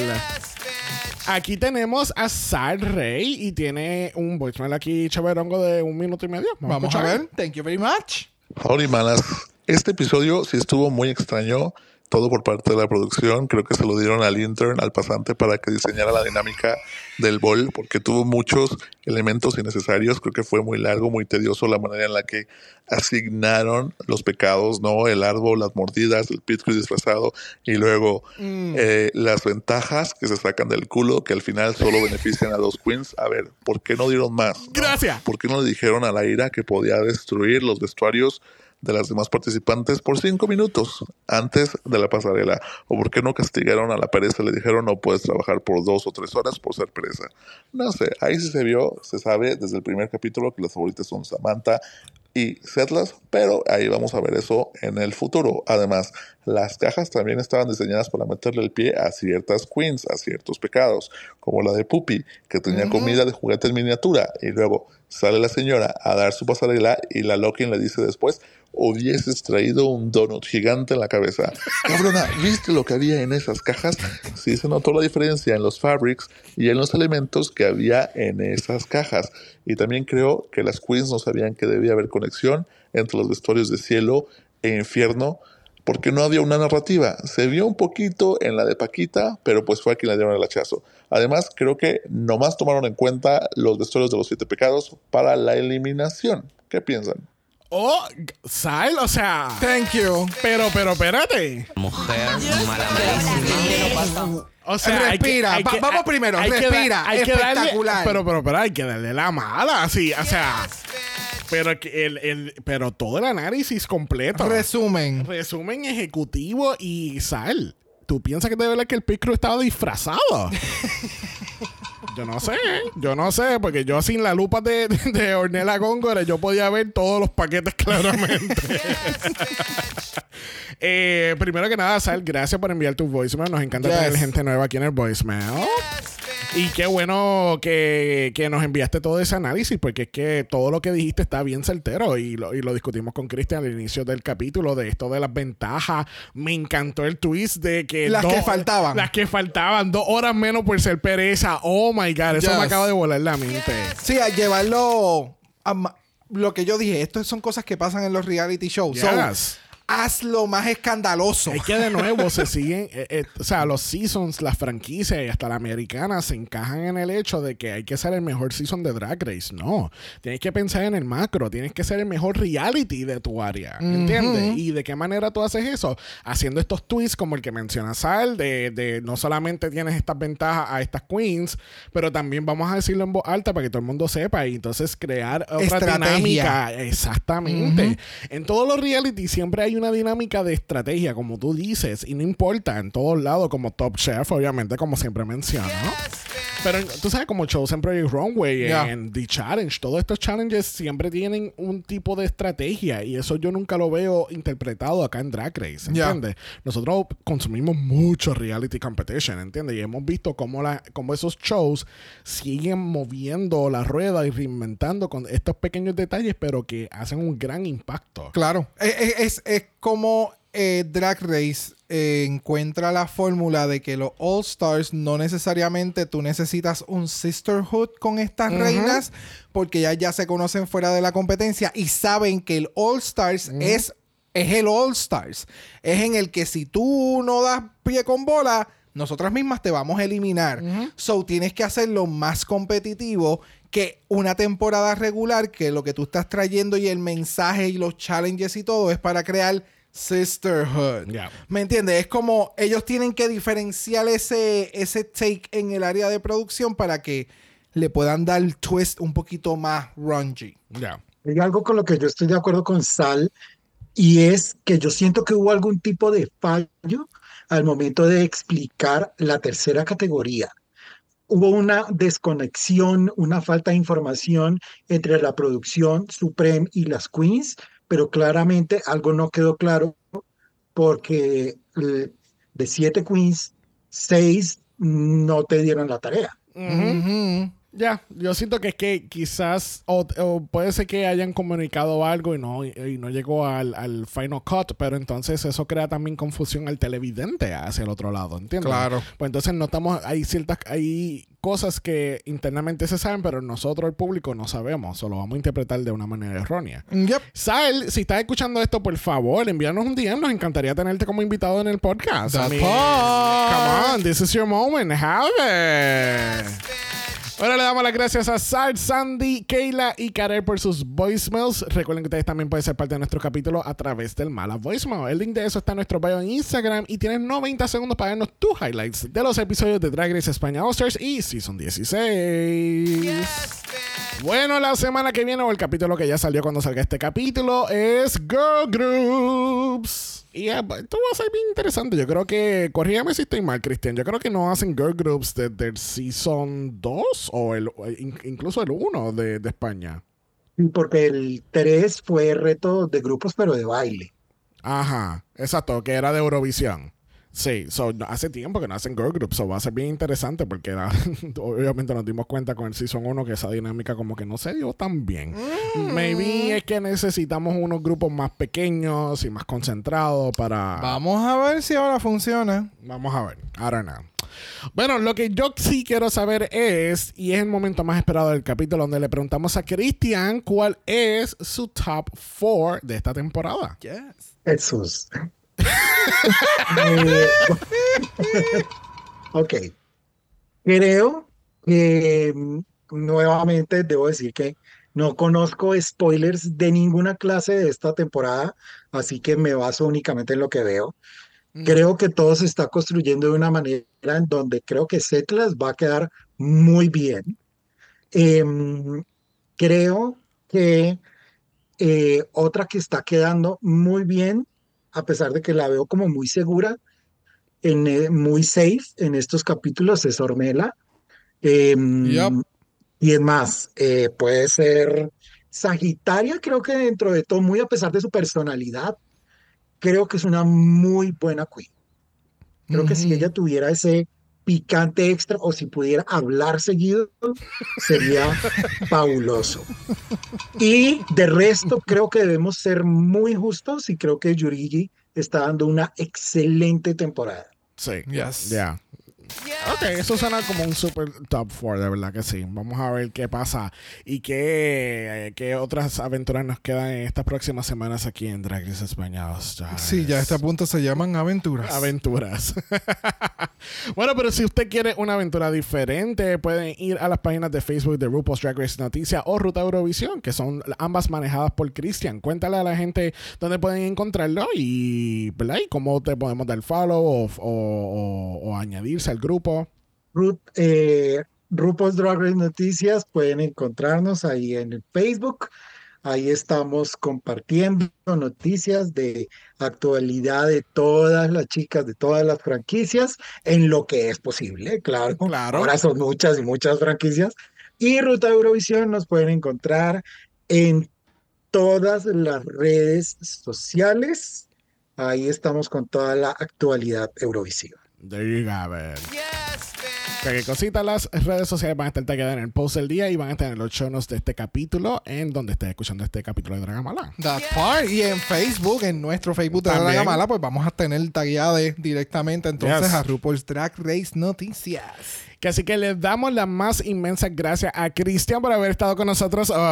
Yes, aquí tenemos a Sal Rey y tiene un voicemail aquí chaverongo de un minuto y medio. Vamos, vamos a, a ver. Thank you very much. Hola, malas. Este episodio sí estuvo muy extraño. Todo por parte de la producción. Creo que se lo dieron al intern, al pasante, para que diseñara la dinámica del bol, porque tuvo muchos elementos innecesarios. Creo que fue muy largo, muy tedioso la manera en la que asignaron los pecados, ¿no? El árbol, las mordidas, el pit crew disfrazado y luego mm. eh, las ventajas que se sacan del culo, que al final solo benefician a dos queens. A ver, ¿por qué no dieron más? ¿no? Gracias. ¿Por qué no le dijeron a la ira que podía destruir los vestuarios de las demás participantes por cinco minutos antes de la pasarela? ¿O por qué no castigaron a la pereza? Le dijeron no puedes trabajar por dos o tres horas por ser pereza. No sé, ahí sí se vio, se sabe desde el primer capítulo que las favoritas son Samantha y Setlas, pero ahí vamos a ver eso en el futuro. Además, las cajas también estaban diseñadas para meterle el pie a ciertas queens, a ciertos pecados, como la de Puppy, que tenía uh-huh. comida de juguete en miniatura, y luego sale la señora a dar su pasarela y la Lokin le dice después: hubieses traído un donut gigante en la cabeza. Cabrona, ¿viste lo que había en esas cajas? Sí se notó la diferencia en los fabrics y en los elementos que había en esas cajas. Y también creo que las queens no sabían que debía haber conexión entre los vestuarios de cielo e infierno, porque no había una narrativa. Se vio un poquito en la de Paquita, pero pues fue a quien le dieron el hachazo. Además, creo que nomás tomaron en cuenta los vestuarios de los siete pecados para la eliminación. ¿Qué piensan? Oh, Sal, o sea... Thank you. Pero, pero, espérate. Mujer malamadísima. O sea, respira. Hay que, hay que, vamos primero, hay respira. Que, hay espectacular. Que darle, pero, pero, pero, hay que darle la mala, así, o sea... Pero, el, el, pero todo el análisis completo. Resumen. Resumen ejecutivo y Sal. ¿Tú piensas que de verdad que el pit crew estaba disfrazado? Yo no sé, yo no sé, porque yo sin la lupa de, de, de Ornella Góngora yo podía ver todos los paquetes claramente. eh, primero que nada, Sal, gracias por enviar tu voicemail. Nos encanta yes. tener gente nueva aquí en el voicemail. Y qué bueno que, que nos enviaste todo ese análisis, porque es que todo lo que dijiste está bien certero y lo, y lo discutimos con Cristian al inicio del capítulo de esto de las ventajas. Me encantó el twist de que... Las dos, que faltaban. Las que faltaban. Dos horas menos por ser pereza. Oh, my God. Eso yes. me acaba de volar la mente. Sí, a llevarlo... A, lo que yo dije, esto son cosas que pasan en los reality shows. Yes. So, hazlo más escandaloso. Es que de nuevo se siguen, eh, eh, o sea, los seasons, las franquicias y hasta la americana se encajan en el hecho de que hay que ser el mejor season de Drag Race. No, tienes que pensar en el macro, tienes que ser el mejor reality de tu área, ¿entiendes? Uh-huh. Y de qué manera tú haces eso, haciendo estos twists como el que menciona Sal, de, de no solamente tienes estas ventajas a estas queens, pero también vamos a decirlo en voz alta para que todo el mundo sepa y entonces crear otra estrategia. Dinámica. Exactamente. Uh-huh. En todos los reality siempre hay una dinámica de estrategia, como tú dices, y no importa, en todos lados, como Top Chef, obviamente, como siempre menciono. Pero tú sabes, como Chosen Project Runway, yeah. en The Challenge, todos estos challenges siempre tienen un tipo de estrategia y eso yo nunca lo veo interpretado acá en Drag Race, ¿entiendes? Yeah. Nosotros consumimos mucho reality competition, ¿entiendes? Y hemos visto cómo, la, cómo esos shows siguen moviendo la rueda y reinventando con estos pequeños detalles, pero que hacen un gran impacto. Claro. Es, es, es como eh, Drag Race eh, encuentra la fórmula de que los All Stars no necesariamente tú necesitas un sisterhood con estas uh-huh. reinas, porque ya, ya se conocen fuera de la competencia y saben que el All Stars uh-huh. es, es el All Stars. Es en el que si tú no das pie con bola, nosotras mismas te vamos a eliminar. Uh-huh. So, tienes que hacerlo más competitivo que una temporada regular, que lo que tú estás trayendo y el mensaje y los challenges y todo es para crear sisterhood. Yeah. ¿Me entiendes? Es como ellos tienen que diferenciar ese, ese take en el área de producción para que le puedan dar el twist un poquito más grungy. Yeah. Hay algo con lo que yo estoy de acuerdo con Sal, y es que yo siento que hubo algún tipo de fallo al momento de explicar la tercera categoría. Hubo una desconexión, una falta de información entre la producción Supreme y las Queens, pero claramente algo no quedó claro porque de siete Queens, seis no te dieron la tarea. Uh-huh. Ya, yeah, yo siento que es que quizás o, o puede ser que hayan comunicado algo y no, y no llegó al, al final cut, pero entonces eso crea también confusión al televidente hacia el otro lado, ¿entiendes? Claro. Pues entonces notamos, hay ciertas, hay cosas que internamente se saben, pero nosotros, el público, no sabemos, o lo vamos a interpretar de una manera errónea. Yep. Sal, si estás escuchando esto, por favor, envíanos un D M, nos encantaría tenerte como invitado en el podcast. That's I mean, come on, this is your moment, have it. Yes, ahora le damos las gracias a Sal, Sandy, Kayla y Karel por sus voicemails. Recuerden que ustedes también pueden ser parte de nuestro capítulo a través del Mala Voicemail. El link de eso está en nuestro bio en Instagram y tienes noventa segundos para vernos tus highlights de los episodios de Drag Race España All Stars y Season dieciséis. Yes, bueno, la semana que viene o el capítulo que ya salió cuando salga este capítulo es Girl Groups. Y yeah, esto va a ser bien interesante. Yo creo que, corrígame si estoy mal, Cristian, yo creo que no hacen girl groups desde el Season dos o el, incluso el uno de, de España. Porque el tres fue reto de grupos, pero de baile. Ajá, exacto, que era de Eurovisión. Sí, so, hace tiempo que no hacen girl groups, so va a ser bien interesante porque la, obviamente nos dimos cuenta con el Season uno que esa dinámica como que no se dio tan bien. Mm. Maybe es que necesitamos unos grupos más pequeños y más concentrados para... Vamos a ver si ahora funciona. Vamos a ver, I don't know. Bueno, lo que yo sí quiero saber es, y es el momento más esperado del capítulo, donde le preguntamos a Cristian cuál es su top four de esta temporada. Yes. Jesús. eh, ok. Creo que nuevamente debo decir que no conozco spoilers de ninguna clase de esta temporada, así que me baso únicamente en lo que veo. Mm. Creo que todo se está construyendo de una manera en donde creo que Setlas va a quedar muy bien. Eh, creo que eh, otra que está quedando muy bien, a pesar de que la veo como muy segura, en, eh, muy safe en estos capítulos, es Ornella. Eh, yep. Y es más, eh, puede ser Sagitaria, creo que dentro de todo, muy a pesar de su personalidad, creo que es una muy buena queen. Creo uh-huh. que si ella tuviera ese picante extra o si pudiera hablar seguido, sería fabuloso. Y de resto, creo que debemos ser muy justos y creo que Yurigi está dando una excelente temporada. Sí, yes. ya. Yeah. Ok, eso suena como un super top four, de verdad que sí. Vamos a ver qué pasa y qué, qué otras aventuras nos quedan en estas próximas semanas aquí en Drag Race España All Stars. Sí, ya a este punto se llaman aventuras. Aventuras. Bueno, pero si usted quiere una aventura diferente, pueden ir a las páginas de Facebook de RuPaul's Drag Race Noticias o Ruta Eurovisión, que son ambas manejadas por Cristian. Cuéntale a la gente dónde pueden encontrarlo y, ¿verdad? y cómo te podemos dar follow o, o, o, o añadirse al grupo. Ru eh, RuPaul's Drag Race Noticias, pueden encontrarnos ahí en el Facebook. Ahí estamos compartiendo noticias de actualidad de todas las chicas, de todas las franquicias, en lo que es posible, claro. claro. Ahora son muchas y muchas franquicias. Y Ruta Eurovisión nos pueden encontrar en todas las redes sociales. Ahí estamos con toda la actualidad eurovisiva. There you go, it. Yes, ¿Qué cosita? Las redes sociales van a estar tagueadas en el post del día y van a estar en los show notes de este capítulo, en donde estés escuchando este capítulo de Dragamala. That yes. part. Y en Facebook, en nuestro Facebook de También. Dragamala, pues vamos a tener tagueadas directamente entonces yes. a RuPaul's Drag Race Noticias. Que así que les damos las más inmensas gracias a Cristian por haber estado con nosotros hoy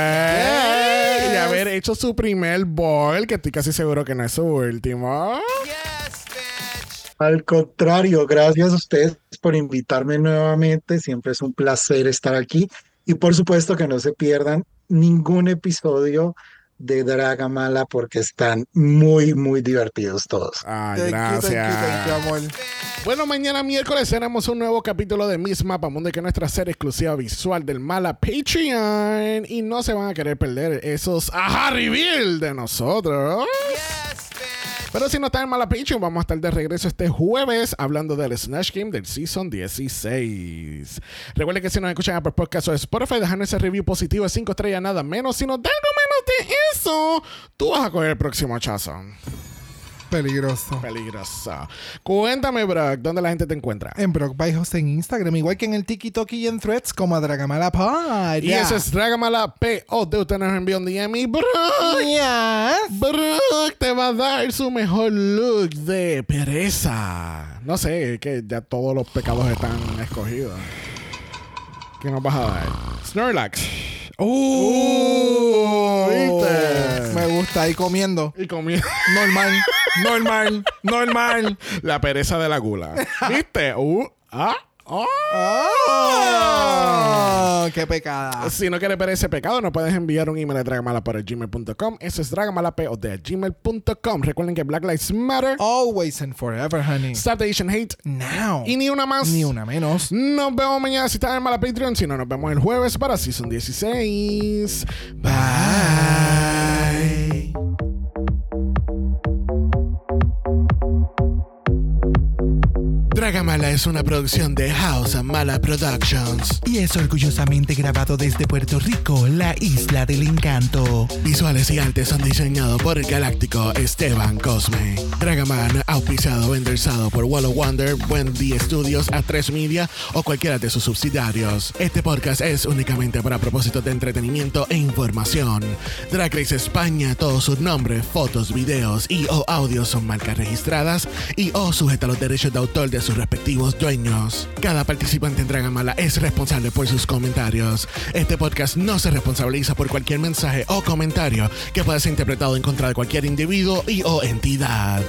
yes. y haber hecho su primer ball, que estoy casi seguro que no es su último. Yes. Al contrario, gracias a ustedes por invitarme nuevamente. Siempre es un placer estar aquí. Y por supuesto que no se pierdan ningún episodio de Dragamala porque están muy, muy divertidos todos. Ay, Thank you, gracias. thank you, thank you, amor. Bueno, mañana miércoles tenemos un nuevo capítulo de Miss Mapamundi, que es nuestra serie exclusiva visual del Mala Patreon. Y no se van a querer perder esos aha reveal de nosotros. Pero si no están en Mala Patreon, vamos a estar de regreso este jueves hablando del Snatch Game del Season dieciséis. Recuerden que si nos escuchan en Apple Podcasts o Spotify, dejan ese review positivo de cinco estrellas, nada menos. Si nos dan algo menos de eso, tú vas a coger el próximo hachazo. Peligroso. Peligroso. Cuéntame, Brock, ¿dónde la gente te encuentra? En Brock by Host en Instagram, igual que en el TikTok y en Threads como a Dragamala Pod. Y yeah. Ese es Dragamala P O D. Usted nos envió un D M y Brock, yes. Brock te va a dar su mejor look de pereza. No sé, que ya todos los pecados están escogidos. ¿Qué nos vas a dar? Snorlax. Uh, uh, ¿viste? Me gusta. Y comiendo. Y comiendo. Normal. Normal. Normal. La pereza de la gula. ¿Viste? Uh, ah. Oh. Oh, ¡qué pecada! Si no quieres ver ese pecado, nos puedes enviar un email a dragamala por gmail punto com. Eso es dragamalapod de gmail punto com. Recuerden que Black Lives Matter. Always and forever, honey. Stop the Asian hate. Now. Y ni una más. Ni una menos. Nos vemos mañana si están en Mala Patreon. Si no, nos vemos el jueves para Season dieciséis. Bye. Dragamala es una producción de House Mala Productions y es orgullosamente grabado desde Puerto Rico, la isla del encanto. Visuales y artes son diseñados por el galáctico Esteban Cosme. Dragaman, auspiciado o endorsado por Wall of Wonder, Wendy Studios, A tres Media o cualquiera de sus subsidiarios. Este podcast es únicamente para propósitos de entretenimiento e información. Drag Race España, todos sus nombres, fotos, videos y o audios son marcas registradas y o sujeta a los derechos de autor de sus respectivos dueños. Cada participante en Dragamala es responsable por sus comentarios. Este podcast no se responsabiliza por cualquier mensaje o comentario que pueda ser interpretado en contra de cualquier individuo y o entidad.